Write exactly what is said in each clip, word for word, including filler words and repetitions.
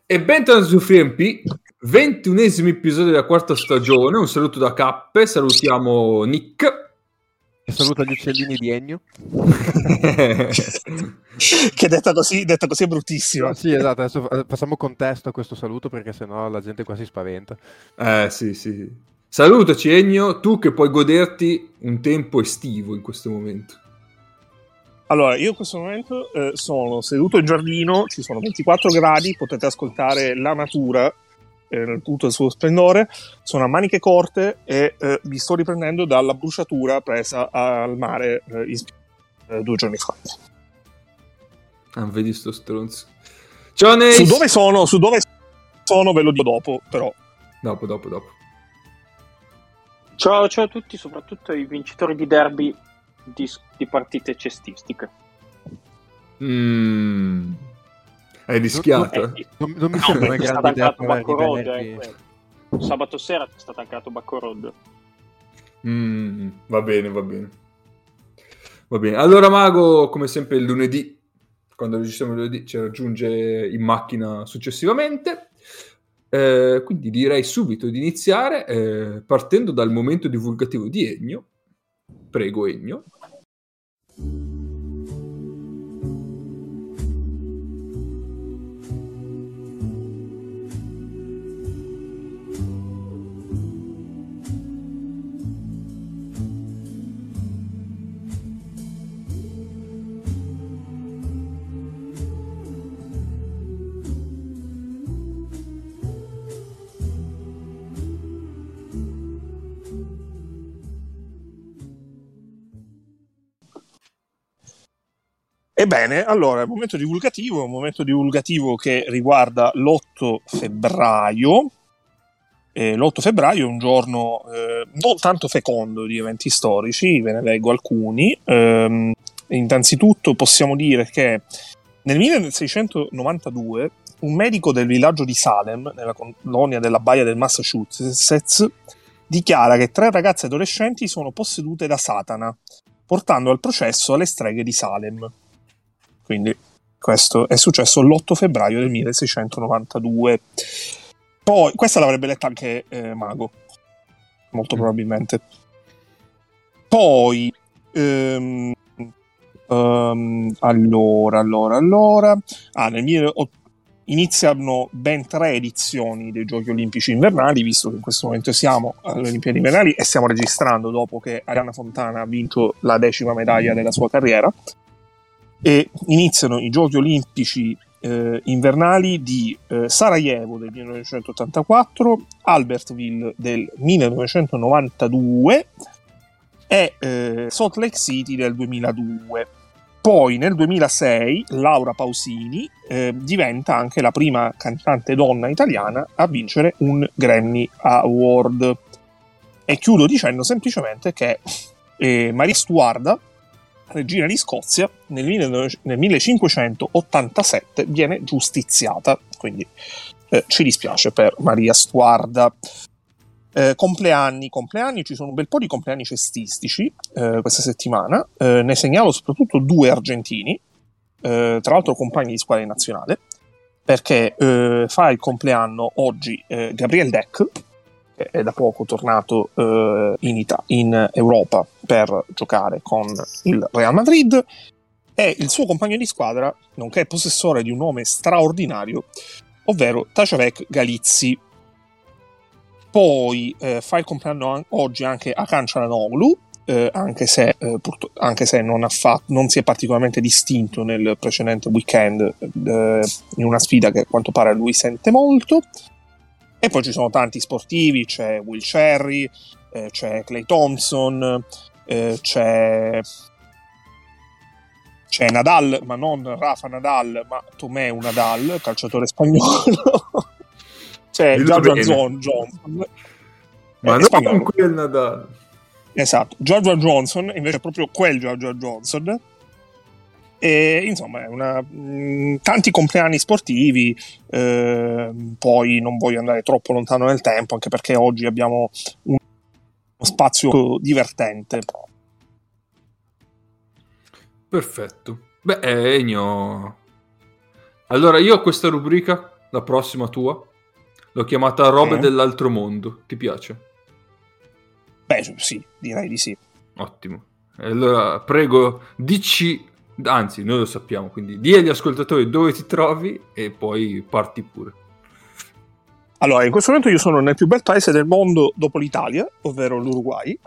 E bentornati su FreeMP, ventunesimo episodio della quarta stagione. Un saluto da Cappe, salutiamo Nick. E saluta gli uccellini di Ennio. Che detta così, detta così è bruttissima. No, sì, esatto, adesso facciamo contesto a questo saluto perché sennò la gente qua si spaventa. Eh sì, sì. Salutaci Ennio, tu che puoi goderti un tempo estivo in questo momento. Allora, io in questo momento eh, sono seduto in giardino, ci sono ventiquattro gradi, potete ascoltare la natura eh, nel tutto il suo splendore, sono a maniche corte e eh, mi sto riprendendo dalla bruciatura presa al mare eh, in, eh, due giorni fa. Ah, vedi sto stronzo. Ciao Neis! Su dove sono, su dove sono ve lo dico dopo, però. Dopo, dopo, dopo. Ciao, ciao a tutti, soprattutto ai vincitori di derby di, di partite cestistiche. Mm. Hai rischiato? Eh, Non, non mi no, sembra una è stato grande idea anche provare Bacco Road, diversi- eh, sabato sera è stato anche Bacco Road. Mm, va bene, va bene. Va bene. Allora Mago, come sempre il lunedì, quando registriamo il lunedì, ci raggiunge in macchina successivamente. Eh, quindi direi subito di iniziare eh, partendo dal momento divulgativo di Ennio. Prego Ennio. Ebbene, allora, il momento divulgativo è un momento divulgativo che riguarda l'otto febbraio. Eh, l'otto febbraio è un giorno eh, non tanto fecondo di eventi storici, ve ne leggo alcuni. Ehm, innanzitutto possiamo dire che nel milleseicentonovantadue un medico del villaggio di Salem, nella colonia della Baia del Massachusetts, dichiara che tre ragazze adolescenti sono possedute da Satana, portando al processo alle streghe di Salem. Quindi questo è successo l'otto febbraio del milleseicentonovantadue. Poi, questa l'avrebbe letta anche eh, Mago, molto mm. probabilmente. Poi, ehm, um, allora, allora, allora, ah, nel mille, iniziano ben tre edizioni dei Giochi Olimpici Invernali, visto che in questo momento siamo alle Olimpiadi Invernali e stiamo registrando dopo che Arianna Fontana ha vinto la decima medaglia della sua carriera. E iniziano i Giochi Olimpici eh, invernali di eh, Sarajevo del millenovecentottantaquattro, Albertville del millenovecentonovantadue e eh, Salt Lake City del duemiladue. Poi nel duemilasei Laura Pausini eh, diventa anche la prima cantante donna italiana a vincere un Grammy Award. E chiudo dicendo semplicemente che eh, Maria Stuarda, regina di Scozia, nel, nel millecinquecentottantasette viene giustiziata, quindi eh, ci dispiace per Maria Stuarda. Eh, compleanni, compleanni, ci sono un bel po' di compleanni cestistici eh, questa settimana, eh, ne segnalo soprattutto due argentini, eh, tra l'altro compagni di squadra nazionale, perché eh, fa il compleanno oggi eh, Gabriel Deck, che è da poco tornato eh, in, Ita- in Europa per giocare con il Real Madrid, e il suo compagno di squadra, nonché possessore di un nome straordinario, ovvero Tacevec Galizzi. Poi eh, fa il compleanno an- oggi anche Hakan Çalhanoğlu, eh, anche se, eh, purtro- anche se non, ha fatto, non si è particolarmente distinto nel precedente weekend eh, in una sfida che a quanto pare lui sente molto. E poi ci sono tanti sportivi, c'è Will Cherry, eh, c'è Clay Thompson, eh, c'è c'è Nadal, ma non Rafa Nadal, ma Tomeu Nadal, calciatore spagnolo. C'è Giorgio Johnson, ma eh, non spagnolo. quel Nadal. Esatto, Giorgio Johnson, invece è proprio quel Giorgio Johnson. E insomma è una, mh, tanti compleanni sportivi, eh, poi non voglio andare troppo lontano nel tempo, anche perché oggi abbiamo un, uno spazio divertente. Perfetto. Beh, Ennio, allora io ho questa rubrica la prossima tua. L'ho chiamata Robe Mm. dell'altro mondo. Ti piace? Beh, sì, direi di sì. Ottimo. E allora, prego, dici, anzi, noi lo sappiamo, quindi di agli ascoltatori dove ti trovi e poi parti pure. Allora, in questo momento io sono nel più bel paese del mondo dopo l'Italia, ovvero l'Uruguay,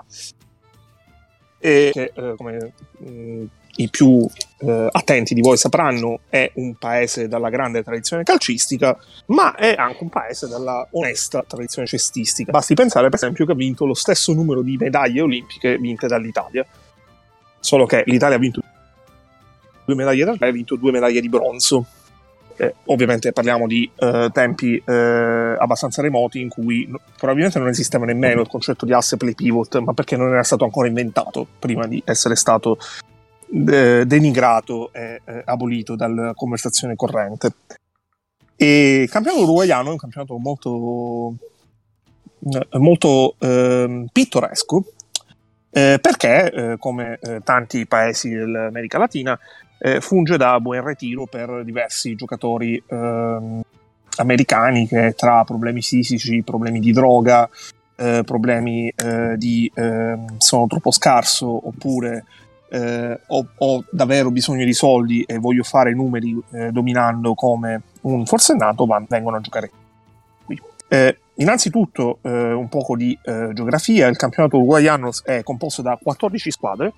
e che, eh, come mh, i più eh, attenti di voi sapranno, è un paese dalla grande tradizione calcistica, ma è anche un paese dalla onesta tradizione cestistica. Basti pensare, per esempio, che ha vinto lo stesso numero di medaglie olimpiche vinte dall'Italia, solo che l'Italia ha vinto due medaglie d'argento e ha vinto due medaglie di bronzo. Eh, ovviamente parliamo di eh, tempi eh, abbastanza remoti in cui no, probabilmente non esisteva nemmeno il concetto di asse play pivot, ma perché non era stato ancora inventato prima di essere stato eh, denigrato e eh, abolito dalla conversazione corrente. E il campionato uruguaiano è un campionato molto eh, molto eh, pittoresco eh, perché eh, come eh, tanti paesi dell'America Latina Eh, funge da buon retiro per diversi giocatori ehm, americani che tra problemi fisici, problemi di droga, eh, problemi eh, di eh, sono troppo scarso oppure eh, ho, ho davvero bisogno di soldi e voglio fare numeri eh, dominando come un forsennato, van, vengono a giocare qui. Eh, innanzitutto eh, un poco di eh, geografia. Il campionato uruguaiano è composto da quattordici squadre.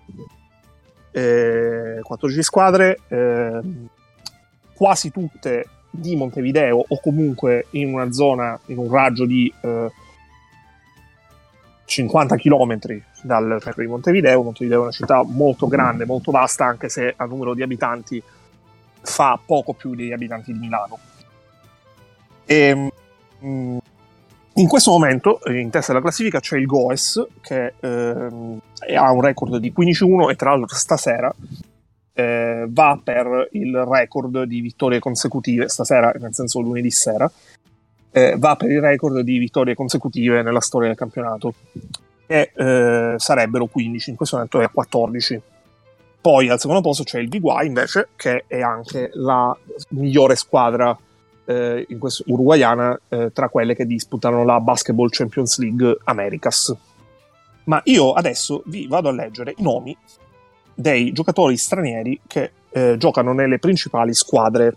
Eh, quattordici squadre, eh, quasi tutte di Montevideo o comunque in una zona, in un raggio di eh, cinquanta chilometri dal centro di Montevideo. Montevideo è una città molto grande, molto vasta, anche se a numero di abitanti fa poco più degli abitanti di Milano. E, mh, in questo momento in testa alla classifica c'è il Goes che ehm, ha un record di quindici a uno e tra l'altro stasera eh, va per il record di vittorie consecutive, stasera nel senso lunedì sera, eh, va per il record di vittorie consecutive nella storia del campionato, e eh, sarebbero quindici, in questo momento è a quattordici. Poi al secondo posto c'è il Biguay invece, che è anche la migliore squadra Eh, in questo uruguaiana eh, tra quelle che disputano la Basketball Champions League Americas. Ma io adesso vi vado a leggere i nomi dei giocatori stranieri che eh, giocano nelle principali squadre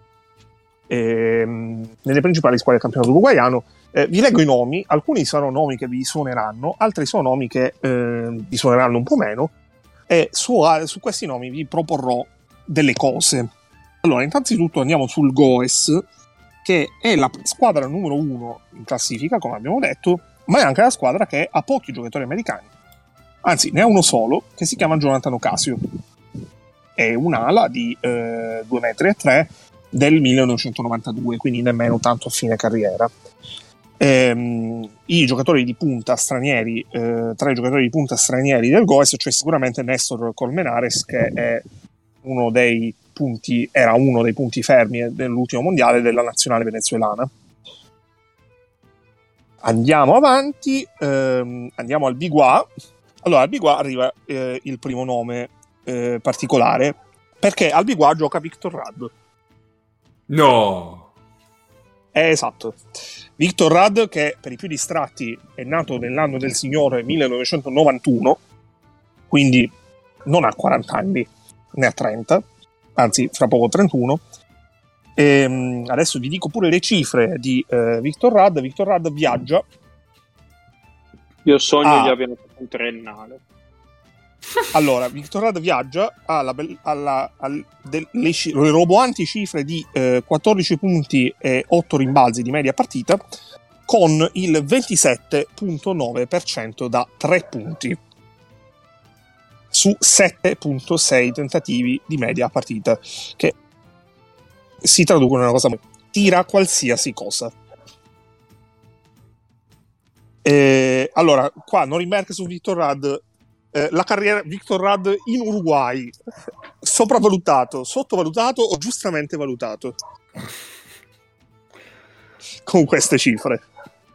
ehm, nelle principali squadre del campionato uruguaiano. Eh, vi leggo i nomi, alcuni sono nomi che vi suoneranno, altri sono nomi che eh, vi suoneranno un po' meno, e su, su questi nomi vi proporrò delle cose. Allora, innanzitutto andiamo sul Goes, che è la squadra numero uno in classifica, come abbiamo detto, ma è anche la squadra che ha pochi giocatori americani. Anzi, ne ha uno solo, che si chiama Jonathan Ocasio. È un'ala di eh, due metri e tre del millenovecentonovantadue, quindi nemmeno tanto a fine carriera. Ehm, I giocatori di punta stranieri, eh, tra i giocatori di punta stranieri del Goes c'è sicuramente Néstor Colmenares, che è uno dei punti, era uno dei punti fermi dell'ultimo mondiale della nazionale venezuelana. Andiamo avanti, ehm, andiamo al Biguá. Allora, al Biguá arriva eh, il primo nome eh, particolare, perché al Biguá gioca Victor Rad. No! Eh, esatto. Victor Rad, che per i più distratti è nato nell'anno del Signore millenovecentonovantuno, quindi non ha quaranta anni, ne ha trenta, anzi fra poco trentuno. E adesso vi dico pure le cifre di eh, Victor Rad. Victor Rad viaggia. Io sogno Ah. gli abbiano fatto un triennale. Allora, Victor Rad viaggia alla, alla, al, del, le, le roboanti cifre di eh, quattordici punti e otto rimbalzi di media partita, con il ventisette virgola nove per cento da tre punti su sette virgola sei tentativi di media partita, che si traducono in una cosa: tira qualsiasi cosa. E, allora, qua non rimarca su Victor Rad. Eh, la carriera Victor Rad in Uruguay, sopravvalutato, sottovalutato o giustamente valutato con queste cifre?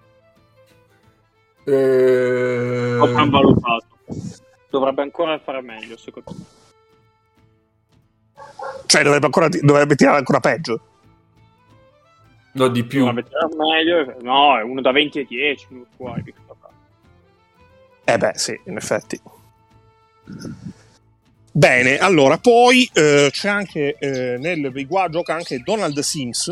Eh... Sopravvalutato. Dovrebbe ancora fare meglio, secondo me. Cioè dovrebbe ancora dovrebbe tirare ancora peggio. No, di più. Meglio, no, è uno da venti e dieci. L'Uruguay. Eh beh, sì, in effetti. Bene, allora, poi eh, c'è anche eh, nel Biguà gioca anche Donald Sims.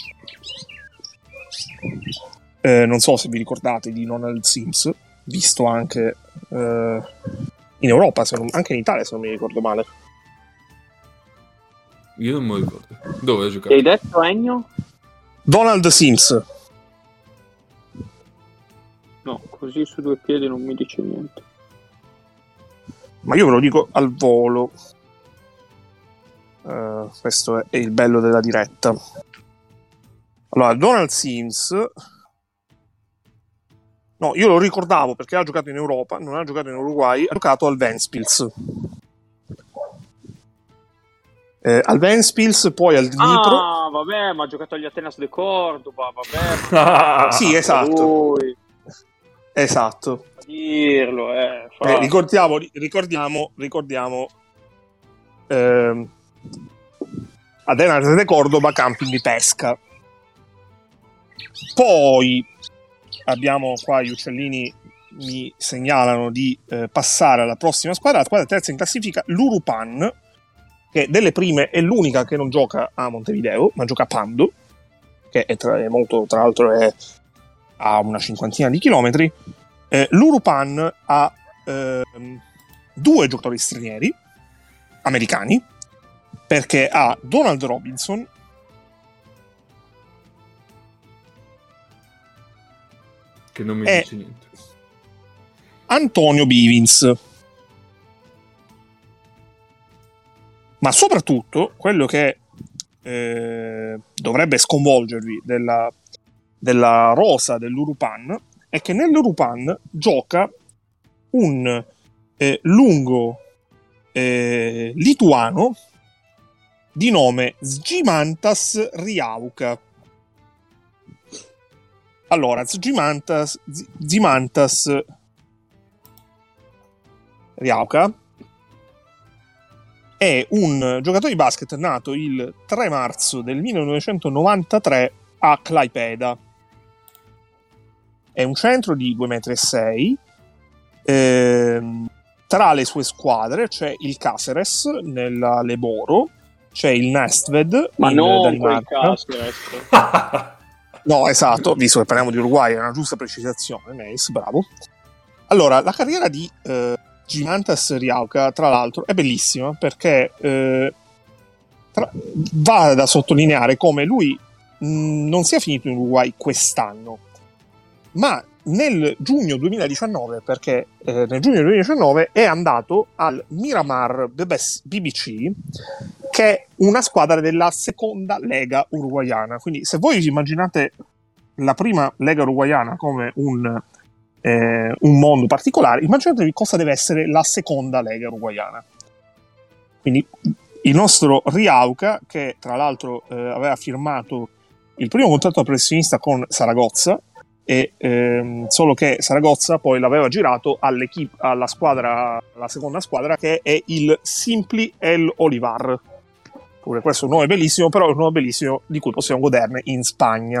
Eh, non so se vi ricordate di Donald Sims, visto anche eh, in Europa, se non, anche in Italia, se non mi ricordo male. Io non me lo ricordo. Dove hai giocato? Che hai detto, Ennio? Donald Sims. No, così su due piedi non mi dice niente. Ma io ve lo dico al volo. Uh, questo è il bello della diretta. Allora, Donald Sims... No, io lo ricordavo perché ha giocato in Europa, non ha giocato in Uruguay, ha giocato al Ventspils. Eh, al Ventspils, poi al Dnipro. Ah, vabbè, ma ha giocato agli Atenas de Cordoba, vabbè. Sì, esatto. Lui. Esatto. Dirlo, eh, eh, ricordiamo, ricordiamo, ricordiamo ehm, Atenas de Cordoba, camping di pesca. Poi abbiamo qua gli uccellini mi segnalano di eh, passare alla prossima squadra, la squadra terza in classifica, l'Urupan, che delle prime è l'unica che non gioca a Montevideo, ma gioca a Pando, che è, tra, è molto, tra l'altro è a una cinquantina di chilometri. Eh, L'Urupan ha eh, due giocatori stranieri americani, perché ha Donald Robinson, che non mi e dice niente, Antonio Bivins. Ma soprattutto quello che eh, dovrebbe sconvolgervi della, della rosa dell'Urupan è che nell'Urupan gioca un eh, lungo eh, lituano di nome Zgimantas Riauka. Allora, Zgimantas, Zgimantas Riauka è un giocatore di basket nato il tre marzo del millenovecentonovantatré a Klaipėda. È un centro di due metri e sei. Ehm, tra le sue squadre c'è il Caceres nella Leboro, c'è il Nestved ma in non Danimarca. Caceres. No, esatto, visto che parliamo di Uruguay, è una giusta precisazione, Neis, bravo. Allora, la carriera di eh, Zgimantas Riauka, tra l'altro, è bellissima perché eh, tra... va da sottolineare come lui mh, non sia finito in Uruguay quest'anno, ma nel giugno duemiladiciannove, perché eh, nel giugno duemiladiciannove è andato al Miramar B B C, che è una squadra della seconda lega uruguaiana. Quindi se voi immaginate la prima lega uruguaiana come un, eh, un mondo particolare, immaginatevi cosa deve essere la seconda lega uruguaiana. Quindi il nostro Riauka, che tra l'altro eh, aveva firmato il primo contratto da professionista con Saragozza, e ehm, solo che Saragozza poi l'aveva girato all'equipe, alla squadra, alla seconda squadra, che è il Simply El Olivar. Pure questo è un nome bellissimo, però è un nome bellissimo di cui possiamo goderne in Spagna.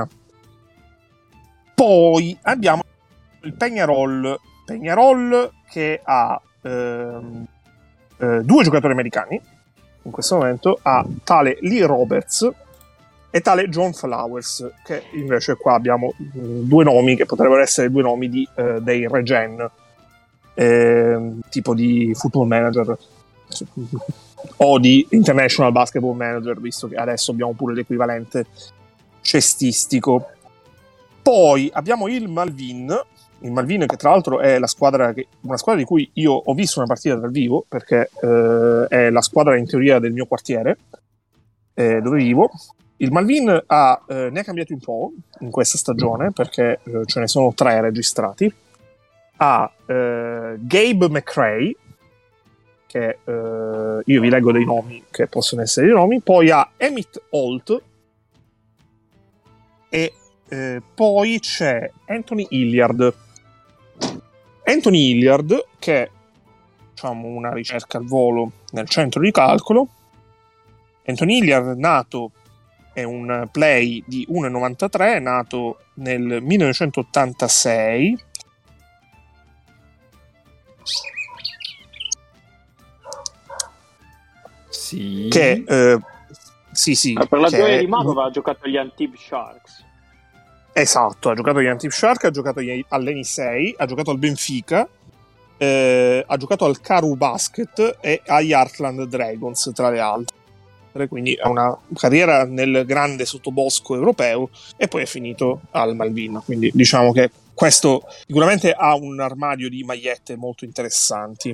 Poi abbiamo il Peñarol, Peñarol che ha ehm, eh, due giocatori americani in questo momento, ha tale Lee Roberts e tale John Flowers, che invece qua abbiamo mh, due nomi che potrebbero essere due nomi di, eh, dei Regen, eh, tipo di Football Manager o di International Basketball Manager, visto che adesso abbiamo pure l'equivalente cestistico. Poi abbiamo il Malvin, il Malvin che tra l'altro è la squadra che, una squadra di cui io ho visto una partita dal vivo, perché eh, è la squadra in teoria del mio quartiere, eh, dove vivo. Il Malvin ha, eh, ne ha cambiati un po' in questa stagione, perché eh, ce ne sono tre registrati. Ha eh, Gabe McRae, che eh, io vi leggo dei nomi che possono essere dei nomi, poi ha Emmett Holt e eh, poi c'è Anthony Hilliard. Anthony Hilliard, che facciamo una ricerca al volo nel centro di calcolo. Anthony Hilliard, nato è un play di uno virgola novantatré, nato nel millenovecentottantasei. Sì. Che eh, sì, sì. Ah, per la che gioia è- di Mavova ha giocato agli Antibes Sharks. Esatto, ha giocato agli Antibes Shark, ha giocato agli- all'Eni sei, ha giocato al Benfica, eh, ha giocato al Karoo Basket e agli Heartland Dragons, tra le altre. Quindi ha una carriera nel grande sottobosco europeo e poi è finito al Malvin. Quindi diciamo che questo sicuramente ha un armadio di magliette molto interessanti.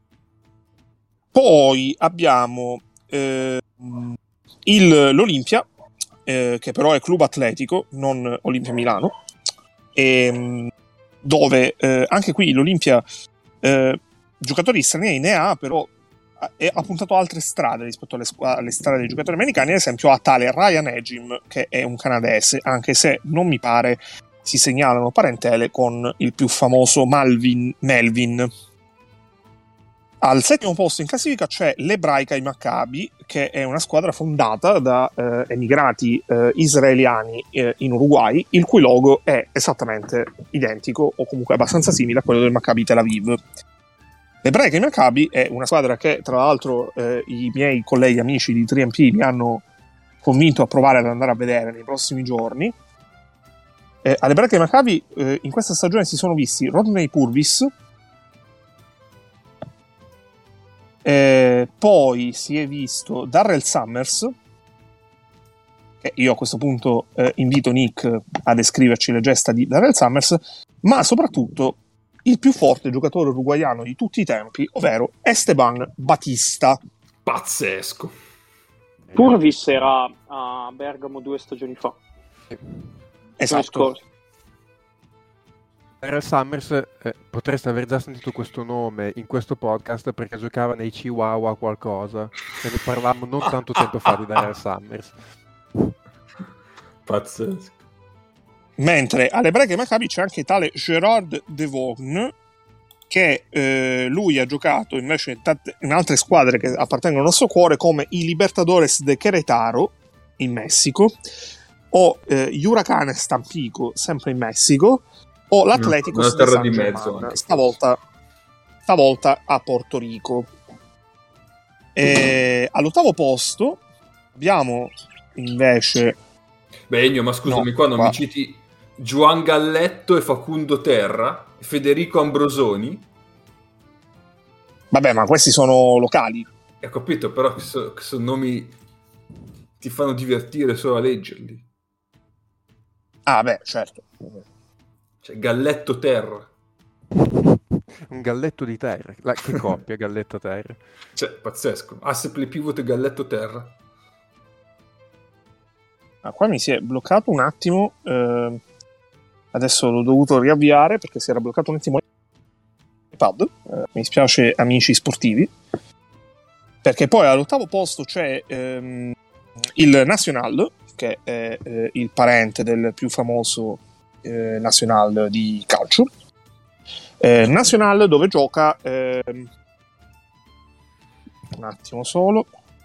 Poi abbiamo eh, il, l'Olimpia, eh, che però è club atletico, non Olimpia Milano, e, dove eh, anche qui l'Olimpia eh, giocatori stranieri ne ha, però e ha puntato altre strade rispetto alle, squ- alle strade dei giocatori americani. Ad esempio ha tale Ryan Ejim, che è un canadese, anche se non mi pare si segnalano parentele con il più famoso Malvin Melvin. Al settimo posto in classifica c'è l'Ebraica Maccabi, che è una squadra fondata da eh, emigrati eh, israeliani eh, in Uruguay, il cui logo è esattamente identico o comunque abbastanza simile a quello del Maccabi Tel Aviv. L'Ebraica Maccabi è una squadra che, tra l'altro, eh, i miei colleghi amici di tre M P mi hanno convinto a provare ad andare a vedere nei prossimi giorni. Eh, all'Ebraica Maccabi eh, in questa stagione si sono visti Rodney Purvis, eh, poi si è visto Darrell Summers, che io a questo punto eh, invito Nick a descriverci le gesta di Darrell Summers, ma soprattutto il più forte giocatore uruguaiano di tutti i tempi, ovvero Esteban Batista. Pazzesco. Purvis era a Bergamo due stagioni fa. Esatto. Darrell Summers, eh, potreste aver già sentito questo nome in questo podcast perché giocava nei Chihuahua qualcosa, e ne parlavamo non tanto tempo fa di Darrell Summers. Pazzesco. Mentre all'Ebraica Maccabi c'è anche tale Gerard Devon, che eh, lui ha giocato invece in, tante, in altre squadre che appartengono al nostro cuore, come i Libertadores de Querétaro in Messico, o eh, Huracanes Tampico sempre in Messico, o l'Atlético Una de terra San di Germán, mezzo anche. stavolta, stavolta a Porto Rico. E all'ottavo posto abbiamo invece... Beh, Ennio, ma scusami, No, qua non qua. mi citi Juan Galletto e Facundo Terra, Federico Ambrosoni? Vabbè, ma questi sono locali. Ho capito, però che, so- che sono nomi ti fanno divertire solo a leggerli. Ah, beh, certo. Cioè, Galletto Terra. Un galletto di terra. La, che coppia, galletto terra. Cioè, pazzesco. Asse play pivot e Galletto Terra. Ah, qua mi si è bloccato un attimo. Eh, adesso l'ho dovuto riavviare perché si era bloccato un attimo l'iPad. Eh, mi spiace, amici sportivi. Perché poi all'ottavo posto c'è ehm, il Nacional, che è eh, il parente del più famoso eh, Nacional di calcio. Eh, Nacional dove gioca ehm, un attimo solo.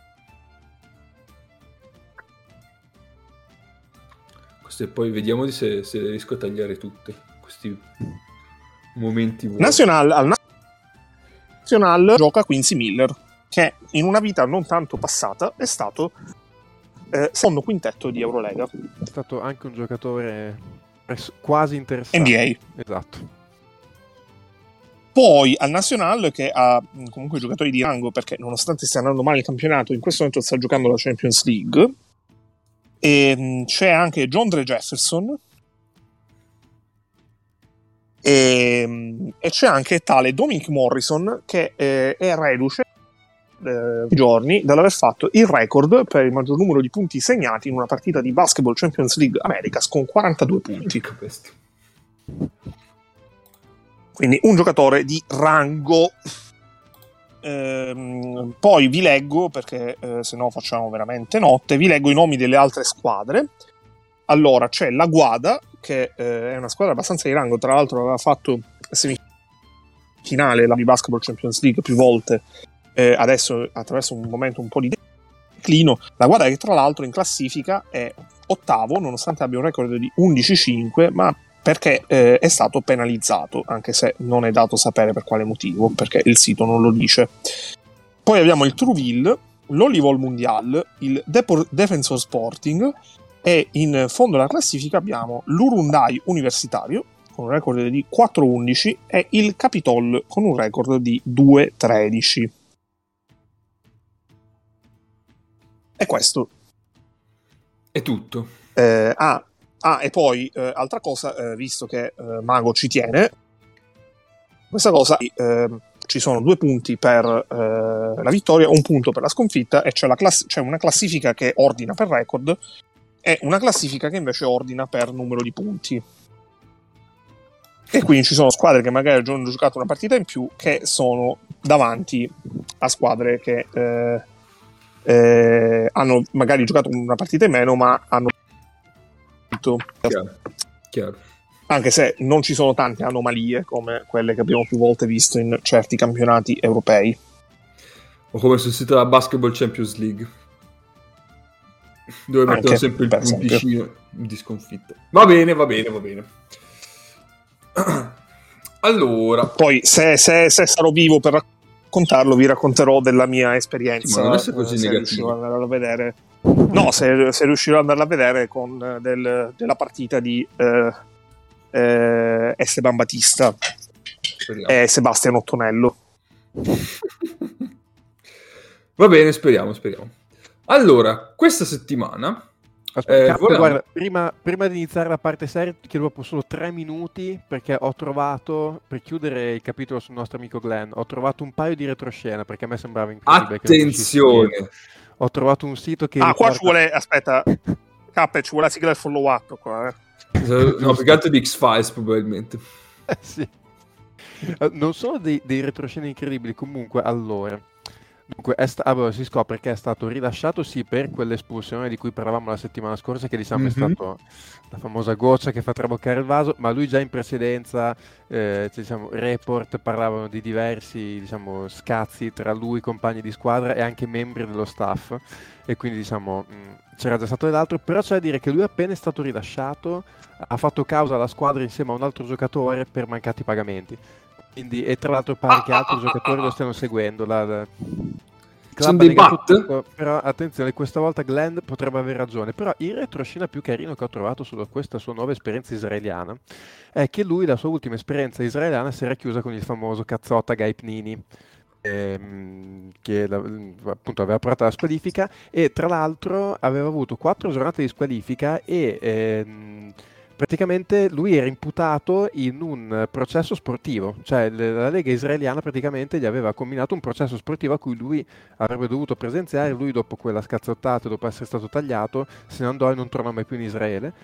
Queste poi vediamo di se, se riesco a tagliare tutte. Questi momenti vuoti. Nacional, al Nacional gioca Quincy Miller, che in una vita non tanto passata è stato eh, secondo quintetto di Eurolega. È stato anche un giocatore pres- quasi interessante. N B A. Esatto. Poi al Nacional, che ha mh, comunque giocatori di rango, perché nonostante stia andando male il campionato, in questo momento sta giocando la Champions League. E mh, c'è anche John Dre Jefferson. E, mh, e c'è anche tale Dominic Morrison, che eh, è reduce eh, giorni dall'aver fatto il record per il maggior numero di punti segnati in una partita di Basketball Champions League Americas, con quarantadue punti. Porca bestia. Quindi un giocatore di rango. Ehm, poi vi leggo, perché eh, se no facciamo veramente notte, vi leggo i nomi delle altre squadre. Allora c'è la Guada, che eh, è una squadra abbastanza di rango, tra l'altro aveva fatto semifinale la di Basketball Champions League più volte, eh, adesso attraverso un momento un po' di declino. La guarda che tra l'altro in classifica è ottavo, nonostante abbia un record di undici cinque, ma perché eh, è stato penalizzato, anche se non è dato sapere per quale motivo, perché il sito non lo dice. Poi abbiamo il Trouville, l'Olivol Mondial, il Depor- Defensor Sporting, e in fondo alla classifica abbiamo l'Urundai Universitario con un record di quattro undici e il Capitol con un record di due tredici. E questo è tutto. Eh, ah, ah, e poi eh, altra cosa, eh, visto che eh, Mago ci tiene, questa cosa, eh, ci sono due punti per eh, la vittoria, un punto per la sconfitta, e c'è, la class- c'è una classifica che ordina per record e una classifica che invece ordina per numero di punti. E quindi ci sono squadre che magari hanno giocato una partita in più che sono davanti a squadre che eh, eh, hanno magari giocato una partita in meno, ma hanno vinto. Chiaro. Chiaro. Anche se non ci sono tante anomalie come quelle che abbiamo più volte visto in certi campionati europei. O come sul sito della Basketball Champions League, dove Anche, mettono sempre il per esempio. punticino di sconfitta. Va bene, va bene, va bene. Allora, Poi se, se, se sarò vivo per raccontarlo, vi racconterò della mia esperienza. Sì, ma non essere così eh, se negativo. riuscirò ad andarla a vedere. No, se, se riuscirò ad andarla a vedere con eh, del, della partita di eh, eh, Esteban Batista speriamo. e Sebastian Ottonello. Va bene, speriamo, speriamo. Allora, questa settimana Aspetta, Eh, Cap, volevamo- guarda, prima, prima di iniziare la parte seria ti chiedo proprio solo tre minuti, perché ho trovato, per chiudere il capitolo sul nostro amico Glenn, ho trovato un paio di retroscena, perché a me sembrava incredibile che non riuscissi a attenzione. dirlo. Ho trovato un sito che Ah, qua riporta- ci vuole, aspetta, K, ci vuole la sigla del follow up qua, eh. No, più che altro di X-Files probabilmente. Eh, sì. Eh, non sono dei, dei retroscena incredibili, comunque, allora. Dunque, è sta- allora, si scopre che è stato rilasciato, sì, per quell'espulsione di cui parlavamo la settimana scorsa, che diciamo Mhm. è stato la famosa goccia che fa traboccare il vaso, ma lui già in precedenza, eh, cioè, diciamo, report parlavano di diversi, diciamo, scazzi tra lui, compagni di squadra e anche membri dello staff, e quindi, diciamo, mh, c'era già stato dell'altro, però c'è da dire che lui appena è stato rilasciato ha fatto causa alla squadra insieme a un altro giocatore per mancati pagamenti. Quindi, e tra l'altro pare che altri giocatori lo stiano seguendo. La, la... il club Sono ha dei negato bat? tutto, però attenzione, questa volta Glenn potrebbe aver ragione. Però il retroscena più carino che ho trovato su questa sua nuova esperienza israeliana è che lui, la sua ultima esperienza israeliana, si era chiusa con il famoso Cazzotta Gai Pnini, ehm, che la- appunto aveva portato alla squalifica, e tra l'altro aveva avuto quattro giornate di squalifica e ehm, praticamente lui era imputato in un processo sportivo, cioè le- la Lega israeliana praticamente gli aveva comminato un processo sportivo a cui lui avrebbe dovuto presenziare. Lui, dopo quella scazzottata, dopo essere stato tagliato, se ne andò e non tornò mai più in Israele.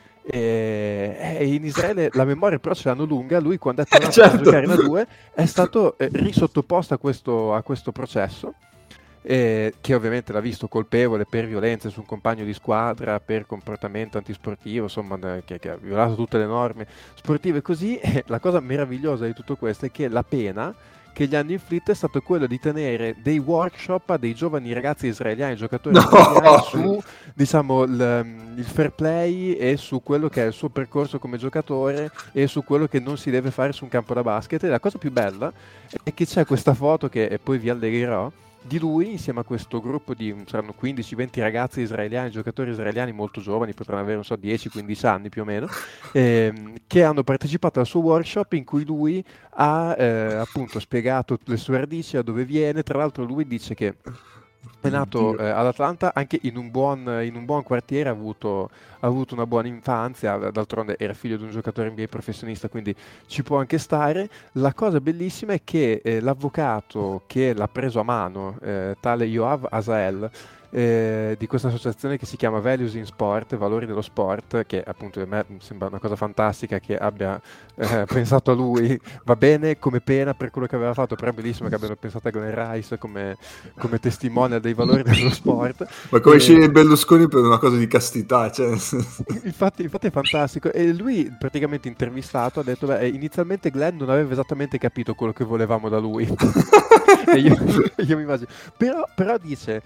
E, e in Israele la memoria però ce l'hanno lunga. Lui, quando è tornato certo. a giocare in A due, è stato eh, risottoposto a questo, a questo processo, eh, che ovviamente l'ha visto colpevole per violenze su un compagno di squadra, per comportamento antisportivo, insomma, eh, che, che ha violato tutte le norme sportive così. E la cosa meravigliosa di tutto questo è che la pena che gli hanno inflitto è stato quello di tenere dei workshop a dei giovani ragazzi israeliani, giocatori No! israeliani, su, diciamo, il, il fair play e su quello che è il suo percorso come giocatore e su quello che non si deve fare su un campo da basket. E la cosa più bella è che c'è questa foto, che e poi vi allegherò, di lui insieme a questo gruppo di, saranno quindici venti ragazzi israeliani, giocatori israeliani molto giovani, potranno avere, non so, dieci quindici anni più o meno, ehm, che hanno partecipato al suo workshop, in cui lui ha eh, appunto spiegato le sue radici, da dove viene. Tra l'altro lui dice che è nato eh, ad Atlanta, anche in un buon, in un buon quartiere, ha avuto, ha avuto una buona infanzia, d'altronde era figlio di un giocatore N B A professionista, quindi ci può anche stare. La cosa bellissima è che eh, l'avvocato che l'ha preso a mano, eh, tale Yoav Azael, eh, di questa associazione che si chiama Values in Sport, Valori dello Sport, che appunto a me sembra una cosa fantastica che abbia eh, pensato a lui, va bene come pena per quello che aveva fatto, però è bellissimo che abbiano pensato a Glenn Rice come, come testimonial dei valori dello sport. Ma come E- sceglie Berlusconi per una cosa di castità, cioè... Infatti, infatti è fantastico. E lui, praticamente intervistato, ha detto: beh, inizialmente Glenn non aveva esattamente capito quello che volevamo da lui. E io, io mi immagino. Però, però dice: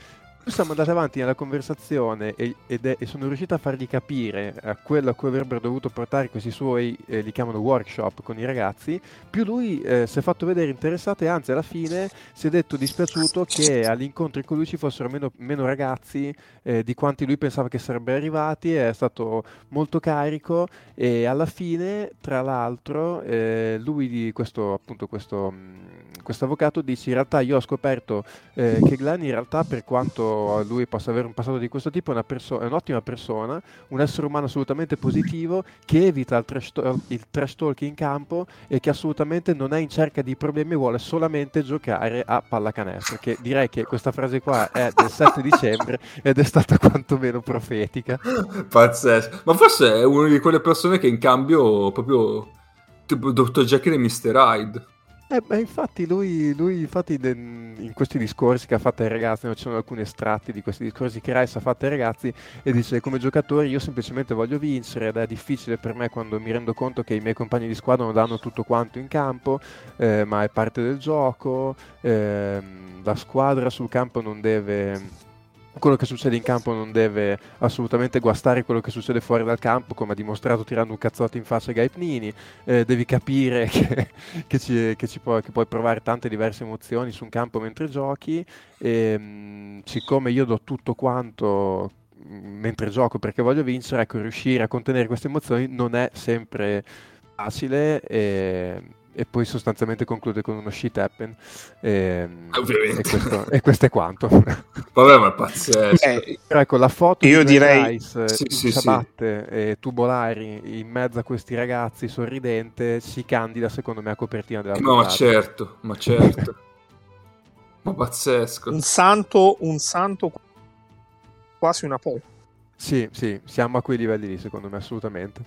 siamo andati avanti nella conversazione e, ed è, e sono riuscito a fargli capire a quello a cui avrebbero dovuto portare questi suoi, eh, li chiamano workshop con i ragazzi, più lui eh, si è fatto vedere interessato e anzi alla fine si è detto dispiaciuto che agli incontri con lui ci fossero meno, meno ragazzi eh, di quanti lui pensava che sarebbero arrivati, è stato molto carico e alla fine, tra l'altro, eh, lui, questo appunto questo, questo avvocato dice in realtà io ho scoperto eh, che Glenn in realtà per quanto lui possa avere un passato di questo tipo è, una perso- è un'ottima persona, un essere umano assolutamente positivo che evita il trash, to- il trash talk in campo e che assolutamente non è in cerca di problemi, vuole solamente giocare a pallacanestro, che direi che questa frase qua è del sette dicembre ed è stata quantomeno profetica. Pazzesco, ma forse è una di quelle persone che in cambio proprio tipo dottor Jekyll e mister Hyde. Eh, beh, infatti lui, lui infatti de- in questi discorsi che ha fatto ai ragazzi, no, ci sono alcuni estratti di questi discorsi che Rice ha fatto ai ragazzi e dice come giocatore io semplicemente voglio vincere ed è difficile per me quando mi rendo conto che i miei compagni di squadra non danno tutto quanto in campo, eh, ma è parte del gioco, ehm, la squadra sul campo non deve... quello che succede in campo non deve assolutamente guastare quello che succede fuori dal campo, come ha dimostrato tirando un cazzotto in faccia a Gaipnini. Eh, devi capire che, che, ci, che, ci puoi, che puoi provare tante diverse emozioni su un campo mentre giochi e mh, siccome io do tutto quanto mh, mentre gioco perché voglio vincere, ecco, riuscire a contenere queste emozioni non è sempre facile e... e poi sostanzialmente conclude con uno shit happen e, Ovviamente. e, questo, e questo è quanto. Vabbè, ma è pazzesco. Eh, Però ecco la foto io di Glenn direi- Rice Sì, in sì, sì. ciabatte e tubolari in mezzo a questi ragazzi sorridente si candida secondo me a copertina della No, ma puntata. certo, ma certo. Ma pazzesco. un santo, un santo quasi una po'. Sì, sì, siamo a quei livelli lì secondo me assolutamente.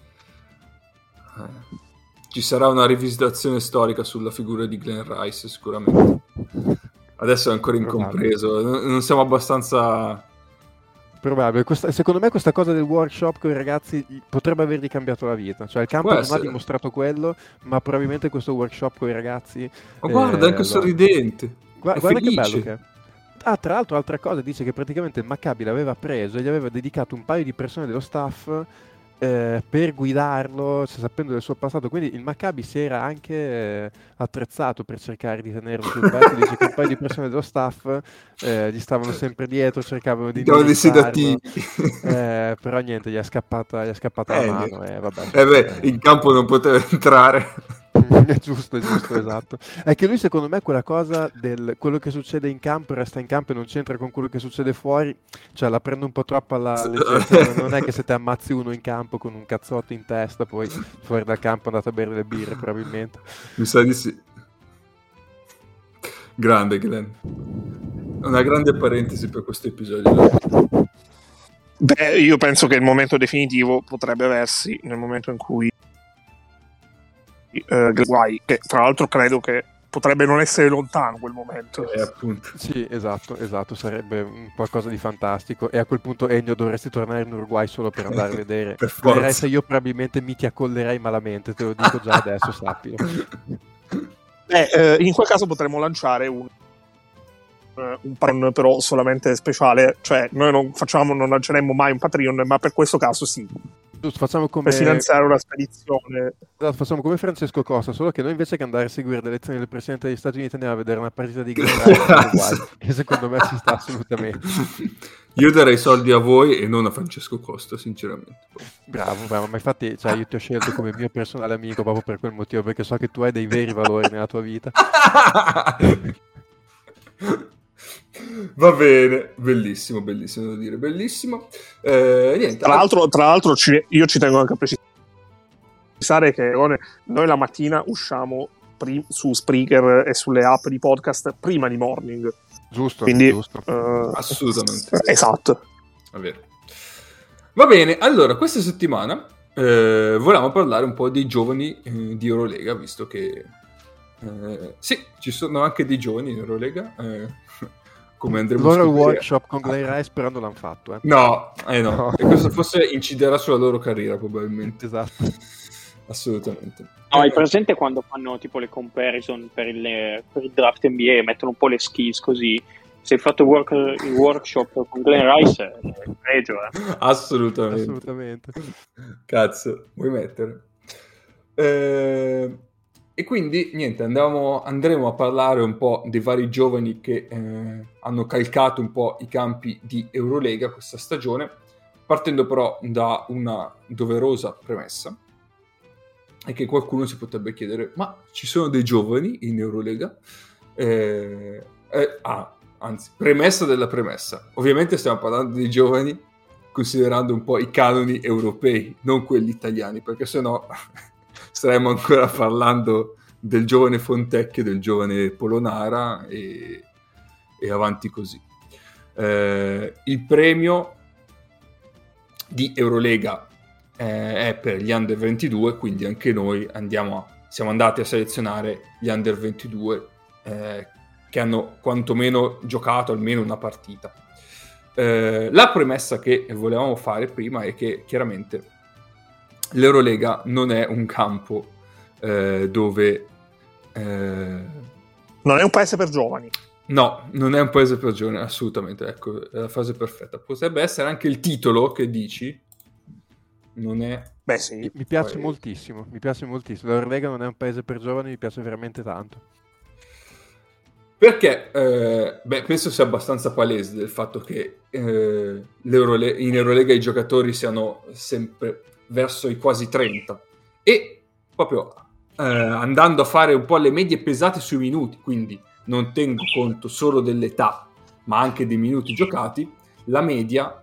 Eh. Ci sarà una rivisitazione storica sulla figura di Glenn Rice sicuramente. Adesso è ancora incompreso, non non siamo abbastanza... Probabile. Questa- secondo me questa cosa del workshop con i ragazzi potrebbe avergli cambiato la vita. Cioè il campo Può non ha essere. dimostrato quello, ma probabilmente questo workshop con i ragazzi... Ma guarda, eh, anche lo- sorridente. Gua- È guarda che felice. bello che è. Ah, tra l'altro altra cosa, dice che praticamente il Maccabi l'aveva preso e gli aveva dedicato un paio di persone dello staff eh, per guidarlo, cioè, sapendo del suo passato. Quindi il Maccabi si era anche eh, attrezzato per cercare di tenerlo sul pezzo. Dice che un paio di persone dello staff eh, gli stavano sempre dietro, cercavano di Diamo dei indirizzarlo. sedativi. Eh, però niente, gli è scappata, gli è scappata Eh, la mano e vabbè. eh beh, eh, in campo non poteva entrare. è giusto, è giusto, esatto. È che lui secondo me quella cosa del quello che succede in campo resta in campo e non c'entra con quello che succede fuori, cioè la prendo un po' troppo alla leggera, non è che se te ammazzi uno in campo con un cazzotto in testa poi fuori dal campo andate a bere le birre probabilmente. Mi sa di sì. Grande Glenn. Una grande parentesi per questo episodio. Beh, io penso che il momento definitivo potrebbe aversi nel momento in cui eh, guai, che tra l'altro credo che potrebbe non essere lontano quel momento. Eh, appunto. Sì, esatto, esatto, sarebbe un qualcosa di fantastico e a quel punto Ennio dovresti tornare in Uruguay solo per andare a vedere. Per forza. Resta, io probabilmente mi ti accollerei malamente, te lo dico già adesso, sappilo. Beh, eh, in quel caso potremmo lanciare un eh, un Patreon però solamente speciale, cioè noi non facciamo, non lanceremmo mai un Patreon, ma per questo caso sì, Giusto, facciamo come... per finanziare una spedizione. Esatto, facciamo come Francesco Costa, solo che noi invece che andare a seguire le elezioni del Presidente degli Stati Uniti andiamo a vedere una partita di Glenn Rice in Uruguay, che secondo me ci sta assolutamente. Io darei soldi a voi e non a Francesco Costa, sinceramente. Bravo, bravo, ma infatti cioè, io ti ho scelto come mio personale amico proprio per quel motivo, perché so che tu hai dei veri valori nella tua vita. Va bene, bellissimo, bellissimo, devo dire, bellissimo. Eh, niente, Tra l'altro, tra l'altro ci- io ci tengo anche a precisare che noi la mattina usciamo pri- su Spreaker e sulle app di podcast prima di Morning. Giusto, Quindi, giusto. eh, assolutamente. Esatto. Va bene. Va bene, allora, questa settimana eh, volevamo parlare un po' dei giovani eh, di Eurolega, visto che eh, sì, ci sono anche dei giovani in Eurolega, eh, come andremo Loro a il scoprire. workshop con Glenn Rice però non l'hanno fatto, eh. No, eh no. No. E questo forse inciderà sulla loro carriera, probabilmente. Esatto. Assolutamente. No, hai Eh, presente quando fanno tipo le comparison per il, per il draft N B A, mettono un po' le skills così, se hai fatto work, il workshop con Glenn Rice è pregio, eh. Assolutamente. Assolutamente. Cazzo, vuoi mettere? Eh, e quindi, niente, andiamo, andremo a parlare un po' dei vari giovani che eh, hanno calcato un po' i campi di Eurolega questa stagione, partendo però da una doverosa premessa, e che qualcuno si potrebbe chiedere, ma ci sono dei giovani in Eurolega? Eh, eh, ah, anzi, premessa della premessa. Ovviamente stiamo parlando dei giovani considerando un po' i canoni europei, non quelli italiani, perché sennò staremmo ancora parlando del giovane Fontecchio, del giovane Polonara e, e avanti così. Eh, il premio di Eurolega eh, è per gli under ventidue, quindi anche noi andiamo a, siamo andati a selezionare gli under ventidue eh, che hanno quantomeno giocato almeno una partita. Eh, la premessa che volevamo fare prima è che chiaramente l'Eurolega non è un campo eh, dove eh... non è un paese per giovani. No, non è un paese per giovani, assolutamente, ecco, è la frase perfetta. Potrebbe essere anche il titolo che dici, non è... Beh sì. Mi piace Poi... moltissimo, mi piace moltissimo. L'Eurolega non è un paese per giovani, mi piace veramente tanto. Perché, eh, beh, penso sia abbastanza palese del fatto che eh, l'Eurole- in Eurolega i giocatori siano sempre verso i quasi trenta e proprio eh, andando a fare un po' le medie pesate sui minuti, quindi non tengo conto solo dell'età ma anche dei minuti giocati, la media,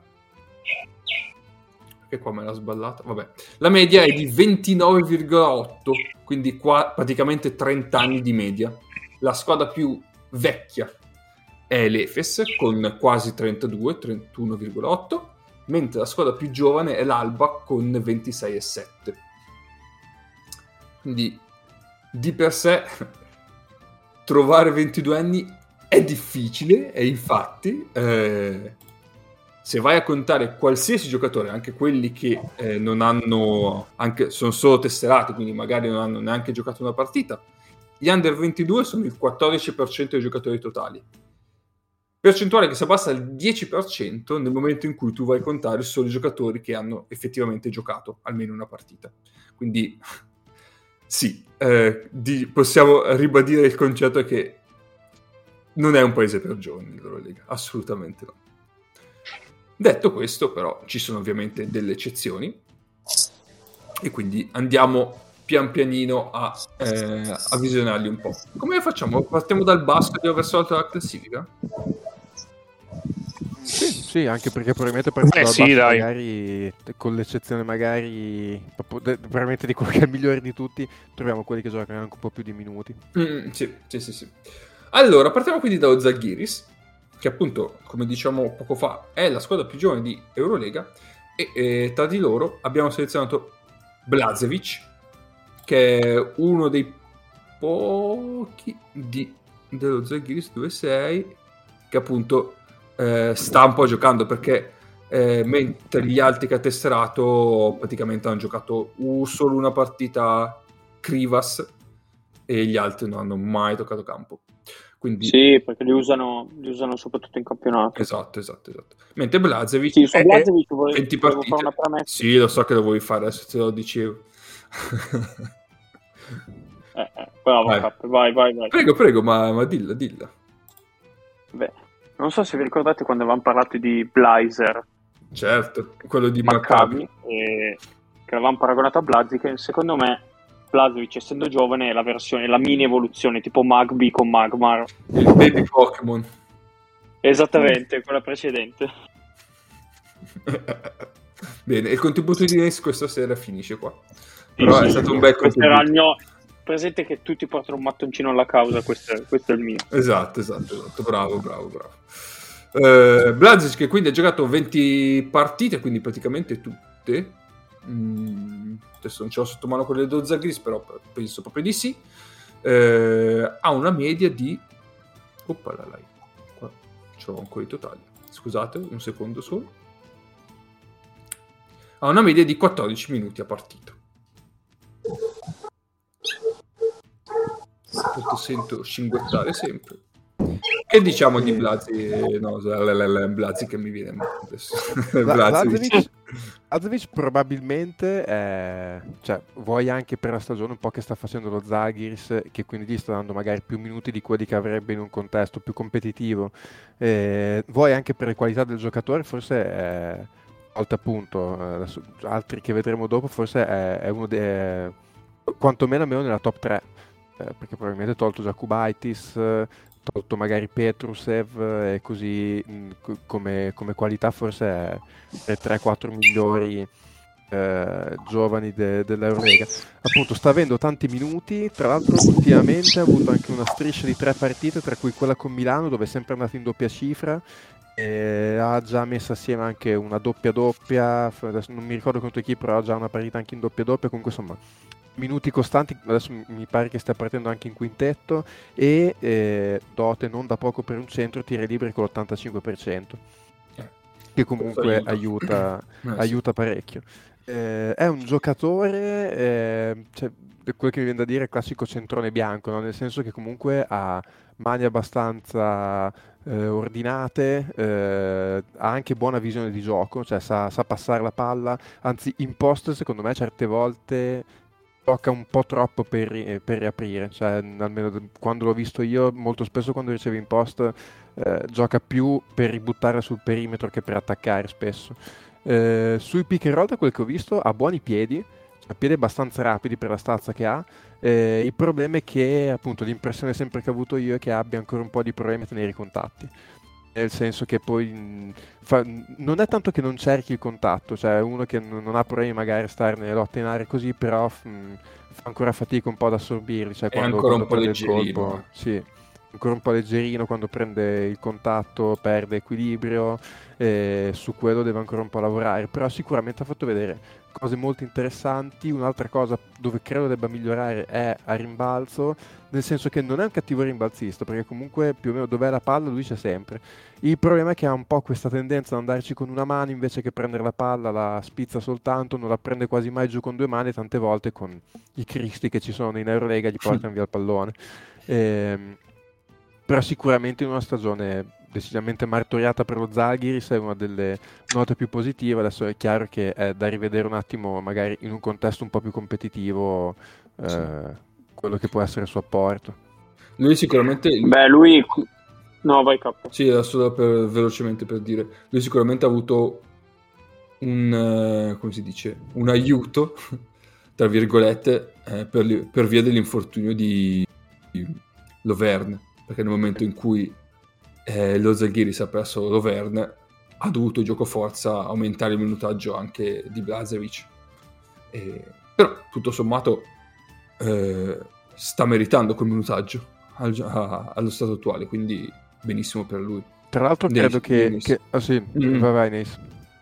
che qua me l'ha sballata, vabbè, la media è di ventinove virgola otto, quindi qua praticamente trenta anni di media. La squadra più vecchia è l'Efes con quasi trentadue, trentuno virgola otto, mentre la squadra più giovane è l'Alba con ventisei virgola sette. Quindi di per sé trovare ventidue anni è difficile, e infatti eh, se vai a contare qualsiasi giocatore, anche quelli che eh, non hanno, anche sono solo tesserati, quindi magari non hanno neanche giocato una partita, gli under ventidue sono il quattordici per cento dei giocatori totali, percentuale che si abbassa al dieci per cento nel momento in cui tu vai a contare solo i giocatori che hanno effettivamente giocato almeno una partita. Quindi sì, eh, di, possiamo ribadire il concetto che non è un paese per giovani l'Eurolega, assolutamente no. Detto questo, però, ci sono ovviamente delle eccezioni e quindi andiamo pian pianino a, eh, a visionarli un po'. Come facciamo? Partiamo dal basso e andiamo verso l'alto della classifica? Sì, sì, anche perché probabilmente per eh, sì, dai. magari, con l'eccezione magari veramente di quello che è il migliore di tutti, troviamo quelli che giocano anche un po' più di minuti. Mm, sì, sì, sì, sì. Allora, partiamo quindi dallo Zalgiris, che appunto, come diciamo poco fa, è la squadra più giovane di Eurolega, e eh, tra di loro abbiamo selezionato Blažević, che è uno dei pochi di, dello Zalgiris dove sei, che appunto eh, sta un po' giocando, perché eh, mentre gli altri che ha tesserato praticamente hanno giocato uh, solo una partita Krivas e gli altri non hanno mai toccato campo. Quindi... Sì, perché li usano, li usano soprattutto in campionato. Esatto, esatto, esatto. Mentre Blažević... Sì, su Blažević eh, volevo, venti volevo partite. fare una premessa. Sì, lo so che lo vuoi fare, adesso te lo dicevo. eh, eh, bravo, vai. Cap, vai, vai, vai. Prego, prego, ma, ma dilla, dilla. Beh, non so se vi ricordate quando avevamo parlato di Blazer. Certo, quello di Maccabi, Maccabi. E che avevamo paragonato a Blažević, secondo me Blažević, essendo giovane, è la versione, la mini evoluzione, tipo Magby con Magmar. Il baby Pokémon. Esattamente, quella precedente. Bene, il contributo di Nes questa sera finisce qua. Però sì, è stato un bel questo contributo. Era il mio... Presente che tutti portano un mattoncino alla causa, questo è, questo è il mio. Esatto, esatto, esatto. Bravo, bravo, bravo. Uh, Blažević, che quindi ha giocato venti partite, quindi praticamente tutte. Mm, adesso non ce l'ho sotto mano quelle dello Zalgiris, però penso proprio di sì. Uh, ha una media di... Oppala, là, qua ce l'ho ancora i totali. Scusate, un secondo solo. Ha una media di quattordici minuti a partita. Sento scinguettare sempre. Che Che diciamo di Blasi? No, Blasi che mi viene adesso. Blažević Blažević probabilmente è, cioè, vuoi anche per la stagione un po' che sta facendo lo Žalgiris, che quindi gli sta dando magari più minuti di quelli che avrebbe in un contesto più competitivo, eh, vuoi anche per le qualità del giocatore, forse è alto appunto, adesso, altri che vedremo dopo, forse è, è uno dei, quantomeno almeno nella top tre, eh, perché probabilmente tolto Jakubaitis, tolto magari Petrusev, e così mh, come, come qualità forse è tra i tre quattro migliori eh, giovani de, dell'Eurolega. Appunto sta avendo tanti minuti, tra l'altro ultimamente ha avuto anche una striscia di tre partite, tra cui quella con Milano dove è sempre andato in doppia cifra, e ha già messo assieme anche una doppia doppia, adesso non mi ricordo contro chi, però ha già una partita anche in doppia doppia, comunque insomma minuti costanti. Adesso mi pare che stia partendo anche in quintetto, e eh, dote non da poco per un centro, tiri liberi con l'ottantacinque per cento, che comunque aiuta, aiuta parecchio. Eh, è un giocatore, eh, cioè, quello che mi viene da dire è classico centrone bianco, no? Nel senso che comunque ha mani abbastanza eh, ordinate, eh, ha anche buona visione di gioco, cioè sa, sa passare la palla, anzi in post secondo me certe volte gioca un po' troppo per, per riaprire, cioè almeno quando l'ho visto io, molto spesso quando riceve in post eh, gioca più per ributtare sul perimetro che per attaccare spesso. Eh, sui pick and roll, da quel che ho visto, ha buoni piedi, cioè piedi abbastanza rapidi per la stazza che ha. Eh, il problema è che, appunto, l'impressione sempre che ho avuto io è che abbia ancora un po' di problemi a tenere i contatti. Nel senso che poi mh, fa, non è tanto che non cerchi il contatto, cioè uno che n- non ha problemi magari a stare nelle lotte in area così, però mh, fa ancora fatica un po' ad assorbirli, cioè è quando, ancora quando un po' prende il leggerino. colpo, sì, ancora un po' leggerino, quando prende il contatto perde equilibrio, e su quello deve ancora un po' lavorare, però sicuramente ha fatto vedere cose molto interessanti. Un'altra cosa dove credo debba migliorare è a rimbalzo, nel senso che non è un cattivo rimbalzista, perché comunque più o meno dov'è la palla lui c'è sempre. Il problema è che ha un po' questa tendenza ad andarci con una mano, invece che prendere la palla la spizza soltanto, non la prende quasi mai giù con due mani, e tante volte con i cristi che ci sono in Eurolega gli portano via il pallone. Ehm, però sicuramente in una stagione decisamente martoriata per lo Žalgiris è una delle note più positive. Adesso è chiaro che è da rivedere un attimo, magari in un contesto un po' più competitivo, eh, sì, quello che può essere il suo apporto. Lui sicuramente... Beh, lui... No, vai K. Sì, adesso per, velocemente per dire, lui sicuramente ha avuto un, uh, come si dice, un aiuto, tra virgolette, eh, per, per via dell'infortunio di, di Lovern, perché nel momento in cui eh, lo Žalgiris ha perso Lovern, ha dovuto gioco forza aumentare il minutaggio anche di Blažević. E, però tutto sommato eh, sta meritando quel minutaggio al, a, allo stato attuale, quindi benissimo per lui. Tra l'altro credo che, che... Ah sì, mm. vai vai Neis.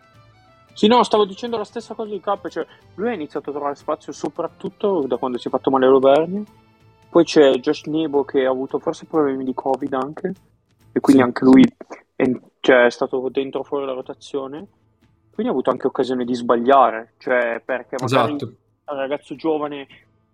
Sì, no, stavo dicendo la stessa cosa di K, cioè lui ha iniziato a trovare spazio soprattutto da quando si è fatto male Lovern. Poi c'è Josh Nebo che ha avuto forse problemi di Covid anche, e quindi sì, anche lui è, cioè, è stato dentro o fuori la rotazione, quindi ha avuto anche occasione di sbagliare, cioè perché magari esatto, un ragazzo giovane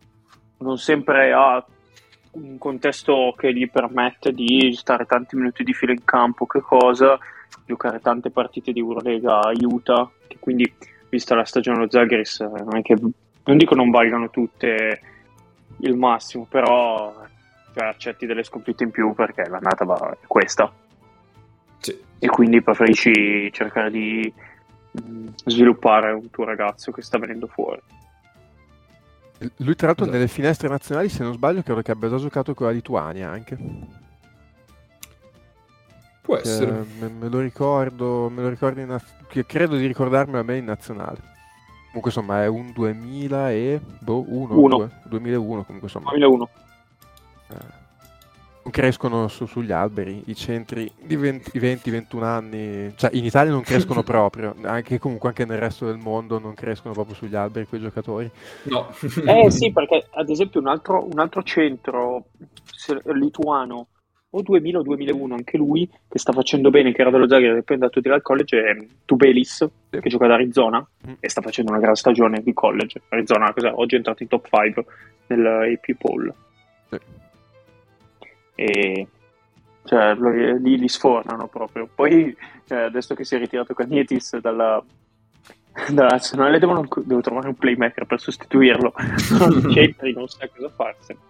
non sempre ha un contesto che gli permette di stare tanti minuti di fila in campo, che cosa, giocare tante partite di Eurolega aiuta, che quindi vista la stagione dello Žalgiris non è che, non dico non valgano tutte il massimo, però cioè, accetti delle sconfitte in più perché l'annata va è questa, sì, e quindi preferisci cercare di mh, sviluppare un tuo ragazzo che sta venendo fuori. Lui tra l'altro esatto, nelle finestre nazionali, se non sbaglio, credo che abbia già giocato con la Lituania anche. può Cioè, essere, me, me lo ricordo, me lo ricordo in, che credo di ricordarmelo a me in nazionale. Comunque insomma è un duemila e boh, uno, Uno. due, duemilauno comunque insomma. duemilauno. Eh, non crescono su, sugli alberi i centri di venti ventuno anni, cioè in Italia non crescono proprio, anche comunque anche nel resto del mondo non crescono proprio sugli alberi quei giocatori. no. Eh sì, perché ad esempio un altro, un altro centro se- lituano o duemila o duemilauno, anche lui che sta facendo bene, che era dello Zagreb e poi è andato di là al college, è Tubelis, Sì. che gioca ad Arizona Mm. e sta facendo una gran stagione di college. Arizona cos'è? Oggi è entrato in top cinque nell'A P poll. Sì. E cioè li, li sfornano proprio. Poi eh, adesso che si è ritirato Cagnetis dalla, dalla nazionale devono, devo trovare un playmaker per sostituirlo. Non c'entri, non sa cosa farsene.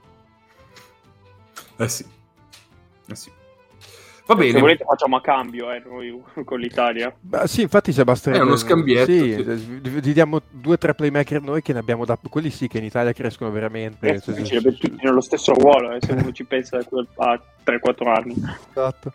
Eh sì, eh sì. Va bene. Se volete facciamo a cambio eh, noi con l'Italia. Beh, sì, infatti c'è basterebbe... È uno scambietto. Sì, Sì. Gli diamo due o tre playmaker noi che ne abbiamo da... Quelli sì che in Italia crescono veramente. Eh, cioè, sì, tutti nello stesso ruolo, eh, se uno ci pensa a tre quattro anni. Esatto.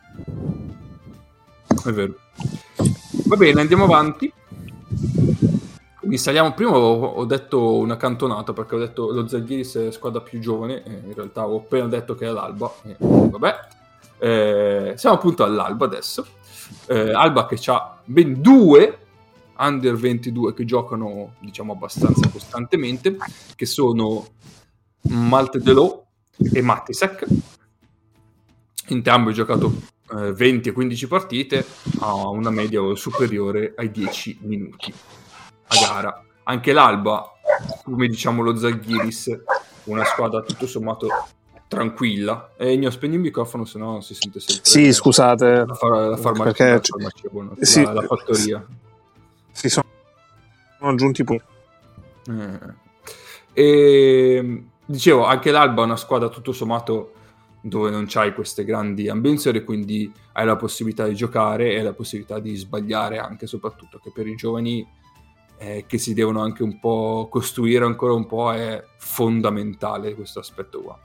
È vero. Va bene, andiamo avanti. Quindi saliamo. Prima ho, ho detto una cantonata perché ho detto lo Zalgiris è la squadra più giovane. Eh, in realtà ho appena detto che è l'Alba. Eh, vabbè. Eh, siamo appunto all'Alba adesso. Eh, Alba che ha ben due under ventidue che giocano, diciamo, abbastanza costantemente, che sono Malte Delò e Matisek. Entrambi hanno giocato eh, venti e quindici partite a una media superiore ai dieci minuti a gara. Anche l'Alba, come diciamo lo Zalgiris, una squadra tutto sommato tranquilla. E Gnò, spegni il microfono, se no non si sente sempre. Sì, eh, scusate. La, far- la farmacia, perché... la, farmacia, buona, sì, la, la fattoria. Si sono aggiunti poi. Eh. E dicevo, anche l'Alba è una squadra tutto sommato dove non c'hai queste grandi ambizioni, quindi hai la possibilità di giocare e la possibilità di sbagliare anche, soprattutto che per i giovani eh, che si devono anche un po' costruire ancora un po' è fondamentale questo aspetto qua.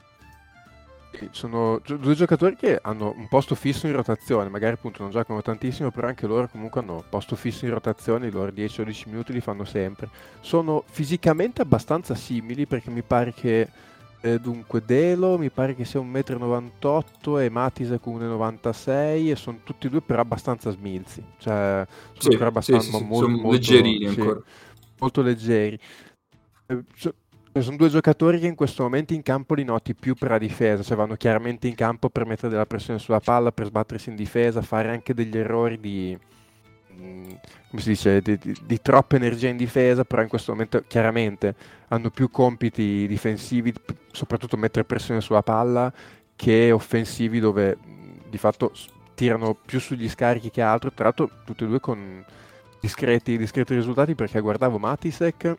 Sono due giocatori che hanno un posto fisso in rotazione, magari appunto non giocano tantissimo, però anche loro comunque hanno posto fisso in rotazione, i loro dieci dodici minuti li fanno sempre. Sono fisicamente abbastanza simili perché mi pare che eh, dunque Delo mi pare che sia un metro e novantotto e Matisek uno virgola novantasei e sono tutti e due però abbastanza smilzi, cioè sono Sì, ancora abbastanza sì, sì, sì. molto, sono molto, leggerini sì, ancora. molto leggeri. Eh, so, sono due giocatori che in questo momento in campo li noti più per la difesa, cioè vanno chiaramente in campo per mettere della pressione sulla palla, per sbattersi in difesa, fare anche degli errori di, come si dice, di, di, di troppa energia in difesa, però in questo momento chiaramente hanno più compiti difensivi, soprattutto mettere pressione sulla palla, che offensivi dove di fatto tirano più sugli scarichi che altro, tra l'altro tutti e due con discreti, discreti risultati, perché guardavo Matisek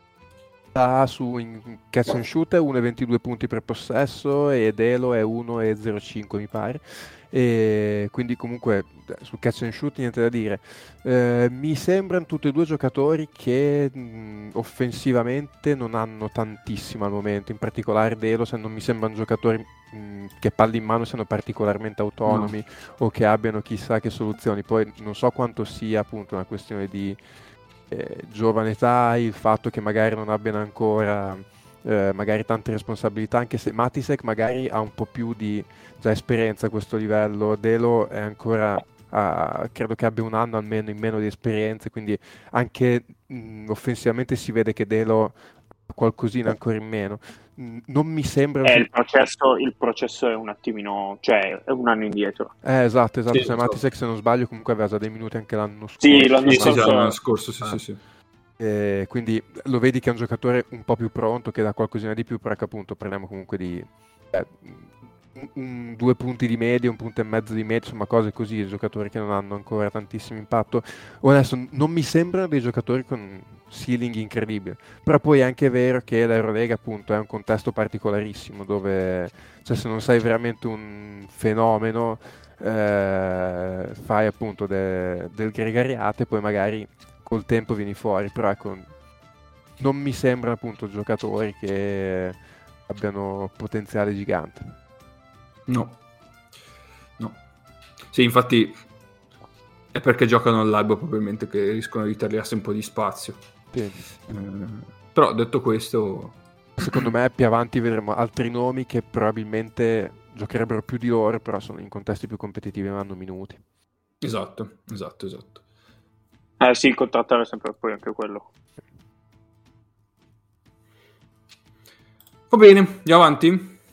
sta su in catch and shoot uno virgola ventidue punti per possesso e Delo è uno virgola zero cinque mi pare, e quindi comunque sul catch and shoot niente da dire. Eh, mi sembrano tutti e due giocatori che mh, offensivamente non hanno tantissimo al momento, in particolare Delo, se non mi sembrano giocatori mh, che palli in mano siano particolarmente autonomi, no, o che abbiano chissà che soluzioni. Poi non so quanto sia appunto una questione di Eh, giovane età, il fatto che magari non abbiano ancora eh, magari tante responsabilità, anche se Matisek magari ha un po' più di già esperienza a questo livello. Delo è ancora uh, credo che abbia un anno almeno in meno di esperienza, quindi anche mh, offensivamente si vede che Delo ha qualcosina ancora in meno. Mh, non mi sembra eh, il, processo, il processo è un attimino, cioè è un anno indietro. Eh, esatto, esatto. Sì, cioè, Matisek, se non sbaglio, comunque aveva già dei minuti anche l'anno scorso. Sì, l'anno sì, scorso, sì, l'anno scorso sì, ah. sì, sì. Eh, quindi lo vedi che è un giocatore un po' più pronto, che dà qualcosina di più, perché appunto parliamo comunque di eh, un, un, due punti di media, un punto e mezzo di media, insomma cose così, giocatori che non hanno ancora tantissimo impatto. Adesso non mi sembrano dei giocatori con ceiling incredibile, però poi è anche vero che l'Eurolega appunto è un contesto particolarissimo dove, cioè, se non sei veramente un fenomeno eh, fai appunto de, del gregariate, poi magari col tempo vieni fuori, però ecco, non mi sembrano appunto giocatori che abbiano potenziale gigante. No, no. Sì, infatti è perché giocano all'Alba probabilmente che riescono a ritagliarsi un po' di spazio. Sì. Eh, però detto questo, secondo me più avanti vedremo altri nomi che probabilmente giocherebbero più di loro, però sono in contesti più competitivi e non hanno minuti. Esatto, esatto, esatto. Eh sì, il contrattare è sempre poi anche quello. Va bene, andiamo avanti?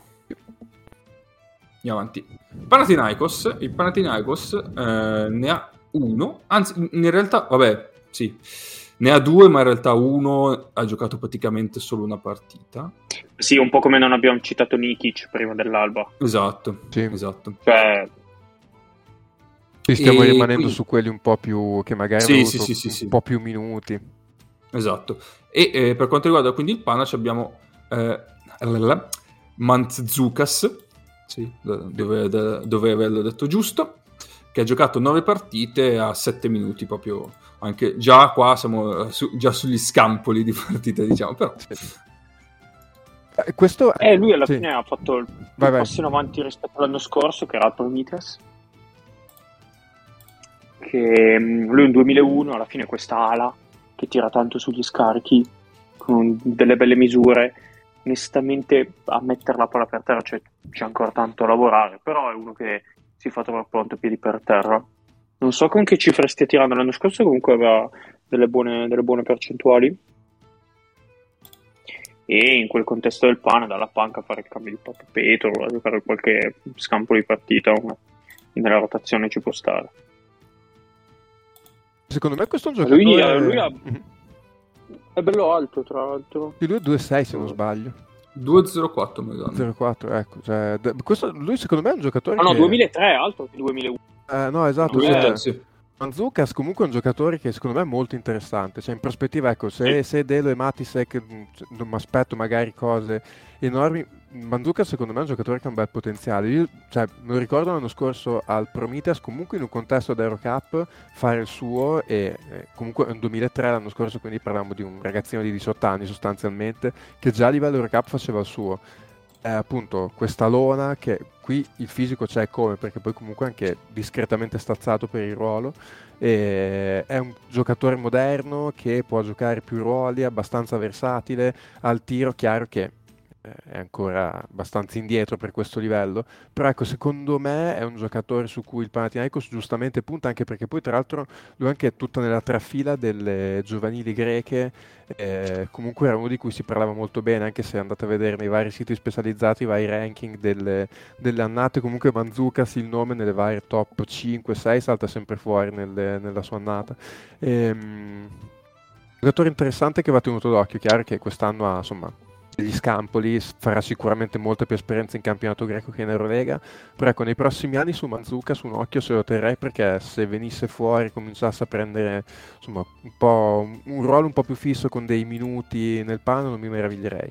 Andiamo avanti. Panathinaikos, il Panathinaikos eh, ne ha uno, anzi in realtà, vabbè, sì, ne ha due, ma in realtà uno ha giocato praticamente solo una partita. Sì, un po' come non abbiamo citato Nikic prima dell'Alba. Esatto, Sì. esatto. Cioè, Ci stiamo E rimanendo quindi- su quelli un po' più che magari Sì, hanno sì, avuto sì, sì, un sì. po' più minuti. Esatto. E eh, per quanto riguarda quindi il Panac abbiamo eh, Mantzukas, sì, dove, dove averlo detto giusto, che ha giocato nove partite a sette minuti, proprio anche già qua siamo su, già sugli scampoli di partite, diciamo, però Eh, Questo eh, lui alla sì. fine ha fatto il Vai, il vai. passo in avanti rispetto all'anno scorso, che era il Prometheus. Che mh, lui nel duemilauno alla fine questa ala che tira tanto sugli scarichi con delle belle misure. Onestamente a mettere la palla per terra c'è, c'è ancora tanto da lavorare, però è uno che si fa trovare pronto piedi per terra. Non so con che cifre stia tirando, l'anno scorso comunque aveva delle buone, delle buone percentuali, e in quel contesto del Pana dalla panca a fare il cambio di Pato Petro, a giocare qualche scampo di partita nella rotazione ci può stare. Secondo me questo è un giocatore... Lui, lui ha- Mhm. è bello alto, tra l'altro. Sì, lui è due virgola sei se non sbaglio. due virgola zero quattro mi danno. zero virgola quattro, ecco. Cioè, d- questo, lui secondo me è un giocatore Ah no, che... duemilatré, alto che duemilauno. Eh, no, esatto. Lui Cioè, è- sì. Mandzukas comunque è un giocatore che secondo me è molto interessante, cioè in prospettiva, ecco, se, se Delo e Matisek mh, non mi aspetto magari cose enormi, Mandzukas secondo me è un giocatore che ha un bel potenziale. Io, cioè, me lo ricordo l'anno scorso al Prometheus, comunque in un contesto ad Eurocup, fare il suo, e eh, comunque è un duemilatré l'anno scorso, quindi parliamo di un ragazzino di diciotto anni sostanzialmente, che già a livello Eurocup faceva il suo. È appunto questa lona che qui il fisico c'è come, perché poi comunque è anche discretamente stazzato per il ruolo, e è un giocatore moderno che può giocare più ruoli, abbastanza versatile al tiro, chiaro che eh, è ancora abbastanza indietro per questo livello, però ecco, secondo me è un giocatore su cui il Panathinaikos giustamente punta, anche perché poi tra l'altro lui anche è tutta nella trafila delle giovanili greche. Eh, comunque era uno di cui si parlava molto bene, anche se andate a vedere nei vari siti specializzati i vari ranking delle, delle annate, comunque Mandzukas il nome nelle varie top cinque sei salta sempre fuori nelle- nella sua annata. Ehm, un giocatore interessante che va tenuto d'occhio, chiaro che quest'anno ha insomma degli scampoli, s- farà sicuramente molta più esperienza in campionato greco che in Eurolega, però ecco, nei prossimi anni su Mandzukas un occhio se lo terrei, perché se venisse fuori e cominciasse a prendere insomma un po' un, un ruolo un po' più fisso con dei minuti nel pano, non mi meraviglierei.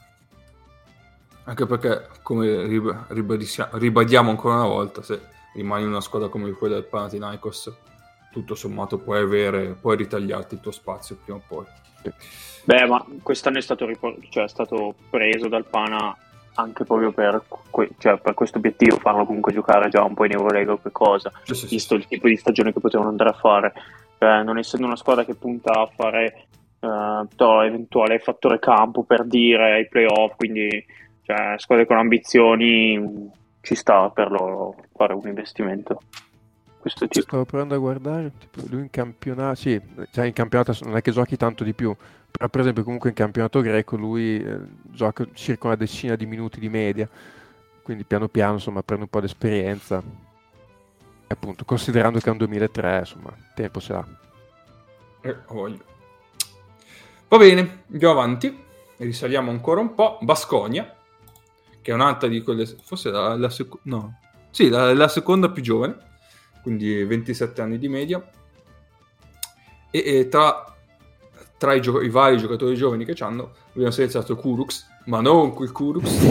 Anche perché, come rib- ribadissia- ribadiamo ancora una volta, se rimani in una squadra come quella del Panathinaikos, tutto sommato puoi avere, puoi ritagliarti il tuo spazio prima o poi. Beh, ma quest'anno è stato, ripor- cioè, è stato preso dal Pana anche proprio per, que- cioè, per questo obiettivo, farlo comunque giocare già un po' in Eurolega o che cosa, Sì, sì, sì. visto il tipo di stagione che potevano andare a fare. Cioè, non essendo una squadra che punta a fare eh, to- eventuale fattore campo per dire ai playoff, quindi cioè, squadre con ambizioni, mh, ci sta per loro fare un investimento questo tipo. Stavo provando a guardare, tipo, lui in campionato, sì, cioè in campionato non è che giochi tanto di più, però per esempio comunque in campionato greco lui eh, gioca circa una decina di minuti di media, quindi piano piano insomma prende un po' di esperienza, e appunto considerando che è un duemilatré, insomma, tempo ce l'ha. Eh, voglio. Va bene, andiamo avanti, risaliamo ancora un po'. Baskonia, che è un'altra di quelle, forse la, la, seco- no. sì, la, la seconda più giovane, quindi ventisette anni di media, e, e tra, tra i, gio- i vari giocatori giovani che c'hanno abbiamo selezionato Kuruks, ma non quel Kuruks.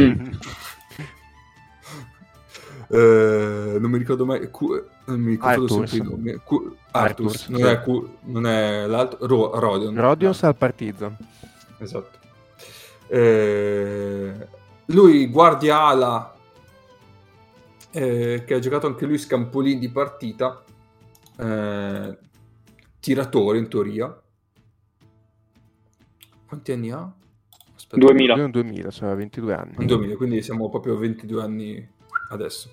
Eh, non mi ricordo mai, Ku- non mi ricordo Arthurs. sempre i nomi. Ku- Arthurs, Arthurs, non, sì. è Ku- non è l'altro, Ro- Rodion. Rodions al Partizan. Esatto. Eh, lui guardia ala, eh, che ha giocato anche lui scampolini di partita, eh, tiratore in teoria. Quanti anni ha? Aspetta, duemila. Lui è un duemila, cioè ventidue anni. un duemila, quindi siamo proprio a ventidue anni adesso.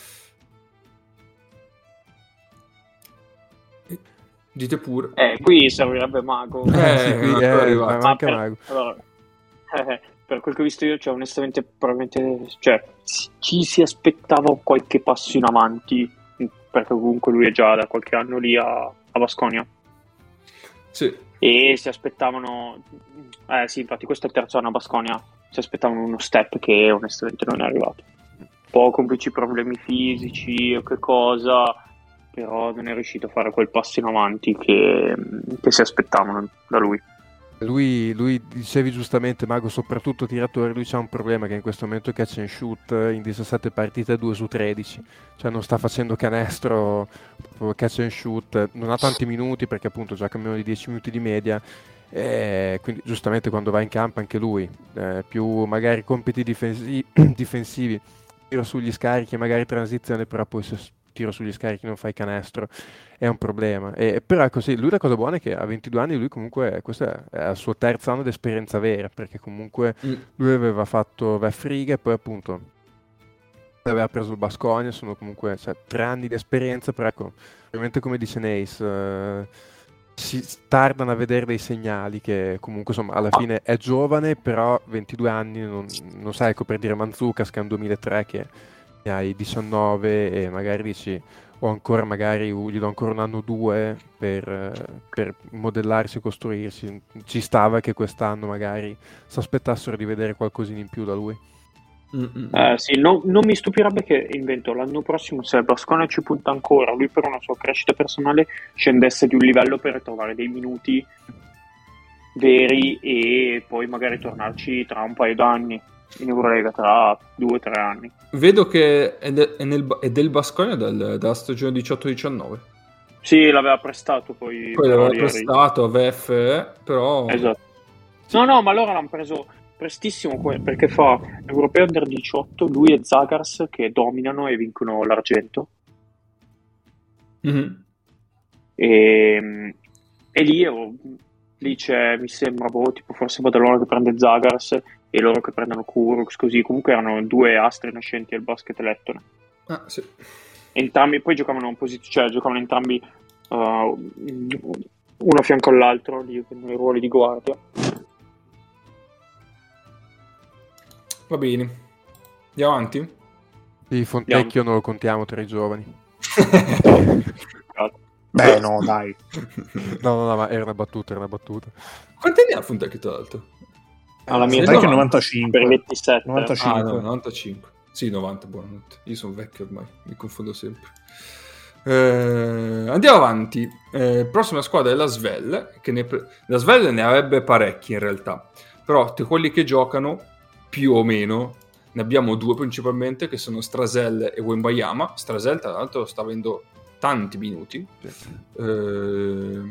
E dite pure. Eh, qui servirebbe Mago. Eh, sì, qui, non è eh, ancora arrivato. ma Ma manca per, Mago. allora, eh, per quel che ho visto io, cioè, onestamente, probabilmente, cioè, si- ci si aspettava qualche passo in avanti, perché comunque lui è già da qualche anno lì a, a Baskonia. Sì, e si aspettavano, eh sì, infatti questo è il terzo anno a Baskonia, si aspettavano uno step che onestamente non è arrivato, un po' complici problemi fisici o che cosa, però non è riuscito a fare quel passo in avanti che, che si aspettavano da lui. Lui, lui, dicevi giustamente, Mago, soprattutto tiratore, lui c'ha un problema che in questo momento catch and shoot in diciassette partite due su tredici, cioè non sta facendo canestro, catch and shoot, non ha tanti minuti perché appunto gioca meno di dieci minuti di media, e quindi giustamente quando va in campo anche lui, eh, più magari compiti difensi- difensivi, tiro sugli scarichi, magari transizione, però poi se tiro sugli scarichi non fai canestro è un problema. E, però è così, lui la cosa buona è che a ventidue anni lui comunque, questo è, è il suo terzo anno di esperienza vera, perché comunque mm. lui aveva fatto Vefriga e poi appunto aveva preso il Baskonia, sono comunque cioè, tre anni di esperienza, però ecco, ovviamente come dice Neis, eh, si tardano a vedere dei segnali che comunque insomma alla fine è giovane, però ventidue anni non, non sai, ecco per dire Manzucas che è un duemilatré che ne hai diciannove e magari dici o ancora magari gli do ancora un anno o due per, per modellarsi e costruirsi, ci stava che quest'anno magari si aspettassero di vedere qualcosina in più da lui. Eh, sì, no, non mi stupirebbe che invento l'anno prossimo, se Baskonia ci punta ancora, lui per una sua crescita personale scendesse di un livello per trovare dei minuti veri e poi magari tornarci tra un paio d'anni in Eurolega, tra due o tre anni. Vedo che è, de- è, nel, è del Baskonia dal, dalla stagione diciotto diciannove. Sì, l'aveva prestato poi. Poi l'aveva prestato a V F, eh, però... Esatto. No, no, ma allora l'hanno preso prestissimo perché fa Europeo Under diciotto, lui e Zagars che dominano e vincono l'argento. Mm-hmm. E, e lì, oh, lì c'è, mi sembra, boh, tipo forse Badalona che prende Zagars e loro che prendono Kuroks, così. Comunque erano due astri nascenti del basket lettone. Ah, sì. Entrambi poi giocavano in posizione, cioè giocavano entrambi uh, uno a fianco all'altro lì, nei ruoli di guardia. Va bene, andiamo avanti? Sì, Fontecchio non lo contiamo tra i giovani. Beh, no, dai. No, no, no, ma era una battuta, era una battuta. Quanti anni ha Fontecchio, tra l'altro? Alla mia età novantacinque. Per ventisette. novantacinque. Ah, no, novantacinque. Sì, novanta, buonanotte. Io sono vecchio ormai, mi confondo sempre. Eh, andiamo avanti. Eh, prossima squadra è la Svel. Che ne pre- la Svel ne avrebbe parecchi in realtà. Però tra quelli che giocano, più o meno, ne abbiamo due principalmente, che sono Strasel e Wembayama. Strasel, tra l'altro, sta avendo tanti minuti. Eh,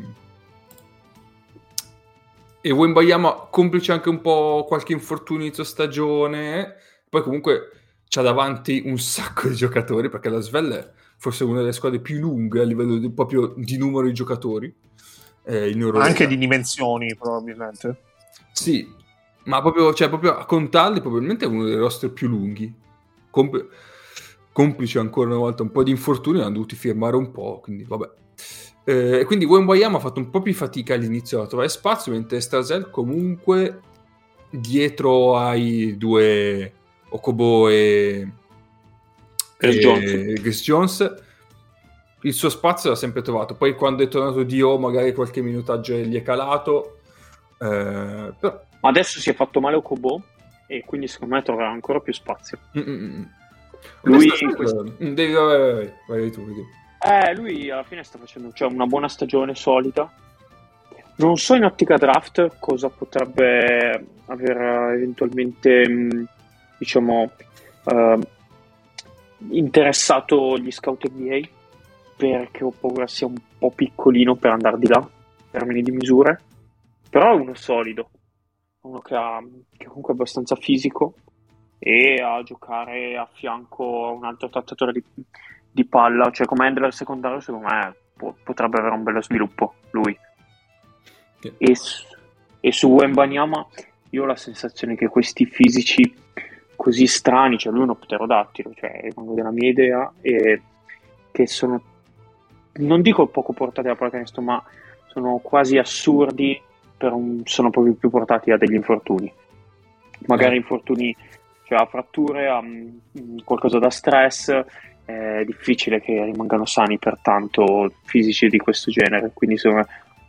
e Wembayama, complice anche un po' qualche infortunio inizio stagione. Poi comunque c'ha davanti un sacco di giocatori, perché la Svel è forse una delle squadre più lunghe a livello di, proprio di numero di giocatori eh, in Europa. Anche di dimensioni, probabilmente. Sì, ma proprio, cioè, proprio a contarli probabilmente è uno dei roster più lunghi. Com- complice ancora una volta un po' di infortuni, hanno dovuto firmare un po', quindi vabbè. E eh, quindi Wembayama ha fatto un po' più fatica all'inizio a trovare spazio, mentre Strasel comunque dietro ai due Okobo e Chris Jones. Chris Jones il suo spazio l'ha sempre trovato. Poi quando è tornato Dio magari qualche minutaggio gli è calato, eh, però... adesso si è fatto male Okobo e quindi secondo me troverà ancora più spazio. Mm-mm. Lui in questo... devi... vai, vai, vai, vai tu, vedi. Eh, lui alla fine sta facendo cioè, una buona stagione solida. Non so in ottica draft cosa potrebbe aver eventualmente mh, diciamo uh, interessato gli scout N B A, perché ho paura sia un po' piccolino per andare di là in termini di misure, però è uno solido, uno che, ha, che comunque è abbastanza fisico e a giocare a fianco a un altro trattatore di, di palla, cioè come handler secondario secondo me po- potrebbe avere un bello sviluppo lui. Yeah. E, e su Wembanyama io ho la sensazione che questi fisici così strani, cioè lui è uno pterodattilo, cioè rimango della mia idea, e che sono, non dico poco portati alla pallacanestro, ma sono quasi assurdi, per un, sono proprio più portati a degli infortuni, magari eh. infortuni, cioè a fratture, a mh, qualcosa da stress. È difficile che rimangano sani per tanto fisici di questo genere, quindi insomma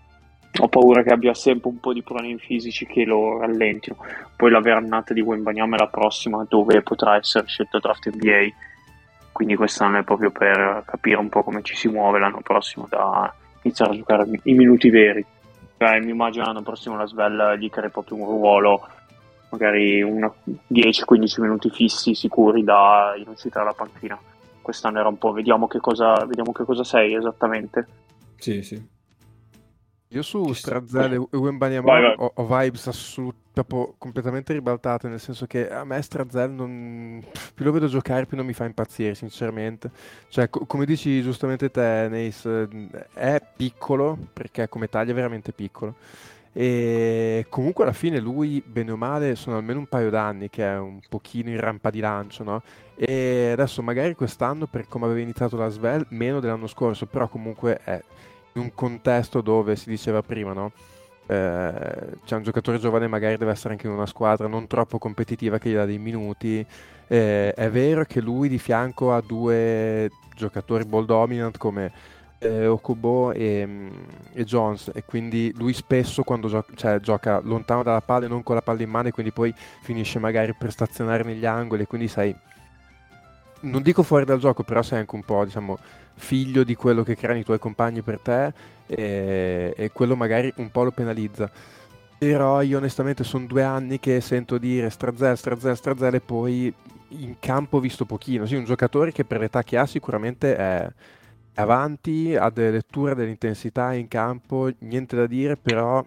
ho paura che abbia sempre un po' di problemi fisici che lo rallentino. Poi la verannata di Wembanyama è la prossima, dove potrà essere scelto draft N B A, quindi quest'anno è proprio per capire un po' come ci si muove l'anno prossimo, da iniziare a giocare i minuti veri. Cioè, mi immagino l'anno prossimo la Svel gli crea proprio un ruolo, magari dieci quindici minuti fissi sicuri da in uscita dalla panchina. Quest'anno era un po' vediamo che cosa vediamo che cosa sei esattamente. Sì, sì. Io su Ci sta. Strazel e Wembanyama Vai, vai. ho, ho vibes assolut- proprio completamente ribaltate, nel senso che a me Strazel non... più lo vedo giocare più non mi fa impazzire, sinceramente. Cioè, co- come dici giustamente te, Nace, è piccolo, perché come taglia è veramente piccolo. E comunque alla fine lui, bene o male, sono almeno un paio d'anni che è un pochino in rampa di lancio, no? E adesso magari quest'anno, per come aveva iniziato la Svel, meno dell'anno scorso, però comunque è in un contesto dove si diceva prima, no? Eh, c'è un giocatore giovane, magari deve essere anche in una squadra non troppo competitiva che gli dà dei minuti. Eh, è vero che lui di fianco ha due giocatori ball dominant come eh, Okubo e, e Jones, e quindi lui spesso quando gioca, cioè, gioca lontano dalla palla e non con la palla in mano, e quindi poi finisce magari per stazionare negli angoli, e quindi sai, non dico fuori dal gioco, però sei anche un po', diciamo, figlio di quello che creano i tuoi compagni per te, e, e quello magari un po' lo penalizza. Però io onestamente sono due anni che sento dire Strazel, Strazel, Strazel, e poi in campo ho visto pochino. Sì, un giocatore che per l'età che ha sicuramente è è avanti, ha delle letture dell'intensità in campo, niente da dire, però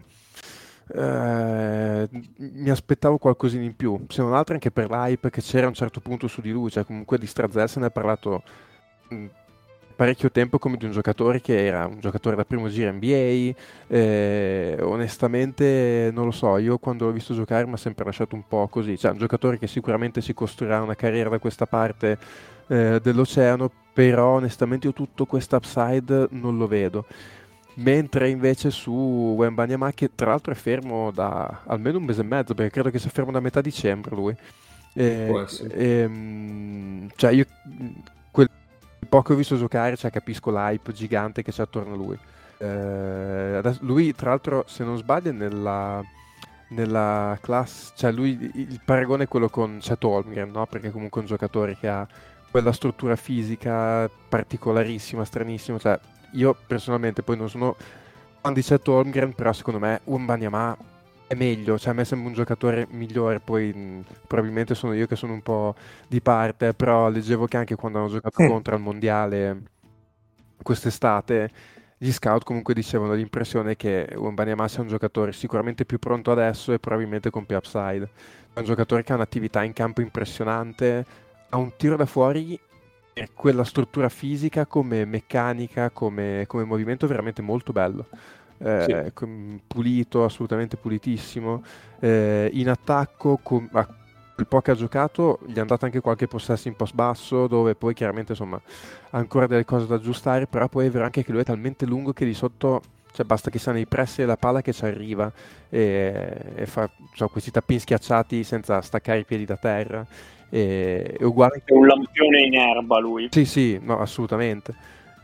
eh, mi aspettavo qualcosina in più, se non altro anche per l'hype che c'era a un certo punto su di lui. Cioè comunque di Strazel se ne è parlato mh, parecchio tempo come di un giocatore che era un giocatore da primo giro N B A. Eh, onestamente non lo so, io quando l'ho visto giocare mi ha sempre lasciato un po' così, cioè un giocatore che sicuramente si costruirà una carriera da questa parte eh, dell'oceano, però onestamente io tutto questo upside non lo vedo. Mentre invece su Wembanyama, che tra l'altro è fermo da almeno un mese e mezzo, perché credo che sia fermo da metà dicembre lui. Può E, essere. e, cioè io quel poco che ho visto giocare, cioè, capisco l'hype gigante che c'è attorno a lui. Eh, adesso, lui tra l'altro, se non sbaglio, nella, nella classe, cioè lui, il paragone è quello con Chet Holmgren, no? Perché comunque è un giocatore che ha quella struttura fisica particolarissima, stranissima. Cioè, io personalmente poi non sono fan di Chet Holmgren, però secondo me Wembanyama è meglio, cioè a me sembra un giocatore migliore. Poi mh, probabilmente sono io che sono un po' di parte, però leggevo che anche quando hanno giocato Mm. contro al mondiale quest'estate, gli scout comunque dicevano l'impressione che Wembanyama sia un giocatore sicuramente più pronto adesso e probabilmente con più upside. È un giocatore che ha un'attività in campo impressionante, ha un tiro da fuori per quella struttura fisica come meccanica, come, come movimento veramente molto bello. Eh, com- pulito, assolutamente pulitissimo. Eh, in attacco, com- a quel po' che ha giocato, gli è andato anche qualche possesso in post basso, dove poi chiaramente insomma ha ancora delle cose da aggiustare, però poi è vero anche che lui è talmente lungo che di sotto, cioè basta che sia nei pressi della palla che ci arriva, e, e fa, cioè, questi tappini schiacciati senza staccare i piedi da terra. E, è uguale È un lampione in erba lui. sì, sì, no, assolutamente.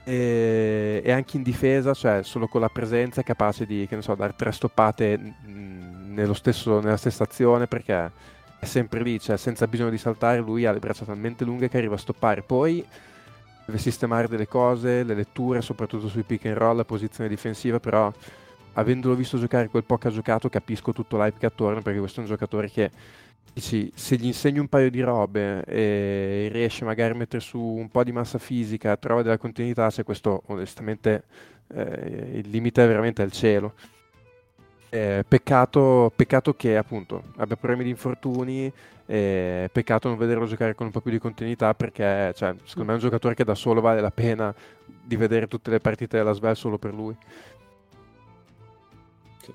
E, e anche in difesa, cioè solo con la presenza è capace di, che ne so, dare tre stoppate mh, nello stesso, nella stessa azione, perché è sempre lì, cioè senza bisogno di saltare, lui ha le braccia talmente lunghe che arriva a stoppare. Poi deve sistemare delle cose, le letture, soprattutto sui pick and roll, la posizione difensiva, però avendolo visto giocare quel po' che ha giocato, capisco tutto l'hype che ha attorno, perché questo è un giocatore che dici, se gli insegni un paio di robe e riesce magari a mettere su un po' di massa fisica, trova della continuità, se questo onestamente eh, il limite è veramente al cielo. Eh, peccato, peccato che appunto abbia problemi di infortuni, eh, peccato non vederlo giocare con un po' più di continuità, perché cioè, secondo me è un giocatore che da solo vale la pena di vedere tutte le partite della Svel solo per lui. Sì.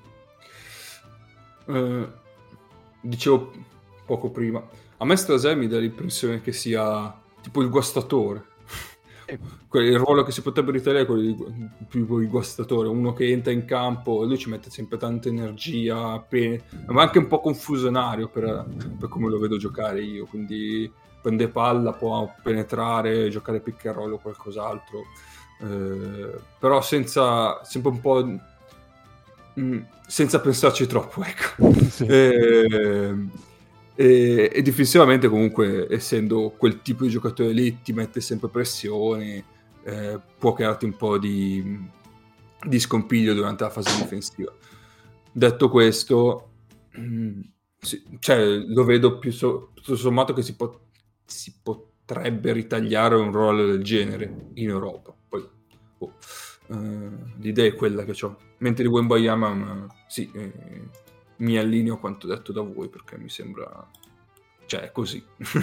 Uh, dicevo poco prima, a me Strazel mi dà l'impressione che sia tipo il guastatore. Il ruolo che si potrebbe ritenere è quello di più il guastatore, uno che entra in campo e lui ci mette sempre tanta energia, pe- ma anche un po' confusionario per, per come lo vedo giocare io, quindi prende palla, può penetrare, giocare pick and roll o qualcos'altro, eh, però senza sempre un po' mh, senza pensarci troppo, ecco. Sì. E, e, e difensivamente comunque, essendo quel tipo di giocatore lì, ti mette sempre pressione, eh, può crearti un po' di, di scompiglio durante la fase difensiva. Detto questo, mh, sì, cioè, lo vedo più so, tutto sommato che si, po- si potrebbe ritagliare un ruolo del genere in Europa. Poi oh, uh, l'idea è quella che ho. Mentre di Wembanyama, uh, sì, eh, mi allineo a quanto detto da voi, perché mi sembra, cioè, è così.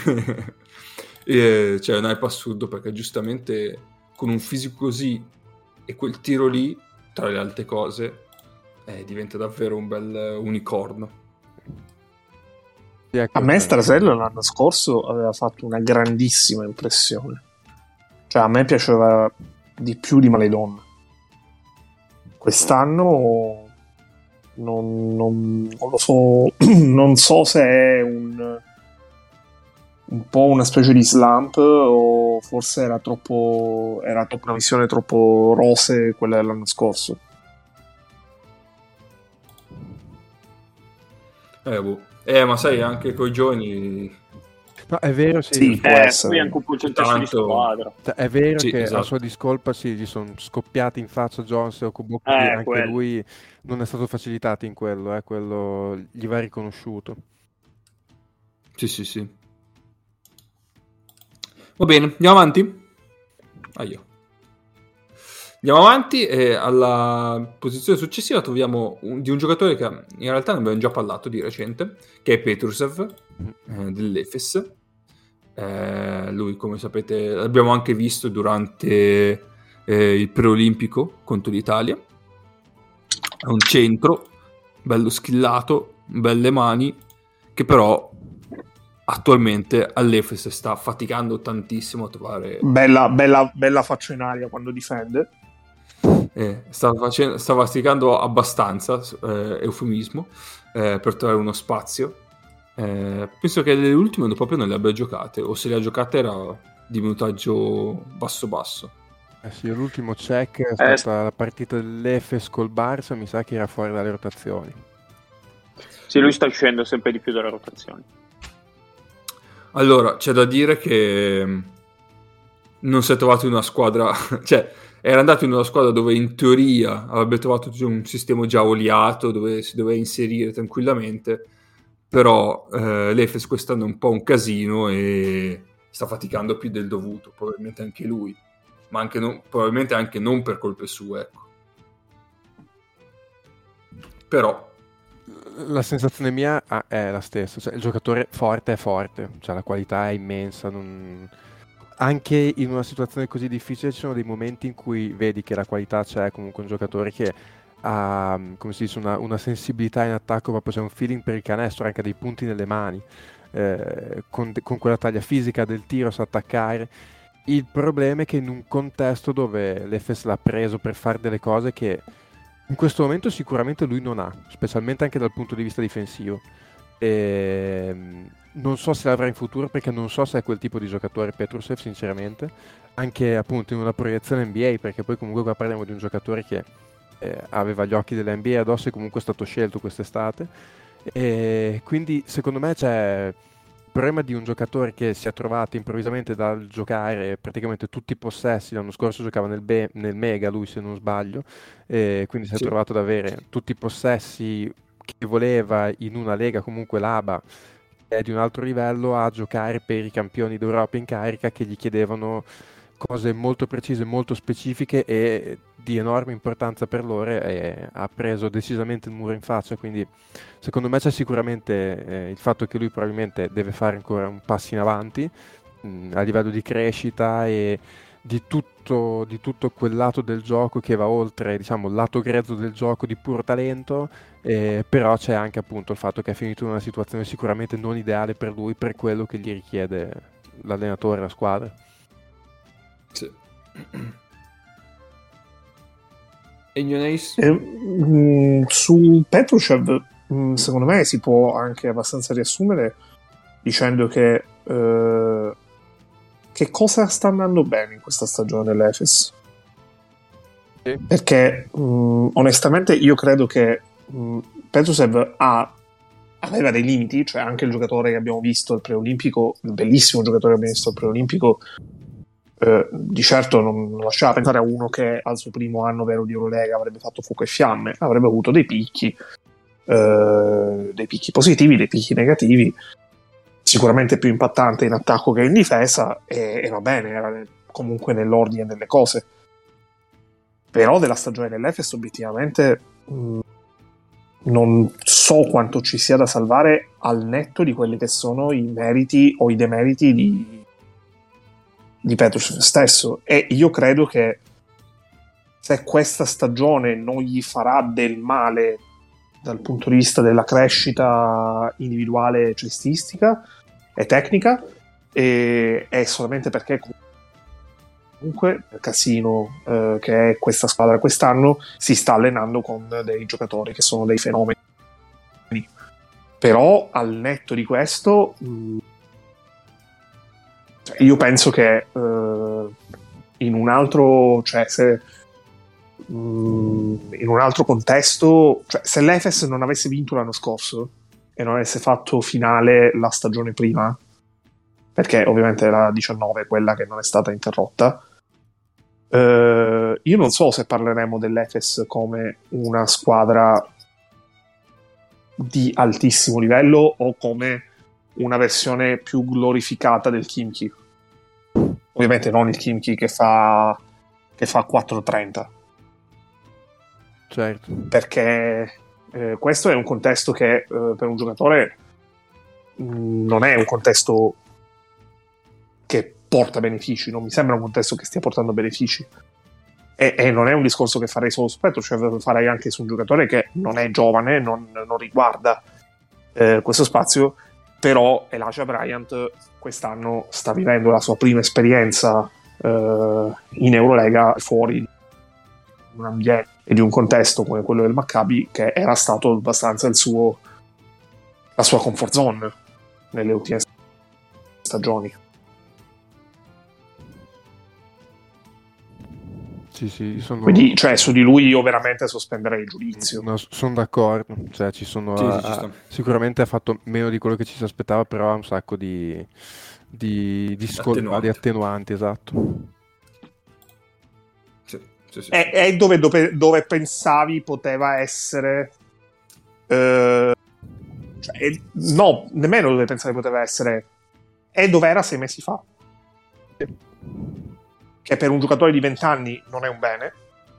e, cioè, è un hype assurdo, perché giustamente con un fisico così e quel tiro lì, tra le altre cose, eh, diventa davvero un bel unicorno. A me Strasella l'anno scorso aveva fatto una grandissima impressione, cioè a me piaceva di più di Maledon. Quest'anno non, non, non lo so, non so se è un un po' una specie di slump, o forse era troppo era troppo una visione troppo rose quella dell'anno scorso. Eh, boh. eh ma sai, anche coi giovani, no, è vero, sì, sì, può eh, essere. poi anche un po' il contesto di squadra. È vero sì, che esatto. a sua discolpa sì, gli sono scoppiati in faccia Jones e Okubo, Eh, anche quello. lui non è stato facilitato in quello, eh, quello gli va riconosciuto. Sì, sì, sì. Va bene, andiamo avanti? Ah, io. Andiamo avanti e alla posizione successiva troviamo un, di un giocatore che in realtà ne abbiamo già parlato di recente, che è Petrusev, eh, dell'Efes. Eh, lui, come sapete, l'abbiamo anche visto durante eh, il preolimpico contro l'Italia. È un centro, bello schillato, belle mani, che però attualmente all'Efes sta faticando tantissimo a trovare... Bella, bella, bella faccia in aria quando difende. Eh, sta, facendo, sta faticando abbastanza, eh, eufemismo, eh, per trovare uno spazio. Eh, penso che le ultime proprio non le abbia giocate, o se le ha giocate era di minutaggio basso basso. Eh sì, l'ultimo check è stata eh, la partita dell'Efes col Barça, mi sa che era fuori dalle rotazioni. Sì, lui sta uscendo sempre di più dalle rotazioni. Allora, c'è da dire che non si è trovato in una squadra, cioè era andato in una squadra dove in teoria avrebbe trovato un sistema già oliato, dove si doveva inserire tranquillamente, però eh, l'Efes quest'anno è un po' un casino e sta faticando più del dovuto, probabilmente anche lui, ma anche non, probabilmente anche non per colpe sue, ecco. Però la sensazione mia è la stessa, cioè il giocatore forte è forte, cioè la qualità è immensa, non... anche in una situazione così difficile ci sono dei momenti in cui vedi che la qualità c'è, comunque un giocatore che ha, come si dice, una, una sensibilità in attacco, proprio c'è un feeling per il canestro, anche dei punti nelle mani, eh, con, con quella taglia fisica del tiro, sa attaccare. Il problema è che in un contesto dove l'Efes l'ha preso per fare delle cose che in questo momento sicuramente lui non ha, specialmente anche dal punto di vista difensivo. E non so se l'avrà in futuro, perché non so se è quel tipo di giocatore Petrusev, sinceramente, anche appunto in una proiezione N B A, perché poi comunque qua parliamo di un giocatore che eh, aveva gli occhi dell'N B A addosso e comunque è stato scelto quest'estate, e quindi secondo me c'è il problema di un giocatore che si è trovato improvvisamente dal giocare praticamente tutti i possessi. L'anno scorso giocava nel, be- nel Mega lui, se non sbaglio, e quindi si è sì. trovato ad avere tutti i possessi che voleva in una lega comunque l'A B A che è di un altro livello, a giocare per i campioni d'Europa in carica che gli chiedevano cose molto precise, molto specifiche e di enorme importanza per loro, e ha preso decisamente il muro in faccia. Quindi secondo me c'è sicuramente eh, il fatto che lui probabilmente deve fare ancora un passo in avanti mh, a livello di crescita e di tutto, di tutto quel lato del gioco che va oltre, diciamo, il lato grezzo del gioco di puro talento, eh, però c'è anche appunto il fatto che è finito in una situazione sicuramente non ideale per lui, per quello che gli richiede l'allenatore, la squadra. Sì. E eh, mh, su Petrusev mh, secondo me si può anche abbastanza riassumere dicendo che eh, che cosa sta andando bene in questa stagione dell'Efes? Perché mh, onestamente io credo che mh, Petrusev ha, aveva dei limiti, cioè anche il giocatore che abbiamo visto al preolimpico, il bellissimo giocatore che abbiamo visto al preolimpico, eh, di certo non, non lasciava pensare a uno che al suo primo anno vero di Eurolega avrebbe fatto fuoco e fiamme, avrebbe avuto dei picchi, eh, dei picchi positivi, dei picchi negativi, sicuramente più impattante in attacco che in difesa, e, e va bene, era comunque nell'ordine delle cose. Però della stagione dell'Efes obiettivamente mh, non so quanto ci sia da salvare al netto di quelli che sono i meriti o i demeriti di, di Petrusev stesso, e io credo che se questa stagione non gli farà del male dal punto di vista della crescita individuale cestistica e tecnica, e è solamente perché comunque Casino, eh, che è questa squadra quest'anno, si sta allenando con dei giocatori che sono dei fenomeni. Però al netto di questo mh, io penso che eh, in un altro, cioè se mh, in un altro contesto, cioè se l'Efes non avesse vinto l'anno scorso e non avesse fatto finale la stagione prima, perché ovviamente era diciannove quella che non è stata interrotta, Uh, io non so se parleremo dell'Efes come una squadra di altissimo livello o come una versione più glorificata del Khimki. Ovviamente non il Khimki che fa che fa quattro trenta. Certo. Perché eh, questo è un contesto che eh, per un giocatore mh, non è un contesto che porta benefici, non mi sembra un contesto che stia portando benefici, e, e non è un discorso che farei solo su Petro, cioè farei anche su un giocatore che non è giovane, non, non riguarda eh, questo spazio, però Elijah Bryant quest'anno sta vivendo la sua prima esperienza eh, in Eurolega fuori di un ambiente e di un contesto come quello del Maccabi, che era stato abbastanza il suo la sua comfort zone nelle ultime stagioni. Sì, sì, sono... Quindi, cioè, su di lui io veramente sospenderei il giudizio. No, sono d'accordo, cioè, ci sono, sì, ha, sì, ci sicuramente ha fatto meno di quello che ci si aspettava, però ha un sacco di, di, di, scol- attenuanti. di attenuanti, esatto. Sì, sì, sì. È, è dove, dove, dove pensavi poteva essere... Eh, cioè, è, no, nemmeno dove pensavi poteva essere... È dove era sei mesi fa. Che per un giocatore di venti anni non è un bene.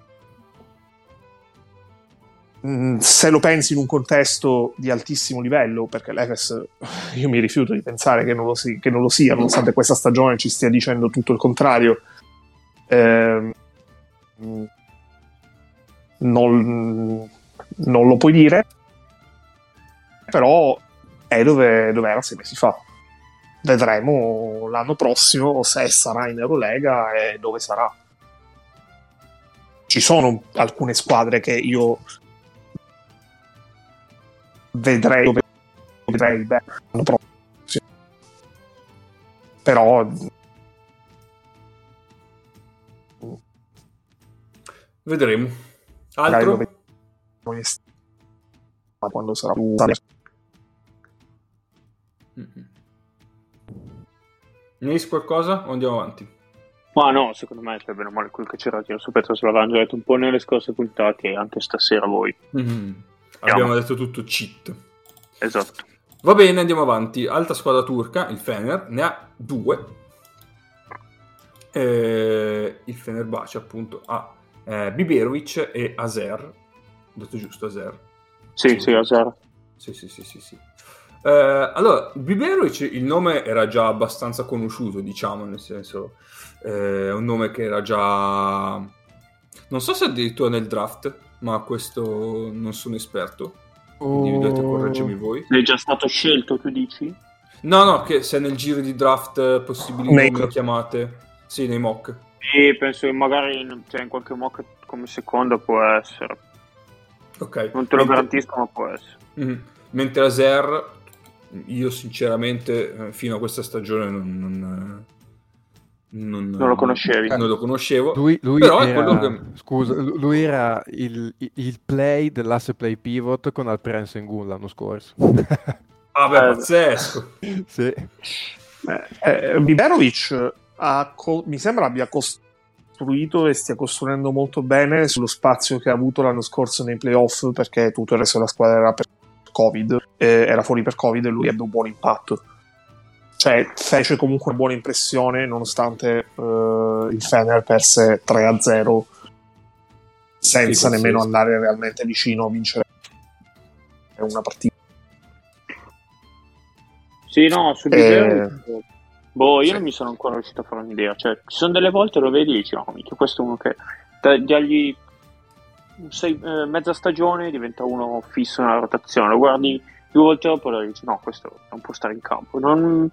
Mm, se lo pensi in un contesto di altissimo livello, perché l'Efes io mi rifiuto di pensare che non lo, si, che non lo sia, nonostante questa stagione ci stia dicendo tutto il contrario, eh, non, non lo puoi dire, però è dove, dove era sei mesi fa. Vedremo l'anno prossimo se sarà in Eurolega e dove sarà. Ci sono alcune squadre che io vedrei dove vedrei bene l'anno prossimo. Però vedremo. Altro? Quando sarà più... Mm-hmm. Ne hai qualcosa o andiamo avanti? Ma no, secondo me è bene o male quello che c'era da dire su Petro, se l'avevamo già detto un po' nelle scorse puntate e anche stasera voi. Mm-hmm. Abbiamo detto tutto cheat. Esatto. Va bene, andiamo avanti. Altra squadra turca, il Fener, ne ha due. Eh, il Fenerbahce appunto ha eh, Biberovic e Azer. Ho detto giusto, Azer? Sì, sì, sì, Azer. Sì, sì, sì, sì, sì. Eh, allora, Biberovic, il nome era già abbastanza conosciuto, diciamo, nel senso, è eh, un nome che era già... Non so se addirittura nel draft, ma questo non sono esperto. Quindi dovete correggermi voi. È già stato scelto, tu dici? No, no, che se nel giro di draft possibili nei nomi chiamate. Sì, nei mock. Sì, penso che magari in, cioè, in qualche mock come seconda può essere. Ok. Non te lo Mentre... garantisco, ma può essere. Mm-hmm. Mentre Azer, io sinceramente fino a questa stagione non, non, non, non lo conoscevi. Non lo conoscevo. Lui, lui però è era, quello che... scusa, lui era il, il play dell'asse play pivot con Alperen Sengun l'anno scorso. Ah beh, Eh, pazzesco. Sì. Eh, eh, Biberovic ha co- mi sembra abbia costruito e stia costruendo molto bene sullo spazio che ha avuto l'anno scorso nei playoff, perché tutto il resto della squadra era per Covid, eh, era fuori per Covid e lui ebbe un buon impatto. Cioè, fece comunque una buona impressione nonostante uh, il Fener perse tre a zero senza sì, nemmeno sì. andare realmente vicino a vincere una partita. Sì, no, su Eh, Biberovic, boh, io sì. non mi sono ancora riuscito a fare un'idea. Cioè, ci sono delle volte lo vedi e dici, no, mica, questo è uno che da- dargli sei, eh, mezza stagione diventa uno fisso nella rotazione. Lo guardi due volte dopo e dici, no, questo non può stare in campo. Non...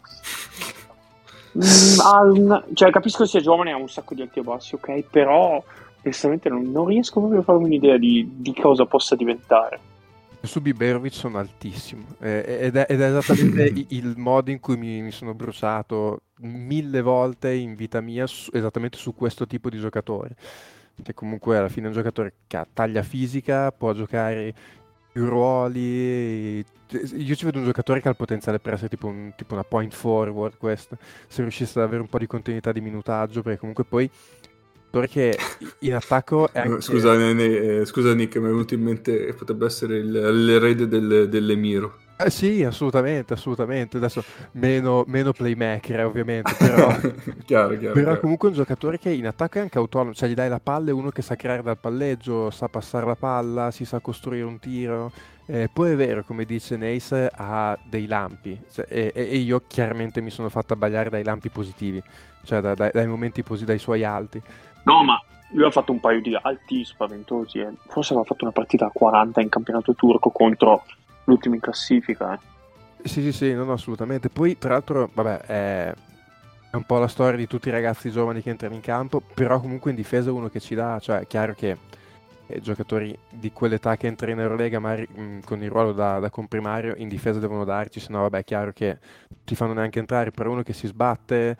Mm, ha un- cioè, capisco sia giovane, ha un sacco di alti e bassi, ok, però onestamente non, non riesco proprio a farmi un'idea di, di cosa possa diventare. Su Biberovic sono altissimo eh, ed, è, ed è esattamente i- il modo in cui mi, mi sono bruciato mille volte in vita mia su- esattamente su questo tipo di giocatore, che comunque alla fine è un giocatore che ha taglia fisica, può giocare più ruoli. Io ci vedo un giocatore che ha il potenziale per essere tipo, un, tipo una point forward, questo, se riuscisse ad avere un po' di continuità di minutaggio, perché comunque poi perché in attacco è anche... Scusa, ne, scusa Nick, mi è venuto in mente che potrebbe essere il, l'erede del, dell'Emiro. Eh sì, assolutamente, assolutamente. Adesso meno, meno playmaker, ovviamente, però, chiaro, chiaro, però chiaro. comunque un giocatore che in attacco è anche autonomo, cioè gli dai la palla, è uno che sa creare dal palleggio, sa passare la palla, si sa costruire un tiro. Eh, poi è vero, come dice Neis, ha dei lampi, cioè, e, e io chiaramente mi sono fatto abbagliare dai lampi positivi, cioè da- dai, dai momenti positivi, dai suoi alti. No, ma lui ha fatto un paio di alti spaventosi. Eh. Forse aveva fatto una partita a quaranta in campionato turco contro l'ultimo in classifica. Eh. Sì, sì, sì, no, no, assolutamente. Poi, tra l'altro, vabbè, è, è un po' la storia di tutti i ragazzi giovani che entrano in campo, però comunque in difesa è uno che ci dà, cioè è chiaro che eh, giocatori di quell'età che entrano in Eurolega, magari mh, con il ruolo da, da comprimario, in difesa devono darci, se no, vabbè, è chiaro che non ti fanno neanche entrare, per uno che si sbatte,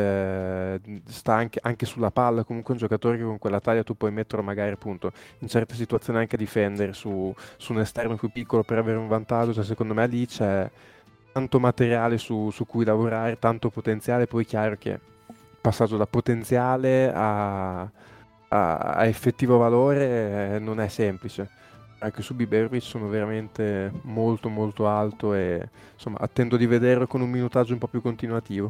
eh, sta anche, anche sulla palla, comunque un giocatore che con quella taglia tu puoi metterlo magari appunto in certe situazioni anche a difendere su, su un esterno più piccolo per avere un vantaggio, cioè secondo me lì c'è tanto materiale su, su cui lavorare, tanto potenziale, poi è chiaro che il passaggio da potenziale a, a- a effettivo valore eh, non è semplice. Anche su Biberovic sono veramente molto molto alto e insomma attendo di vederlo con un minutaggio un po' più continuativo.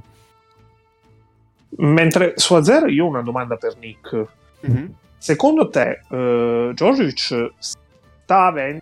Mentre su Azer io ho una domanda per Nick. Mm-hmm. Secondo te uh, Djordjevic sta avendo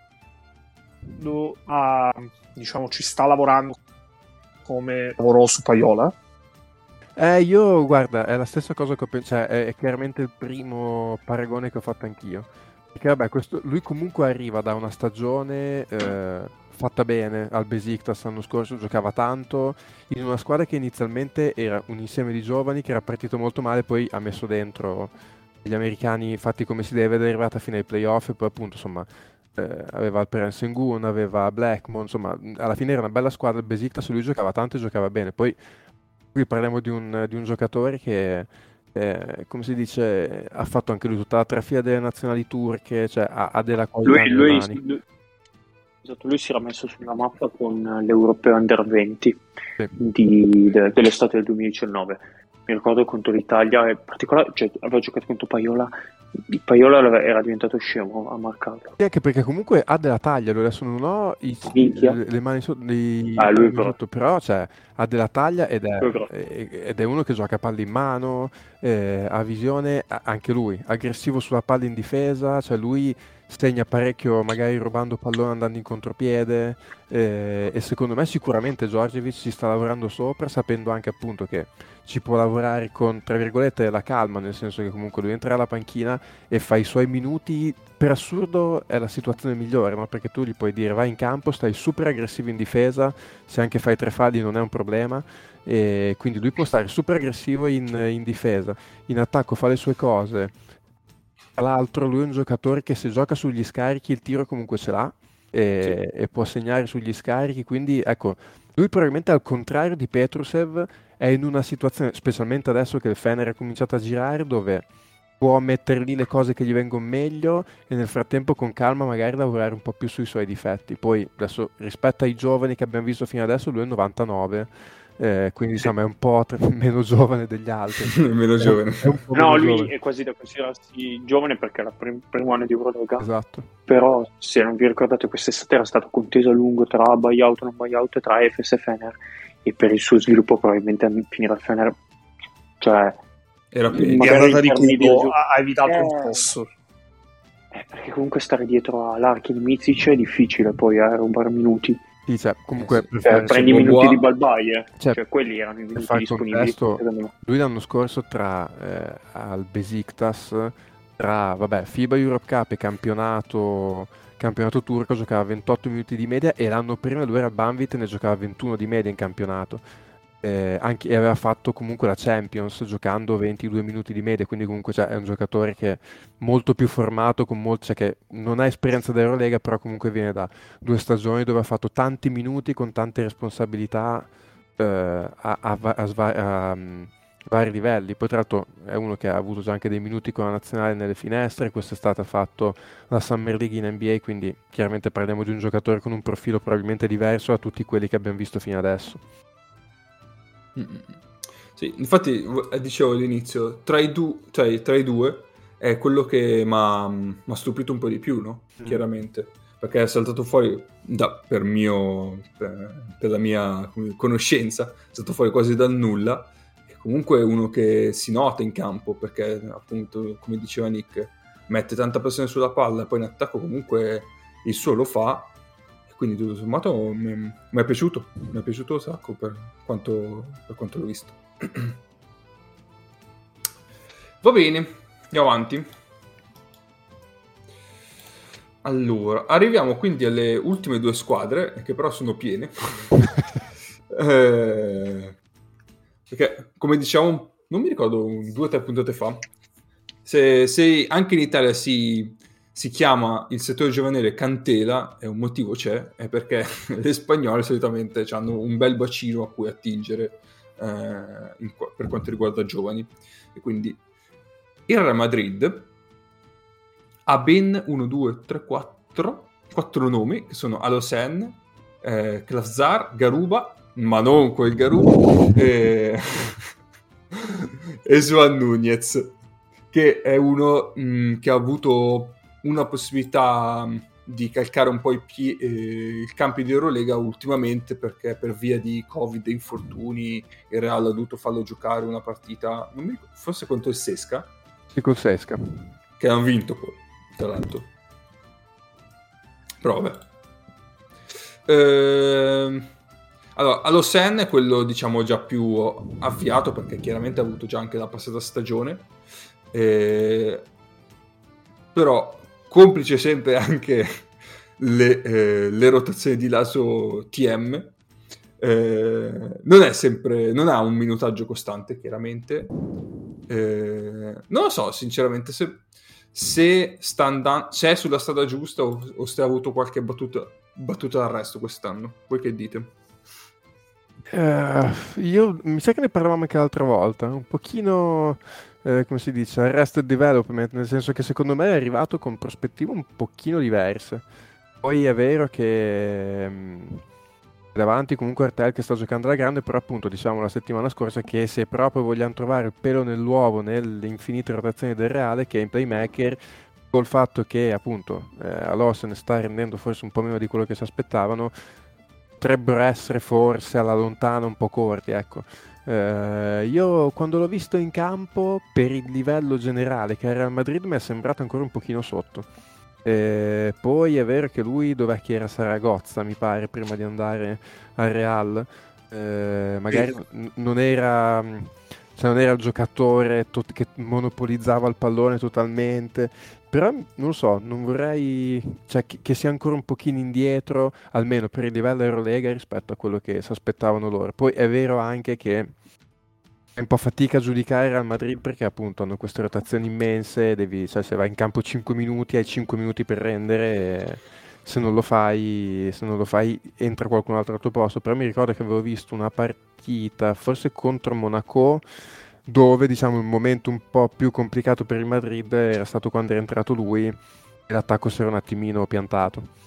a, diciamo, ci sta lavorando come lavorò su Paiola? Eh, io guarda, è la stessa cosa che ho pensato, cioè, è, è chiaramente il primo paragone che ho fatto anch'io. Perché vabbè, questo, lui comunque arriva da una stagione eh, fatta bene al Besiktas l'anno scorso, giocava tanto, in una squadra che inizialmente era un insieme di giovani che era partito molto male, poi ha messo dentro gli americani fatti come si deve, ed è arrivata fino ai playoff e poi appunto insomma eh, aveva Alperen Sengun, aveva Blackmon, insomma alla fine era una bella squadra il Besiktas, lui giocava tanto e giocava bene. Poi qui parliamo di un, di un giocatore che eh, come si dice, ha fatto anche lui tutta la trafila delle nazionali turche, cioè ha, ha della qualità Lui, nelle lui, mani. lui- esatto, lui si era messo sulla mappa con l'Europeo Under venti Sì. di- de- dell'estate del duemiladiciannove. Mi ricordo contro l'Italia, in particolare, cioè, aveva giocato contro Paiola. Paiola aveva- era diventato scemo a marcarlo. Sì, anche perché comunque ha della taglia, lui adesso non ho i- Minchia. le, le mani sotto, i- Ah, lui i- però. sotto, però cioè, ha della taglia ed è, Lui però. e- ed è uno che gioca a palla in mano, eh, ha visione, a- anche lui, aggressivo sulla palla in difesa, cioè lui segna parecchio magari rubando pallone andando in contropiede eh, e secondo me sicuramente Djordjevic ci sta lavorando sopra, sapendo anche appunto che ci può lavorare con, tra virgolette, la calma, nel senso che comunque lui entra alla panchina e fa i suoi minuti. Per assurdo è la situazione migliore, no? Perché tu gli puoi dire vai in campo, stai super aggressivo in difesa, se anche fai tre falli non è un problema, e quindi lui può stare super aggressivo in, in difesa, in attacco fa le sue cose. Tra l'altro lui è un giocatore che se gioca sugli scarichi il tiro comunque ce l'ha e, e può segnare sugli scarichi, quindi ecco, Lui probabilmente al contrario di Petrusev è in una situazione, specialmente adesso che il Fener ha cominciato a girare, dove può mettere lì le cose che gli vengono meglio e nel frattempo con calma magari lavorare un po' più sui suoi difetti. Poi adesso rispetto ai giovani che abbiamo visto fino adesso, lui è novantanove, eh, quindi diciamo è un po' tra- meno giovane degli altri. Meno giovane. È un po' No, meno lui giovane. è quasi da considerarsi giovane perché era il prim- primo anno di Eurolega. Esatto. Però, se non vi ricordate, quest'estate era stato conteso a lungo tra buyout e non buyout, tra Efes e Fener. E per il suo sviluppo, probabilmente finire al Fener, cioè, Era È magari andata in di termini di culo, risu- ha ha evitato Eh. il posto. eh, perché comunque stare dietro all'Archi di Mizic è difficile poi a rubare minuti. Sì, cioè, comunque Eh sì. per Cioè, fare- prendi i Bobois- minuti di Balbai, eh. Cioè, Cioè, quelli erano i per minuti fare disponibili. contesto, secondo me. lui l'anno scorso tra eh, al Besiktas, tra vabbè, FIBA Europe Cup e campionato, campionato turco giocava ventotto minuti di media, e l'anno prima lui era al Banvit e ne giocava ventuno di media in campionato. Eh, anche, e aveva fatto comunque la Champions giocando ventidue minuti di media, quindi comunque cioè, è un giocatore che è molto più formato, con molto, cioè, che non ha esperienza da Eurolega, però comunque viene da due stagioni dove ha fatto tanti minuti con tante responsabilità eh, a, a va- a sva- a, mm, vari livelli. Poi tra l'altro è uno che ha avuto già anche dei minuti con la nazionale nelle finestre, quest'estate ha fatto la Summer League in N B A, quindi chiaramente parliamo di un giocatore con un profilo probabilmente diverso da tutti quelli che abbiamo visto fino adesso. Mm. Sì, infatti v- dicevo all'inizio, tra i, du- cioè, tra i due è quello che mi ha stupito un po' di più, no? Mm. Chiaramente, perché è saltato fuori, da- per, mio, per, per la mia come, conoscenza, è saltato fuori quasi dal nulla, e comunque è uno che si nota in campo, perché appunto, come diceva Nick, mette tanta pressione sulla palla, poi in attacco comunque il suo lo fa. Quindi tutto sommato mi, mi è piaciuto, mi è piaciuto un sacco per quanto, per quanto l'ho visto. Va bene, andiamo avanti. Allora, arriviamo quindi alle ultime due squadre, che però sono piene. eh, perché, come diciamo, non mi ricordo, un, due o tre puntate fa, se, se anche in Italia si... si chiama il settore giovanile Cantela, e un motivo c'è, è perché le spagnole solitamente hanno un bel bacino a cui attingere eh, in, per quanto riguarda giovani. E quindi il Real Madrid ha ben uno, due, tre, quattro quattro nomi, che sono Alosen, eh, Klavzar, Garuba, ma non quel Garuba, e, e Joan Nunez, che è uno mh, che ha avuto una possibilità di calcare un po' i, pie- eh, il campi di Eurolega ultimamente, perché per via di Covid e infortuni il Real ha dovuto farlo giocare una partita, non mi ricordo, forse contro il Sesca, Sì, col Sesca. che hanno vinto poi, tra l'altro. Però vabbè. Ehm, allora, Alosen è quello, diciamo, già più avviato, perché chiaramente ha avuto già anche la passata stagione. Eh, però complice sempre anche le, eh, le rotazioni di Laso T M, eh, non è sempre, non ha un minutaggio costante, chiaramente. Eh, non lo so sinceramente se, se sta andando, se è sulla strada giusta, o, o se ha avuto qualche battuta battuta d'arresto quest'anno. Voi che dite? Eh, io mi sa che ne parlavamo anche l'altra volta, un pochino, eh, come si dice, arrested development, nel senso che secondo me è arrivato con prospettive un pochino diverse. Poi è vero che mh, davanti comunque Artel che sta giocando alla grande, però appunto diciamo la settimana scorsa che se proprio vogliamo trovare il pelo nell'uovo nelle infinite rotazioni del Reale, che è in playmaker, col fatto che appunto eh, Alosen sta rendendo forse un po' meno di quello che si aspettavano, potrebbero essere forse alla lontana un po' corti, ecco. Eh, io quando l'ho visto in campo, per il livello generale che era al Madrid, mi è sembrato ancora un pochino sotto. Eh, poi è vero che lui, dov'è che era? Saragozza, mi pare, prima di andare al Real. Eh, magari n- non era, cioè non era il giocatore to- che monopolizzava il pallone totalmente, però non lo so, non vorrei, cioè, che, che sia ancora un pochino indietro, almeno per il livello Eurolega, rispetto a quello che si aspettavano loro. Poi è vero anche che è un po' fatica a giudicare Real Madrid, perché appunto hanno queste rotazioni immense, devi, cioè, se vai in campo cinque minuti hai cinque minuti per rendere, e se non lo fai, se non lo fai entra qualcun altro al tuo posto. Però mi ricordo che avevo visto una partita, forse contro Monaco, dove diciamo il momento un po' più complicato per il Madrid era stato quando era entrato lui e l'attacco si era un attimino piantato.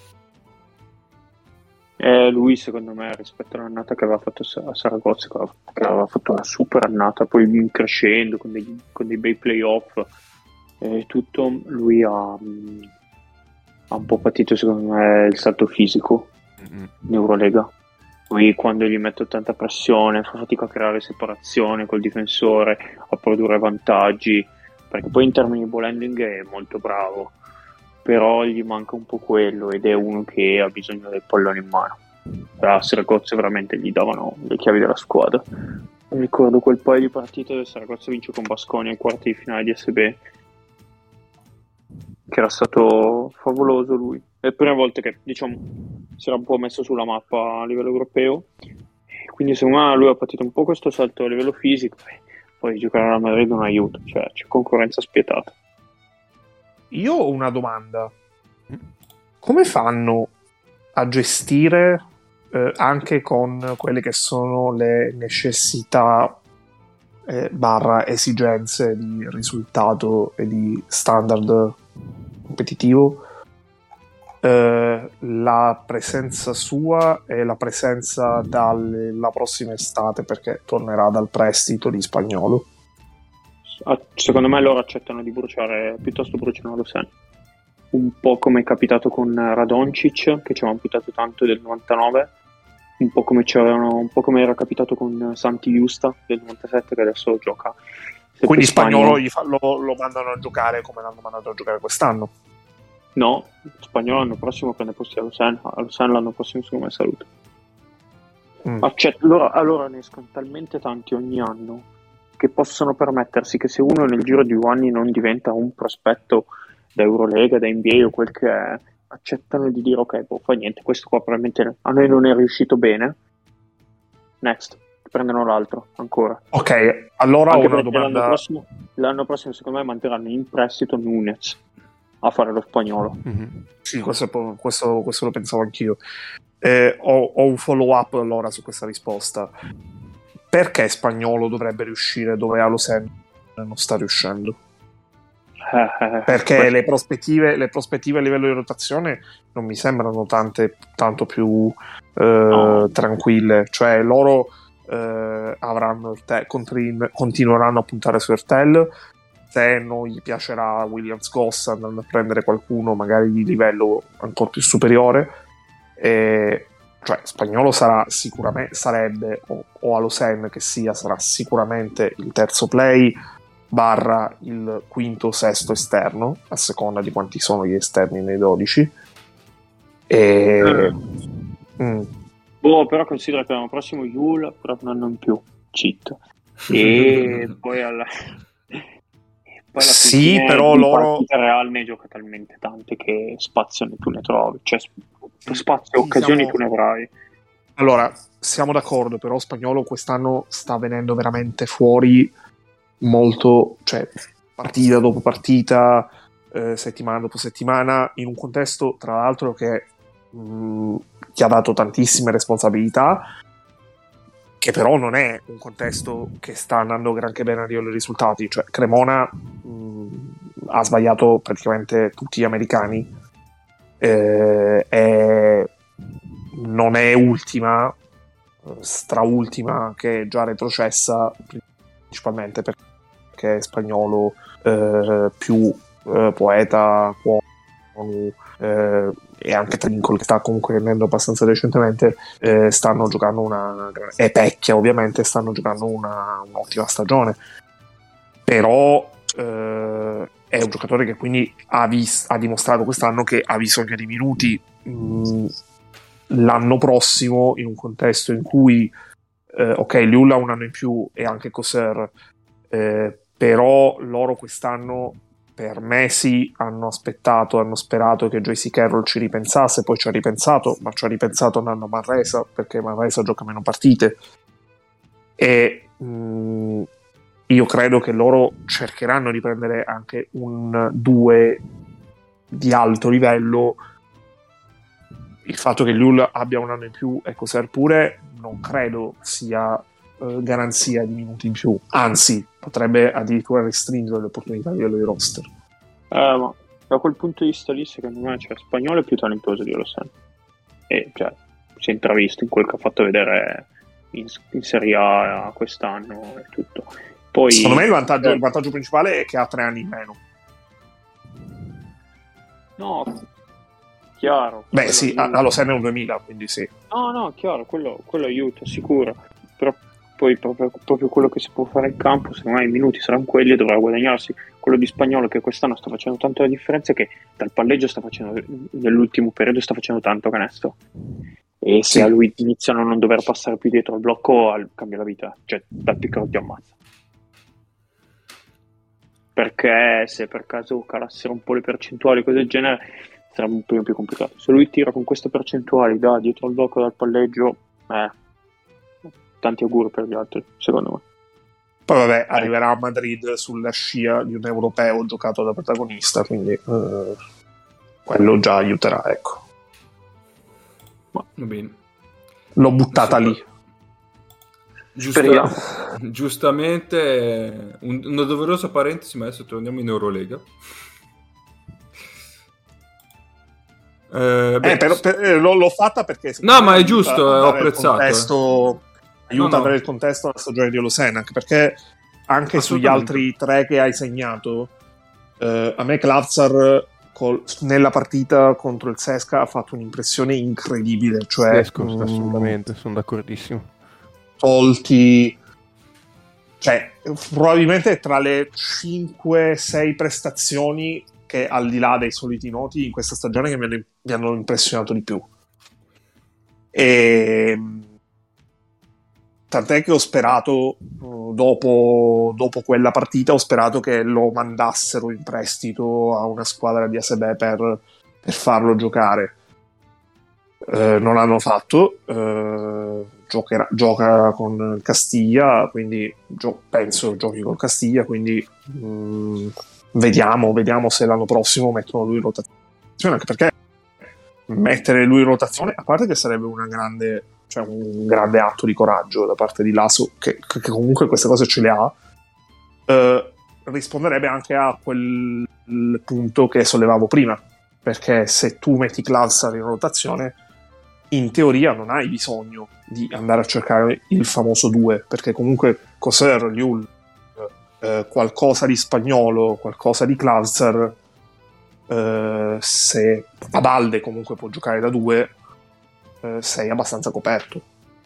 Eh, lui secondo me rispetto all'annata che aveva fatto a Saragozza, che aveva fatto una super annata, poi crescendo con dei, con dei bei playoff e tutto, lui ha, ha un po' patito secondo me il salto fisico mm-hmm. in Eurolega. Poi quando gli mette tanta pressione fa fatica a creare separazione col difensore, a produrre vantaggi, perché poi in termini di ball handling è molto bravo, però gli manca un po' quello ed è uno che ha bisogno del pallone in mano. A Saragozza veramente gli davano le chiavi della squadra. Mi ricordo quel paio di partite dove Saragozza vince con Baskonia ai quarti di finale di S B, che era stato favoloso lui. È la prima volta che diciamo si era un po' messo sulla mappa a livello europeo, e quindi secondo me lui ha patito un po' questo salto a livello fisico, e poi giocare alla Madrid non aiuta, cioè c'è concorrenza spietata. Io ho una domanda: come fanno a gestire eh, anche con quelle che sono le necessità eh, barra esigenze di risultato e di standard competitivo eh, la presenza sua e la presenza dalla prossima estate, perché tornerà dal prestito di Spagnolo? Secondo me loro accettano di bruciare, piuttosto bruciano Lausanne, un po' come è capitato con Radoncic, che ci aveva amputato tanto del novantanove, un po' come c'erano, un po' come era capitato con Santi Justa del novantasette, che adesso gioca. Quindi Spagnolo gli fa, lo, lo mandano a giocare come l'hanno mandato a giocare quest'anno? No, Spagnolo l'anno prossimo prende posti a Lausanne, a Lausanne l'anno prossimo secondo me saluta. Mm. Accett- loro, allora ne escono talmente tanti ogni anno che possono permettersi che se uno nel giro di due anni non diventa un prospetto da Eurolega, da N B A o quel che è, accettano di dire ok, boh, fa niente, questo qua probabilmente a noi non è riuscito bene, next, prendono l'altro ancora. Ok, allora anche ho una domanda. L'anno prossimo, l'anno prossimo secondo me manterranno in prestito Nunes a fare lo spagnolo. Mm-hmm. Sì, questo, questo, questo lo pensavo anch'io. Eh, ho, ho un follow up allora su questa risposta. Perché Spagnolo dovrebbe riuscire dove a Lausanne non sta riuscendo? Eh, Perché questo... le prospettive, le prospettive a livello di rotazione non mi sembrano tante, tanto più eh, no. tranquille. Cioè loro eh, avranno te- continu- continueranno a puntare su Ertel. Se non gli piacerà Williams Goss, andando a prendere qualcuno magari di livello ancora più superiore. E cioè Spagnolo sarà sicuramente sarebbe o, o a Lausanne che sia sarà sicuramente il terzo play barra il quinto o sesto esterno, a seconda di quanti sono gli esterni nei dodici. E mm. Mm. Boh, però considera che l'anno prossimo Yul però un anno in più cheat e poi alla poi alla sì, però loro Real ne gioca talmente tante che spazio ne tu ne trovi, cioè spazio e occasioni siamo... tu ne avrai. Allora, siamo d'accordo, però Spagnolo quest'anno sta venendo veramente fuori molto, cioè partita dopo partita, eh, settimana dopo settimana, in un contesto tra l'altro che mh, ti ha dato tantissime responsabilità, che però non è un contesto che sta andando granché bene a livello dei risultati. Cioè Cremona mh, ha sbagliato praticamente tutti gli americani, eh, è, non è ultima, straultima, che è già retrocessa principalmente perché è Spagnolo eh, più eh, Poeta, Cuomo, eh, e anche Trincol, che sta comunque rendendo abbastanza recentemente, eh, stanno giocando una e Pecchia ovviamente stanno giocando una, un'ottima stagione, però eh, è un giocatore che quindi ha, vis- ha dimostrato quest'anno che ha bisogno di minuti. mh, l'anno prossimo, in un contesto in cui eh, ok, Liul ha un anno in più e anche Coser, eh, però loro quest'anno per mesi hanno aspettato, hanno sperato che J C Carroll ci ripensasse, poi ci ha ripensato, ma ci ha ripensato andando a Manresa, perché Manresa gioca meno partite, e mh, io credo che loro cercheranno di prendere anche un due di alto livello il fatto che Llull abbia un anno in più e Coser pure non credo sia eh, garanzia di minuti in più, anzi potrebbe addirittura restringere le opportunità a livello di roster. Eh, ma da quel punto di vista lì secondo me cioè, Spagnolo è più talentuoso di Olosen, e cioè, si è intravisto in quel che ha fatto vedere in, in Serie A quest'anno e tutto. Poi, secondo me il vantaggio, il vantaggio principale è che ha tre anni in meno. No, chiaro. Beh sì, all'Olosen è un duemila, quindi sì. No, no, chiaro, quello, quello aiuta, sicuro. Però poi proprio, proprio quello che si può fare in campo, secondo me i minuti saranno quelli e dovrà guadagnarsi. Quello di Spagnolo che quest'anno sta facendo tanto la differenza, che dal palleggio sta facendo, nell'ultimo periodo sta facendo tanto canestro. E se sì. a lui iniziano a non dover passare più dietro al blocco, cambia la vita. Cioè, dal piccolo ti ammazza. Perché se per caso calassero un po' le percentuali, cose del genere, sarebbe un po' più complicato. Se lui tira con queste percentuali da dietro al blocco, dal palleggio, eh, tanti auguri per gli altri, secondo me. Poi vabbè, arriverà a Madrid sulla scia di un europeo giocato da protagonista, quindi eh, quello già aiuterà, ecco. Ma, va bene. L'ho buttata sì, lì. Giusta, giustamente, un, una doverosa parentesi, ma adesso torniamo in Eurolega. Eh, eh, però, per, l'ho, l'ho fatta perché no, ma è giusto, ho apprezzato. Contesto, eh. Aiuta no, no. a avere il contesto della stagione di Olosen, perché anche sugli altri tre che hai segnato, eh, a me Klavzar col, nella partita contro il Sesca ha fatto un'impressione incredibile. Cioè, Sesco, mh, assolutamente, sono d'accordissimo. Tolti, cioè, probabilmente tra le cinque sei prestazioni che al di là dei soliti noti in questa stagione che mi hanno, mi hanno impressionato di più. E tant'è che ho sperato dopo, dopo quella partita ho sperato che lo mandassero in prestito a una squadra di A S B per, per farlo giocare. Eh, non l'hanno fatto, eh, giocherà, gioca con il Castiglia, quindi gio- penso giochi col Castiglia, quindi mh, Vediamo, vediamo se l'anno prossimo mettono lui in rotazione, anche perché mettere lui in rotazione, a parte che sarebbe una grande, cioè un grande atto di coraggio da parte di Laso, che, che comunque queste cose ce le ha, eh, risponderebbe anche a quel punto che sollevavo prima, perché se tu metti Klavzar in rotazione, in teoria non hai bisogno di andare a cercare il famoso due, perché comunque Coser, Llull, Eh, qualcosa di Spagnolo, qualcosa di Klavzar, eh, se Abalde comunque può giocare da due, eh, sei abbastanza coperto.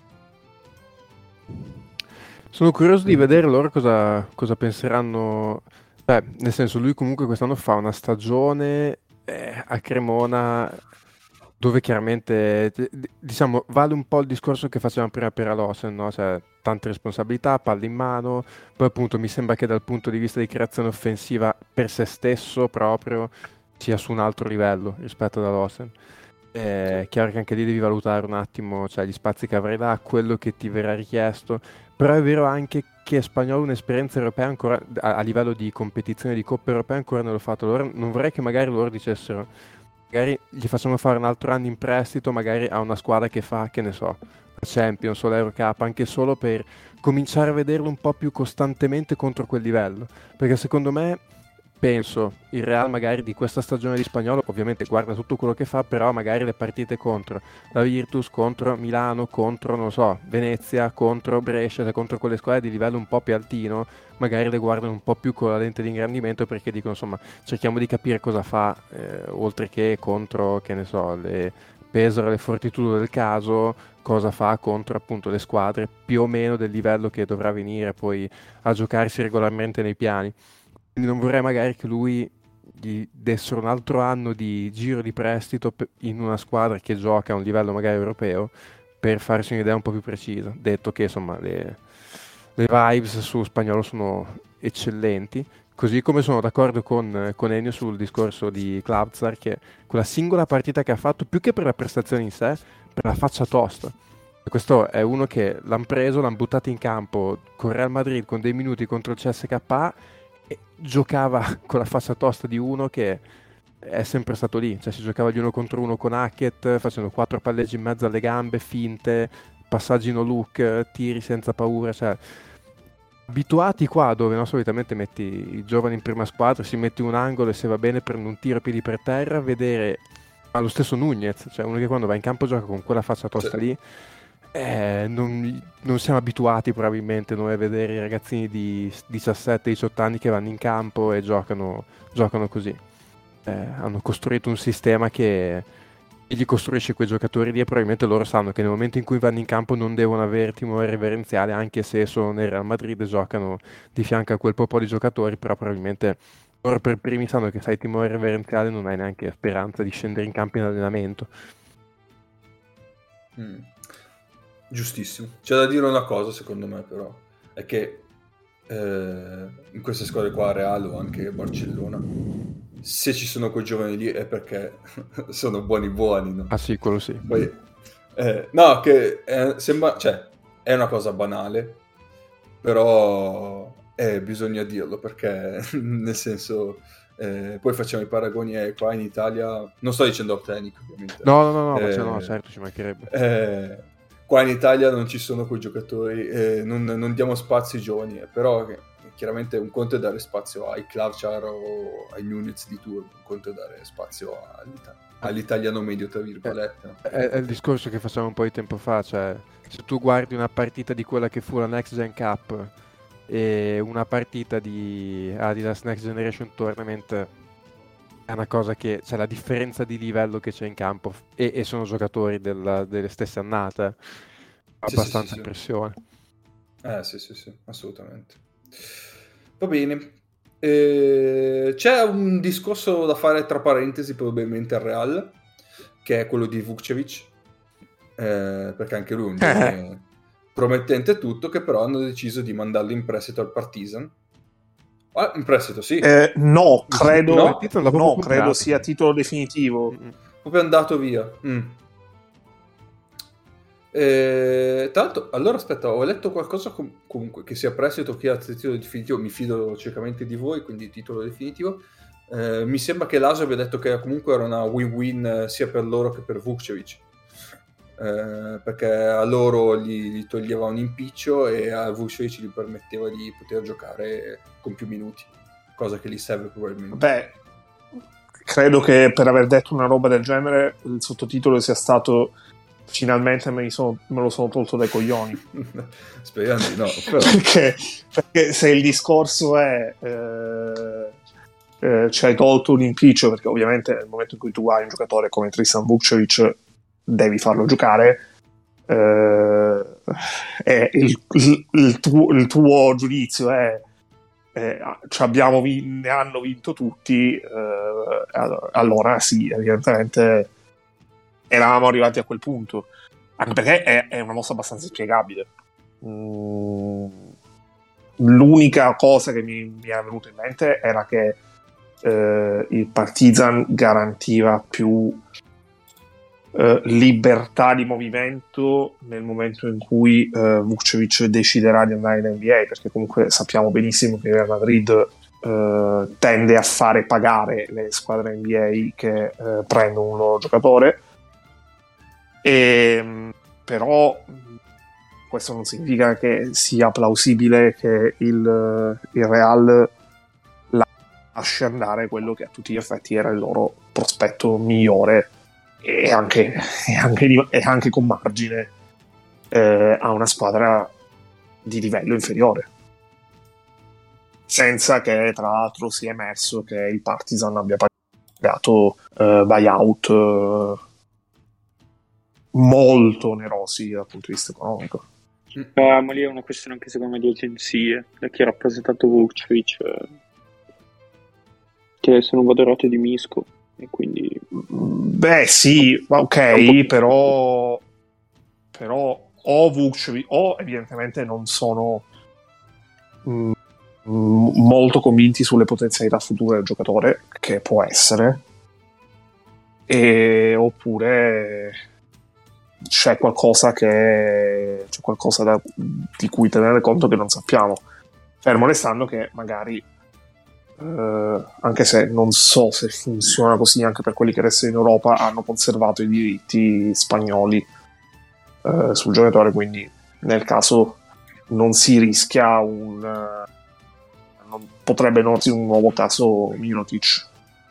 Sono curioso di vedere loro cosa, cosa penseranno, beh, nel senso lui comunque quest'anno fa una stagione eh, a Cremona dove chiaramente, diciamo, vale un po' il discorso che facevamo prima per Alosen, no? Cioè, tante responsabilità, palle in mano, poi appunto mi sembra che dal punto di vista di creazione offensiva per se stesso proprio sia su un altro livello rispetto ad Alosen. È chiaro che anche lì devi valutare un attimo, cioè, gli spazi che avrai là, quello che ti verrà richiesto, però è vero anche che Spagnolo un'esperienza europea ancora, a, a livello di competizione di Coppa Europea ancora non l'ho fatto, allora non vorrei che magari loro dicessero magari gli facciamo fare un altro anno in prestito magari a una squadra che fa, che ne so, la Champions o l'Eurocup, anche solo per cominciare a vederlo un po' più costantemente contro quel livello, perché secondo me, penso, il Real magari di questa stagione di Spagnolo ovviamente guarda tutto quello che fa, però magari le partite contro la Virtus, contro Milano, contro, non so, Venezia, contro Brescia, contro quelle squadre di livello un po' più altino, magari le guardano un po' più con la lente di ingrandimento, perché dicono insomma cerchiamo di capire cosa fa, eh, oltre che contro, che ne so, le Pesaro, le Fortitudo del caso, cosa fa contro appunto le squadre più o meno del livello che dovrà venire poi a giocarsi regolarmente nei piani. Quindi non vorrei magari che lui gli dessero un altro anno di giro di prestito in una squadra che gioca a un livello magari europeo, per farsi un'idea un po' più precisa, detto che insomma le, le vibes su Spagnolo sono eccellenti, così come sono d'accordo con, con Ennio sul discorso di Klavzar, che quella singola partita che ha fatto, più che per la prestazione in sé, per la faccia tosta. Questo è uno che l'hanno preso, l'hanno buttato in campo con Real Madrid con dei minuti contro il C S K A, e giocava con la faccia tosta di uno che è sempre stato lì, cioè si giocava gli uno contro uno con Hackett, facendo quattro palleggi in mezzo alle gambe, finte, passaggi no look, tiri senza paura, cioè abituati qua dove no, solitamente metti i giovani in prima squadra, si mette un angolo e se va bene prende un tiro a piedi per terra, vedere ma lo stesso Nunez, cioè uno che quando va in campo gioca con quella faccia tosta lì, eh, non, non siamo abituati probabilmente noi a vedere i ragazzini di diciassette diciotto anni che vanno in campo e giocano, giocano così. Eh, hanno costruito un sistema che gli costruisce quei giocatori lì e probabilmente loro sanno che nel momento in cui vanno in campo non devono avere timore reverenziale, anche se sono nel Real Madrid e giocano di fianco a quel po' di giocatori, però probabilmente loro per primi sanno che se hai timore reverenziale non hai neanche speranza di scendere in campo in allenamento. Mm. Giustissimo. C'è da dire una cosa secondo me però, è che eh, in queste squadre qua, Real o anche Barcellona, se ci sono quei giovani lì è perché sono buoni buoni, no? Ah sì, quello sì. Poi, eh, no, che è, sembra, cioè, è una cosa banale, però eh, bisogna dirlo perché, nel senso, eh, poi facciamo i paragoni eh, qua in Italia, non sto dicendo Optenic ovviamente. No, no, no, no, eh, ma cioè, no, certo, ci mancherebbe. Eh, qua in Italia non ci sono quei giocatori, eh, non, non diamo spazio ai giovani, eh, però eh, chiaramente un conto è dare spazio ai Klavchar o ai Nunez di turno, un conto è dare spazio all'ita- all'italiano medio, tra virgolette. No? È, è il discorso che facciamo un po' di tempo fa, cioè se tu guardi una partita di quella che fu la Next Gen Cup e una partita di Adidas Next Generation Tournament, è una cosa che c'è, la differenza di livello che c'è in campo e, e sono giocatori della, delle stesse annate, Sì, abbastanza sì, sì, sì. impressione. Eh sì sì sì, assolutamente. Va bene. Eh, c'è un discorso da fare tra parentesi probabilmente al Real, che è quello di Vukcevic, eh, perché anche lui è un giovane promettente e tutto, che però hanno deciso di mandarlo in prestito al Partizan. Ah, in prestito, sì. Eh, no, credo, No? no, credo sia titolo definitivo. Mm-mm. Proprio andato via. Mm. Eh, tra l'altro, allora aspetta, ho letto qualcosa com- comunque che sia prestito che a titolo definitivo, mi fido ciecamente di voi, quindi titolo definitivo. Eh, mi sembra che l'A S abbia detto che comunque era una win-win eh, sia per loro che per Vukcevic, eh, perché a loro gli, gli toglieva un impiccio e a Vukcevic gli permetteva di poter giocare con più minuti, cosa che gli serve probabilmente. Beh, credo che per aver detto una roba del genere il sottotitolo sia stato finalmente me, sono, me lo sono tolto dai coglioni. Speriamo di no, però. perché, perché se il discorso è eh, eh, ci hai tolto un impiccio, perché ovviamente nel momento in cui tu hai un giocatore come Tristan Vukcevic devi farlo giocare, eh, è il, il, il, tuo, il tuo giudizio è eh, ci abbiamo vin- ne hanno vinto tutti, eh, allora sì, evidentemente eravamo arrivati a quel punto, anche perché è, è una mossa abbastanza spiegabile. Mm, l'unica cosa che mi, mi era venuta in mente era che eh, il Partizan garantiva più eh, libertà di movimento nel momento in cui eh, Vukcevic deciderà di andare in N B A, perché comunque sappiamo benissimo che il Real Madrid eh, tende a fare pagare le squadre N B A che eh, prendono un loro giocatore. E, però questo non significa che sia plausibile che il, il Real lasci andare quello che a tutti gli effetti era il loro prospetto migliore e anche, e anche, e anche con margine eh, a una squadra di livello inferiore, senza che tra l'altro sia emerso che il Partizan abbia pagato eh, buyout eh, molto onerosi dal punto di vista economico. Eh, ma lì è una questione anche secondo me di agenzie, da chi ha rappresentato Vukcevic, eh, che se non vado errato di Misco, e quindi beh sì, ok, però però o Vukcevic o evidentemente non sono mh, molto convinti sulle potenzialità future del giocatore, che può essere, e oppure c'è qualcosa che c'è qualcosa da, di cui tenere conto che non sappiamo, fermo restando che magari eh, anche se non so se funziona così anche per quelli che restano in Europa, hanno conservato i diritti spagnoli eh, sul giocatore, quindi nel caso non si rischia un uh, non, potrebbe non essere un nuovo caso Mirotic.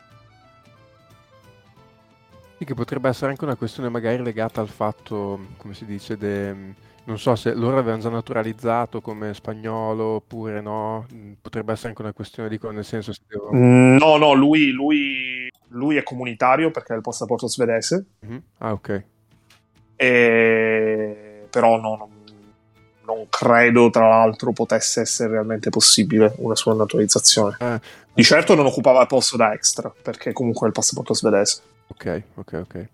Sì, che potrebbe essere anche una questione magari legata al fatto, come si dice, de, non so se loro avevano già naturalizzato come spagnolo oppure no, potrebbe essere anche una questione di nel senso se devo... no no lui, lui, lui è comunitario perché ha il passaporto svedese. Mm-hmm. Ah, ok. E... però no, non, non credo tra l'altro potesse essere realmente possibile una sua naturalizzazione. Eh. Di certo non occupava posto da extra perché comunque è il passaporto svedese. Ok, ok, ok.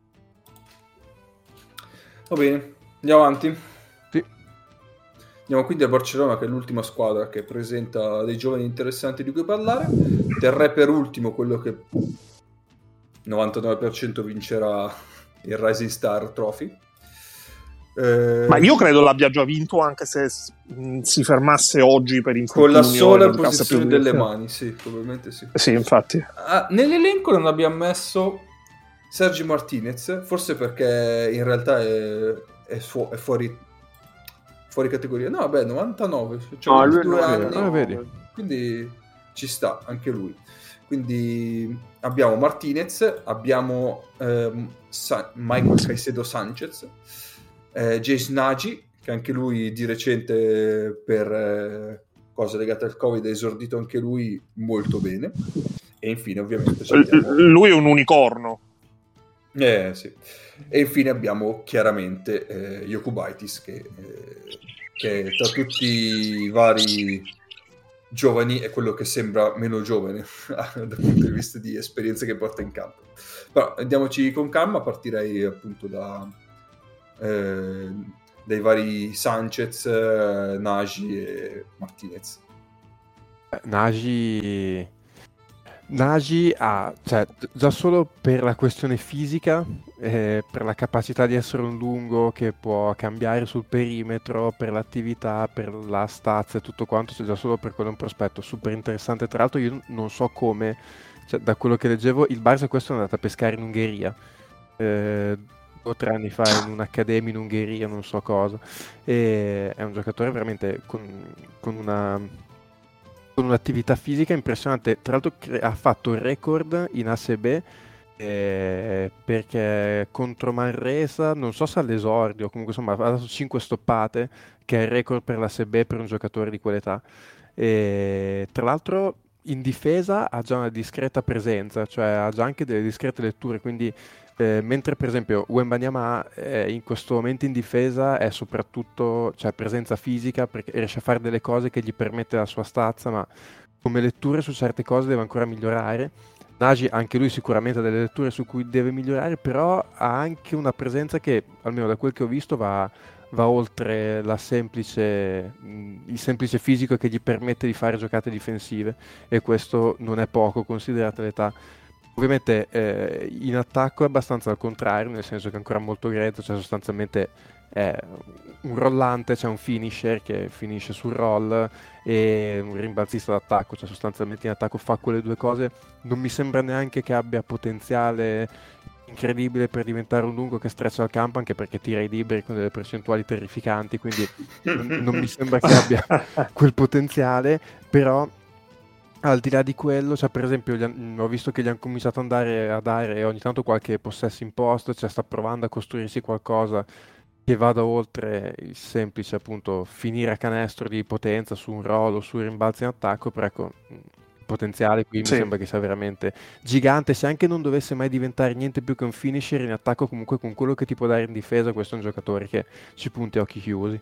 Va bene, andiamo avanti. Sì. Andiamo quindi a Barcellona, che è l'ultima squadra che presenta dei giovani interessanti di cui parlare. Terrei per ultimo quello che novantanove per cento vincerà il Rising Star Trophy. Eh... Ma io credo l'abbia già vinto anche se mh, si fermasse oggi per infortunio. Con la sola posizione delle mani, sì, probabilmente sì. Sì, infatti. Ah, nell'elenco non abbiamo messo Sergi Martinez, forse perché in realtà è, è, fu- è fuori fuori categoria. No, vabbè, novantanove, cioè no, ventidue anni, ah, vedi. Quindi ci sta anche lui. Quindi abbiamo Martinez, abbiamo ehm, Sa- Michael Caicedo Sanchez, eh, Jace Nagy, che anche lui di recente per eh, cose legate al Covid ha esordito anche lui molto bene. E infine ovviamente abbiamo... lui è un unicorno. Eh sì. E infine abbiamo chiaramente eh, Jokubaitis che, eh, che tra tutti i vari giovani è quello che sembra meno giovane dal punto di vista di esperienze che porta in campo. Però andiamoci con calma, partirei appunto da eh, dai vari Sanchez, eh, Nagy e Martinez. Nagy Nagy ha, cioè, già solo per la questione fisica, eh, per la capacità di essere un lungo che può cambiare sul perimetro, per l'attività, per la stazza e tutto quanto, cioè già solo per quello è un prospetto super interessante. Tra l'altro io non so come, cioè, da quello che leggevo, il Barça questo è andato a pescare in Ungheria, eh, due o tre anni fa in un'accademia in Ungheria, non so cosa, e è un giocatore veramente con, con una... con un'attività fisica impressionante. Tra l'altro cre- ha fatto il record in A S B eh, perché contro Manresa, non so se all'esordio, comunque insomma ha dato cinque stoppate, che è il record per l'A S B per un giocatore di quell'età. E, tra l'altro in difesa ha già una discreta presenza, cioè ha già anche delle discrete letture, quindi Eh, mentre per esempio Wembanyama eh, in questo momento in difesa è soprattutto, cioè, presenza fisica, perché riesce a fare delle cose che gli permette la sua stazza, ma come letture su certe cose deve ancora migliorare. Nagy anche lui sicuramente ha delle letture su cui deve migliorare, però ha anche una presenza che almeno da quel che ho visto va, va oltre la semplice, mh, il semplice fisico che gli permette di fare giocate difensive, e questo non è poco considerata l'età. Ovviamente eh, in attacco è abbastanza al contrario, nel senso che è ancora molto grezzo, cioè sostanzialmente è un rollante, c'è cioè un finisher che finisce sul roll, e un rimbalzista d'attacco, cioè sostanzialmente in attacco fa quelle due cose. Non mi sembra neanche che abbia potenziale incredibile per diventare un lungo che streccia il campo, anche perché tira i liberi con delle percentuali terrificanti, quindi non, non mi sembra che abbia quel potenziale, però al di là di quello, cioè per esempio han, ho visto che gli hanno cominciato ad andare a dare ogni tanto qualche possesso in post, cioè sta provando a costruirsi qualcosa che vada oltre il semplice appunto finire a canestro di potenza su un roll o su rimbalzi in attacco, però ecco, il potenziale qui sì. Mi sembra che sia veramente gigante. Se anche non dovesse mai diventare niente più che un finisher in attacco, comunque con quello che ti può dare in difesa, questo è un giocatore che ci punti a occhi chiusi.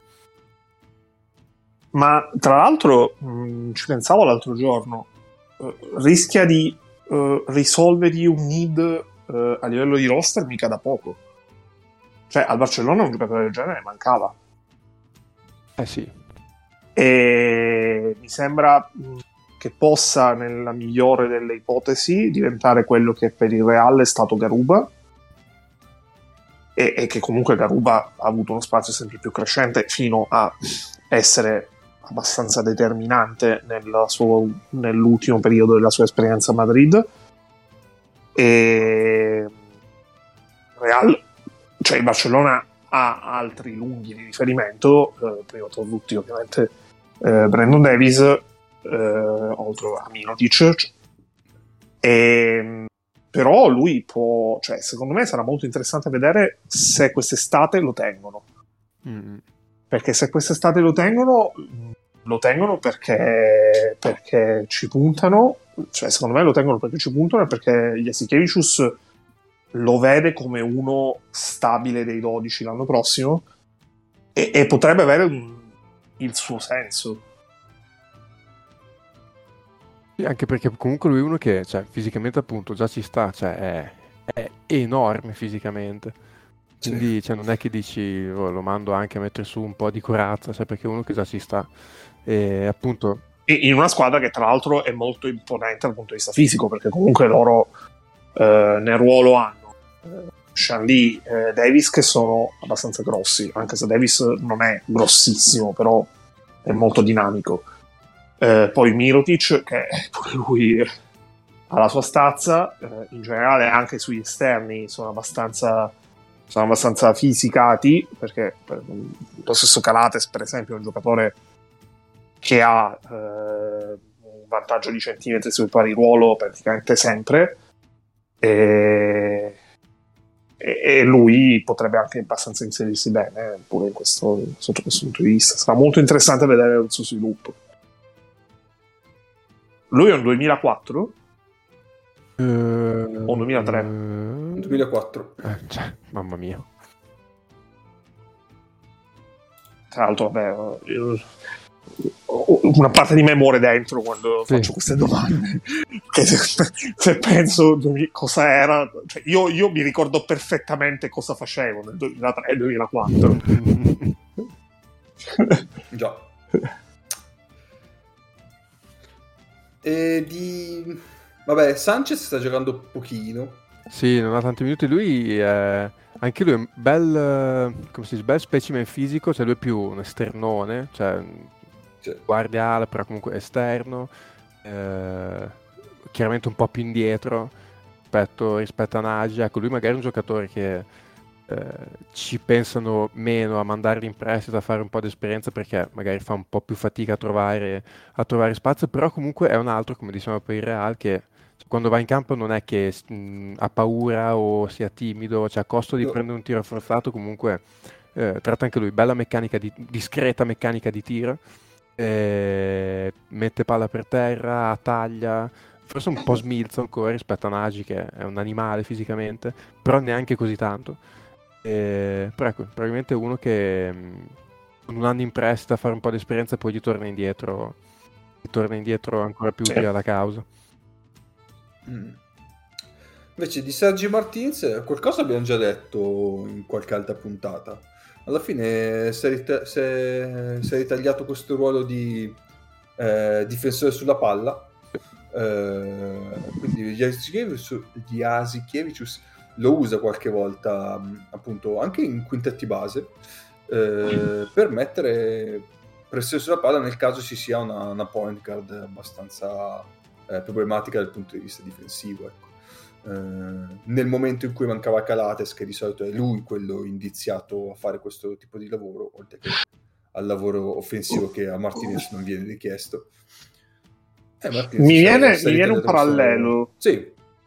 Ma tra l'altro mh, ci pensavo l'altro giorno, uh, rischia di uh, risolvergli un need uh, a livello di roster mica da poco. Cioè al Barcellona un giocatore del genere mancava. Eh sì. E mi sembra mh, che possa, nella migliore delle ipotesi, diventare quello che per il Real è stato Garuba, e, e che comunque Garuba ha avuto uno spazio sempre più crescente fino a essere abbastanza determinante nel suo, nell'ultimo periodo della sua esperienza a Madrid. E Real, cioè il Barcellona ha altri lunghi di riferimento, eh, prima tra tutti ovviamente eh, Brandon Davies, eh, oltre a Mirotic, e, però lui può, cioè secondo me sarà molto interessante vedere se quest'estate lo tengono, mm. perché se quest'estate lo tengono lo tengono perché, perché ci puntano, cioè secondo me lo tengono perché ci puntano e perché Jasikevicius lo vede come uno stabile dei dodici l'anno prossimo e, e potrebbe avere un, il suo senso. Sì, anche perché comunque lui è uno che, cioè, fisicamente appunto già ci sta, cioè è, è enorme fisicamente. Quindi, sì. Cioè, non è che dici oh, lo mando anche a mettere su un po' di corazza, cioè, perché è uno che già ci sta. E appunto... E in una squadra che tra l'altro è molto imponente dal punto di vista fisico, perché comunque loro eh, nel ruolo hanno Shandy e eh, Davis che sono abbastanza grossi, anche se Davis non è grossissimo, però è molto dinamico. Eh, poi Mirotic, che pure lui ha la sua stazza, eh, in generale anche sugli esterni sono abbastanza sono abbastanza fisicati, perché per, lo stesso Calates per esempio è un giocatore che ha eh, un vantaggio di centimetri sul pari ruolo praticamente sempre, e e lui potrebbe anche abbastanza inserirsi bene pure in questo, sotto questo punto di vista. Sarà molto interessante vedere il suo sviluppo. Lui è un duemilaquattro uh, o un duemilatré? Uh, duemilaquattro. Eh, cioè, mamma mia. Tra l'altro, vabbè, io, una parte di me muore dentro quando sì. faccio queste domande. Che se, se penso cosa era, cioè io, io mi ricordo perfettamente cosa facevo nel duemilatré duemilaquattro. Già. E di vabbè, Sanchez sta giocando pochino. Sì, non ha tanti minuti. Lui è anche lui è un bel, come si dice, bel specimen fisico, cioè lui è più un esternone, cioè sì. guardia ala, però comunque esterno. Eh, chiaramente un po' più indietro rispetto, rispetto a Nagy. Ecco, lui magari è un giocatore che eh, ci pensano meno a mandarli in prestito, a fare un po' di esperienza, perché magari fa un po' più fatica a trovare, a trovare spazio, però comunque è un altro, come diciamo per il Real, che quando va in campo non è che mh, ha paura o sia timido, cioè a costo di no. prendere un tiro forzato comunque eh, tratta anche lui, bella meccanica, di, discreta meccanica di tiro, eh, mette palla per terra, taglia, forse un po' smilzo ancora rispetto a Nagy che è un animale fisicamente, però neanche così tanto. Eh, però ecco, probabilmente uno che mh, con un anno in prestito a fare un po' di esperienza e poi gli torna indietro, gli torna indietro ancora più utile alla causa. Mm. Invece di Sergi Martins qualcosa abbiamo già detto in qualche altra puntata. Alla fine si è, rita- si è, si è ritagliato questo ruolo di eh, difensore sulla palla, eh, quindi Jasikevicius lo usa qualche volta appunto anche in quintetti base, eh, per mettere pressione sulla palla nel caso ci sia una, una point guard abbastanza eh, problematica dal punto di vista difensivo, ecco. Eh, nel momento in cui mancava Calates, che di solito è lui quello indiziato a fare questo tipo di lavoro, oltre che al lavoro offensivo che a Martinez non viene richiesto. Eh, Martinez mi viene, mi viene un parallelo. Sì.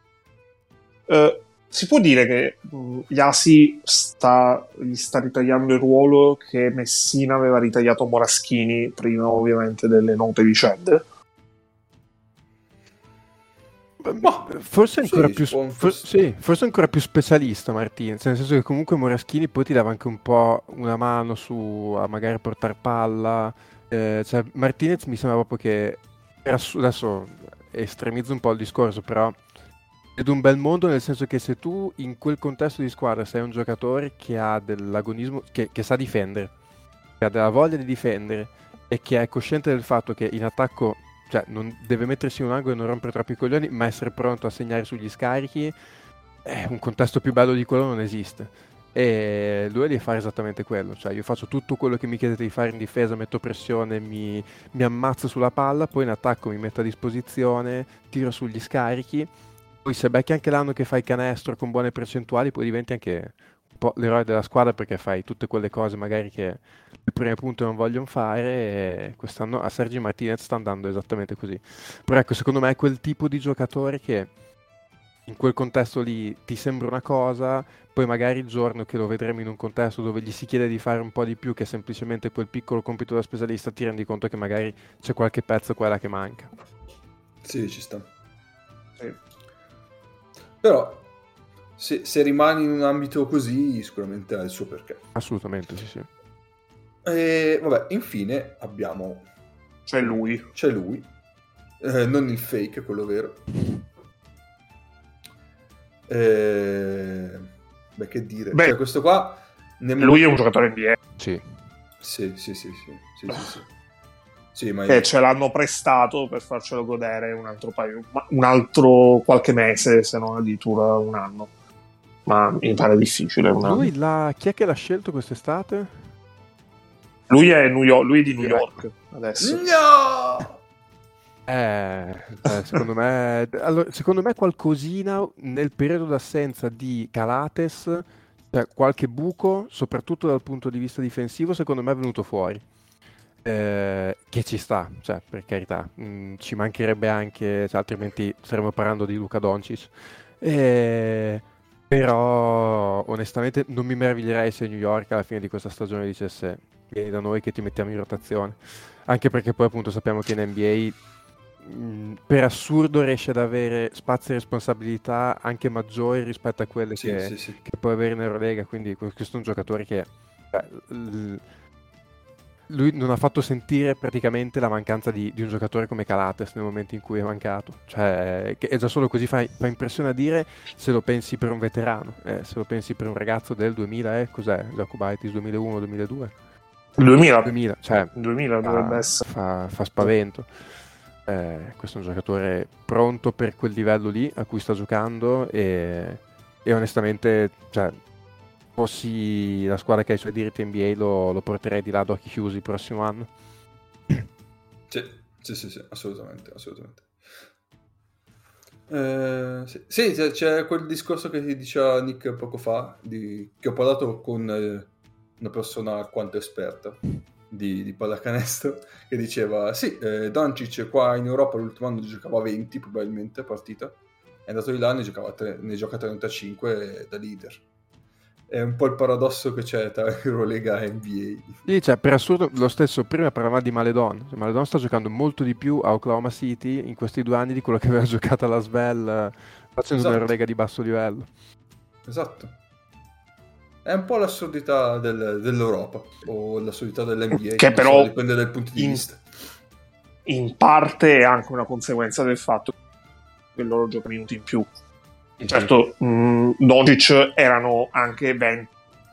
Uh, si può dire che uh, Yasi sta, gli sta ritagliando il ruolo che Messina aveva ritagliato Moraschini prima ovviamente delle note vicende? Ma forse ancora sì, più sp- for- sì, forse ancora più specialista Martinez, nel senso che comunque Moraschini poi ti dava anche un po' una mano su a magari portare palla, eh, cioè Martinez mi sembra proprio che era su- adesso estremizzo un po' il discorso, però è un bel mondo, nel senso che se tu in quel contesto di squadra sei un giocatore che ha dell'agonismo, che, che sa difendere, che ha della voglia di difendere e che è cosciente del fatto che in attacco, cioè non deve mettersi in un angolo e non rompere troppi coglioni, ma essere pronto a segnare sugli scarichi, eh, un contesto più bello di quello non esiste. e lui è lì a fare esattamente quello, cioè io faccio tutto quello che mi chiedete di fare in difesa, metto pressione, mi, mi ammazzo sulla palla, poi in attacco mi metto a disposizione, tiro sugli scarichi, poi se becchi anche l'anno che fai canestro con buone percentuali poi diventi anche un po' l'eroe della squadra perché fai tutte quelle cose magari che il primo punto non vogliono fare e quest'anno a Sergi Martinez sta andando esattamente così. Però ecco, secondo me è quel tipo di giocatore che in quel contesto lì ti sembra una cosa, poi magari il giorno che lo vedremo in un contesto dove gli si chiede di fare un po' di più che semplicemente quel piccolo compito da specialista, ti rendi conto che magari c'è qualche pezzo quella che manca. Sì, ci sta. Sì. Però se, se rimani in un ambito così sicuramente ha il suo perché. Assolutamente, sì, sì. E vabbè, infine abbiamo... C'è lui. C'è lui. Eh, non il fake, quello vero. Eh... Beh, che dire. Beh, cioè, questo qua... Nemmeno... Lui è un giocatore N B A. Sì. Sì, sì, sì, sì. sì, sì, sì. Sì, ma Che ce l'hanno prestato per farcelo godere un altro paio, un altro qualche mese, se non addirittura un anno. Ma mi pare difficile. Un Lui anno. la... chi è che l'ha scelto quest'estate? Lui è, New York, lui è di New York adesso. No! Eh, eh, secondo me allora, secondo me qualcosina nel periodo d'assenza di Calates, cioè qualche buco, soprattutto dal punto di vista difensivo, secondo me è venuto fuori. Eh, che ci sta, cioè, per carità, mh, ci mancherebbe anche, cioè, altrimenti staremmo parlando di Luka Doncic. Eh, però onestamente non mi meraviglierei se New York alla fine di questa stagione dicesse vieni da noi che ti mettiamo in rotazione, anche perché poi appunto sappiamo che in N B A mh, per assurdo riesce ad avere spazi e responsabilità anche maggiori rispetto a quelle Sì, che, sì, sì. che può avere in Eurolega, quindi questo è un giocatore che eh, l- lui non ha fatto sentire praticamente la mancanza di, di un giocatore come Calates nel momento in cui è mancato, cioè che è già solo così fa, fa impressione a dire se lo pensi per un veterano, eh, se lo pensi per un ragazzo del duemila, eh, cos'è Jacobaitis, duemilauno duemiladue? duemila. duemila, cioè duemila dovrebbe fa, essere. fa, fa spavento. Eh, questo è un giocatore pronto per quel livello lì a cui sta giocando e, e onestamente, cioè, fossi la squadra che ha i suoi diritti N B A lo, lo porterei di là ad occhi chiusi il prossimo anno. Sì, sì, sì, sì, assolutamente, assolutamente. Eh, sì, sì, c'è- c'è quel discorso che ti diceva Nick poco fa, di, che ho parlato con eh, una persona alquanto esperta di, di pallacanestro, che diceva, sì, eh, Doncic qua in Europa l'ultimo anno giocava venti probabilmente partita, è andato di là, ne, giocava tre- ne gioca trentacinque da leader. È un po' il paradosso che c'è tra Eurolega e N B A. Sì, cioè, per assurdo, lo stesso prima parlavamo di Maledon. Cioè, Maledon sta giocando molto di più a Oklahoma City in questi due anni di quello che aveva giocato alla Svel eh, facendo Esatto. un'Eurolega di basso livello. Esatto. È un po' l'assurdità del- dell'Europa o l'assurdità dell'N B A, Che non so, però dipende dai punti di in- vista. In parte è anche una conseguenza del fatto che loro giocano minuti in più. Certo, mh, Doncic erano anche venti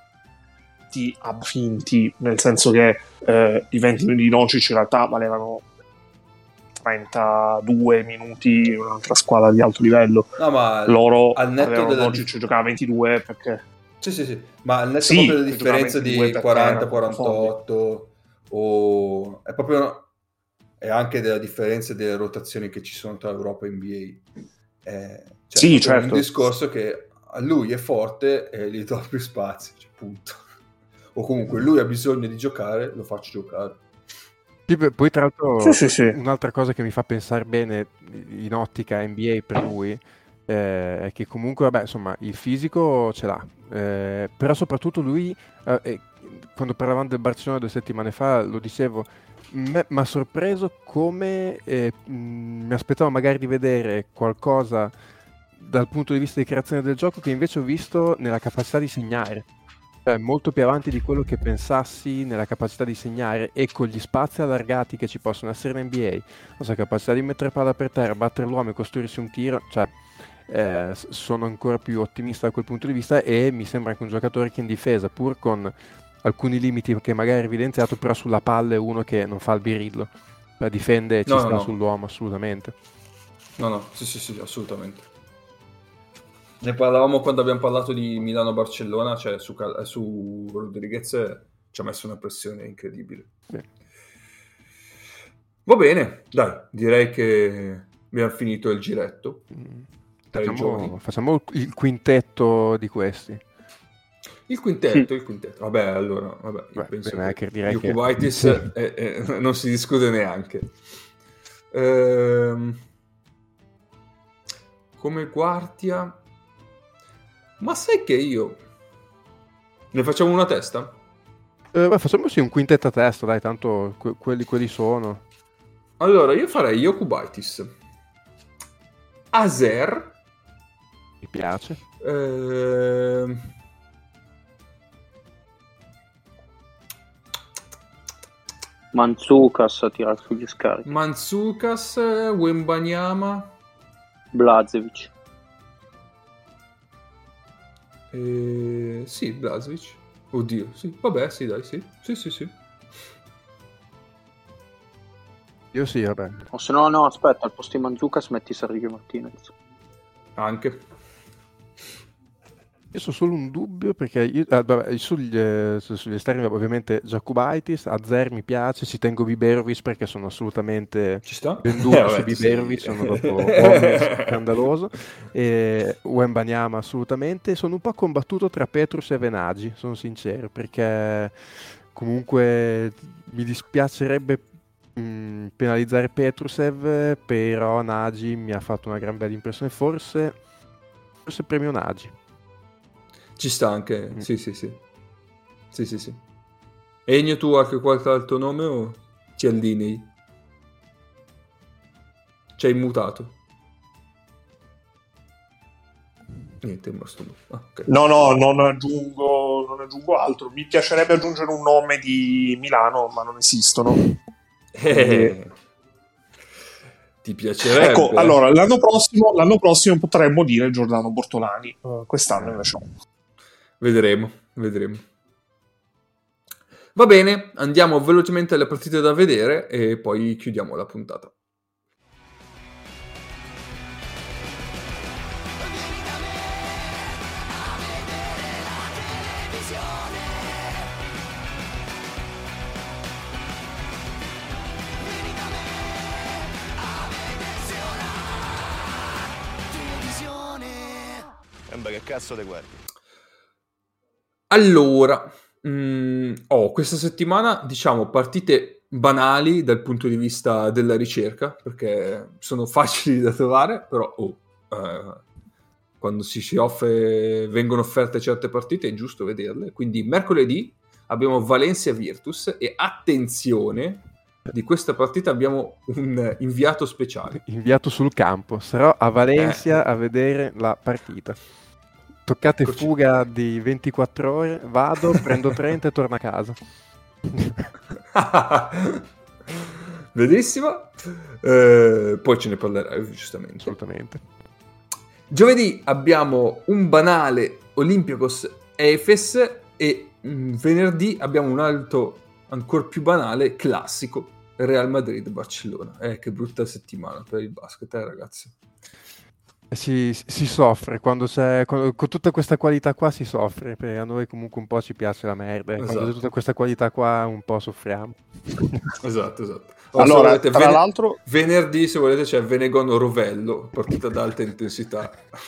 finti, nel senso che eh, i venti minuti di Doncic in realtà valevano trentadue minuti in un'altra squadra di alto livello. No, ma Loro al netto avevano della Doncic dif- giocava ventidue perché Sì, sì, sì, ma al netto Sì, proprio della che giocava differenza ventidue di perché quaranta era quarantotto o è proprio è anche della differenza delle rotazioni che ci sono tra Europa e N B A. Eh, cioè, Sì, proprio certo. un discorso che a lui è forte e gli do più spazio, cioè, punto. O comunque lui ha bisogno di giocare, lo faccio giocare. Sì, beh, poi tra l'altro Sì, sì, sì. un'altra cosa che mi fa pensare bene in ottica N B A per lui eh, è che comunque vabbè insomma il fisico ce l'ha eh, però soprattutto lui eh, eh, quando parlavamo del Barcellona due settimane fa lo dicevo mi ha sorpreso come eh, mh, mi aspettavo magari di vedere qualcosa dal punto di vista di creazione del gioco che invece ho visto nella capacità di segnare. Cioè, molto più avanti di quello che pensassi nella capacità di segnare e con gli spazi allargati che ci possono essere in N B A, la sua capacità di mettere palla per terra, battere l'uomo e costruirsi un tiro, cioè eh, sono ancora più ottimista da quel punto di vista e mi sembra anche un giocatore che in difesa, pur con alcuni limiti che magari ha evidenziato, però sulla palla è uno che non fa il birillo, cioè, difende e ci No, sta no, no. sull'uomo assolutamente. No, no, sì, sì, sì, assolutamente. Ne parlavamo quando abbiamo parlato di Milano-Barcellona, cioè su, Cal- su Rodriguez ci ha messo una pressione incredibile. Sì. Va bene, dai, direi che abbiamo finito il giretto. Mm. Tra i Facciamo, giorni. facciamo il quintetto di questi. Il quintetto, il quintetto. Vabbè, allora, vabbè, io Beh, penso bene, che che direi che- Jokubaitis sì. eh, eh, non si discute neanche. Ehm, come guardia, ma sai che io ne facciamo una testa? Eh, beh, facciamo sì un quintetto a testa, dai, tanto que- quelli, quelli sono. Allora, io farei Jokubaitis, Azer, Mi piace. ehm, Manzukas a tirare sugli scarichi. Mantsukas, Wembanyama, Blazevic. eh, sì, Blažević. Oddio, sì, vabbè, sì, dai, sì, sì, sì, sì. Io sì, vabbè. O se no, no, aspetta, al posto di Manzukas metti Sergio Martinez. Anche. Io ho solo un dubbio perché io, ah, vabbè, sugli, eh, su- sugli esterni ovviamente Jokubaitis, Azer mi piace, ci tengo Biberovic perché sono assolutamente Ci sta? venduto Eh, vabbè, su tu Biberovic, sei- sono proprio homeless scandaloso, e Wembanyama assolutamente. Sono un po' combattuto tra Petrus e Venagi, sono sincero, perché comunque mi dispiacerebbe mh, penalizzare Petrusev, però Nagy mi ha fatto una gran bella impressione, forse, forse premio Nagy. Ci sta anche, Mm. sì, sì, sì. Sì, sì, sì. Ennio, tu anche qualche altro nome o ti allinei? Ci hai mutato? Niente, è rimasto lui. Ah, ok. No, no, non aggiungo, non aggiungo altro. Mi piacerebbe aggiungere un nome di Milano, ma non esistono. Eh, ti piacerebbe? Ecco, allora, l'anno prossimo, l'anno prossimo potremmo dire Giordano Bortolani. Uh, quest'anno invece no. Vedremo, vedremo. Va bene, andiamo velocemente alle partite da vedere e poi chiudiamo la puntata. Che cazzo te guardi? Allora, mh, oh, questa settimana diciamo partite banali dal punto di vista della ricerca, perché sono facili da trovare, però oh, eh, quando si, si offre, vengono offerte certe partite è giusto vederle. Quindi mercoledì abbiamo Valencia Virtus e attenzione, di questa partita abbiamo un inviato speciale. Inviato sul campo, sarò a Valencia Eh. a vedere la partita. Toccate Eccoci. fuga di ventiquattro ore, vado, prendo trenta e torno a casa. Benissimo. Eh, poi ce ne parlerai giustamente. Assolutamente. Giovedì abbiamo un banale Olympiacos Efes e mh, venerdì abbiamo un altro ancora più banale classico Real Madrid Barcellona. Eh, che brutta settimana per il basket, eh, ragazzi. Si, si soffre quando c'è, con, con tutta questa qualità qua si soffre, perché a noi comunque un po' ci piace la merda, e quando Esatto. c'è tutta questa qualità qua un po' soffriamo. Esatto, esatto. Allora, se volete, tra ven- l'altro- venerdì se volete c'è Venegono Rovello, partita ad alta intensità.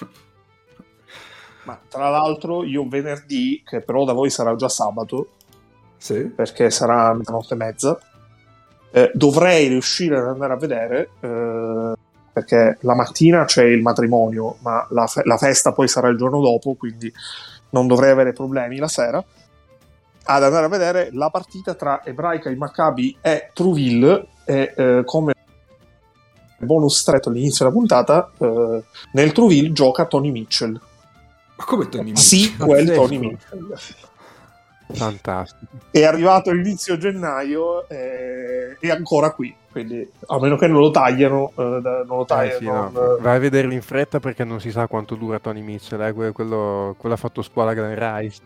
Ma tra l'altro io venerdì, che però da voi sarà già sabato, Sì. perché sarà mezzanotte e mezza, eh, dovrei riuscire ad andare a vedere, eh, perché la mattina c'è il matrimonio, ma la, fe- la festa poi sarà il giorno dopo, quindi non dovrei avere problemi la sera, ad andare a vedere la partita tra Ebraica, il Maccabi e Trouville, e eh, come bonus stretto all'inizio della puntata, eh, nel Trouville gioca Tony Mitchell. Ma come Tony Mitchell? Sì, quel Pazzesco. Tony Mitchell. Fantastico. È arrivato l'inizio gennaio e è ancora qui, quindi a meno che non lo tagliano, eh, da- non lo Eh, tagliano. sì, no. non- Vai a vederlo in fretta perché non si sa quanto dura Tony Mitchell, eh, que- quello, quello ha fatto scuola a Glen Rice.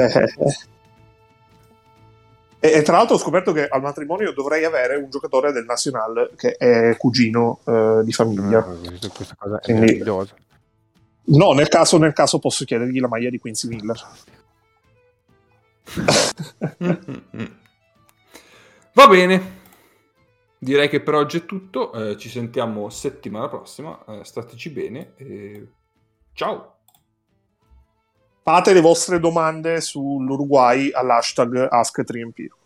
E, e tra l'altro ho scoperto che al matrimonio dovrei avere un giocatore del Nacional che è cugino eh, di famiglia. Eh, questa cosa è Quindi- meravigliosa. No, nel caso, nel caso posso chiedergli la maglia di Quincy Miller. Va bene, direi che per oggi è tutto, eh, ci sentiamo settimana prossima, eh, stateci bene e ciao. Fate le vostre domande sull'Uruguay all'hashtag AskTriempiro.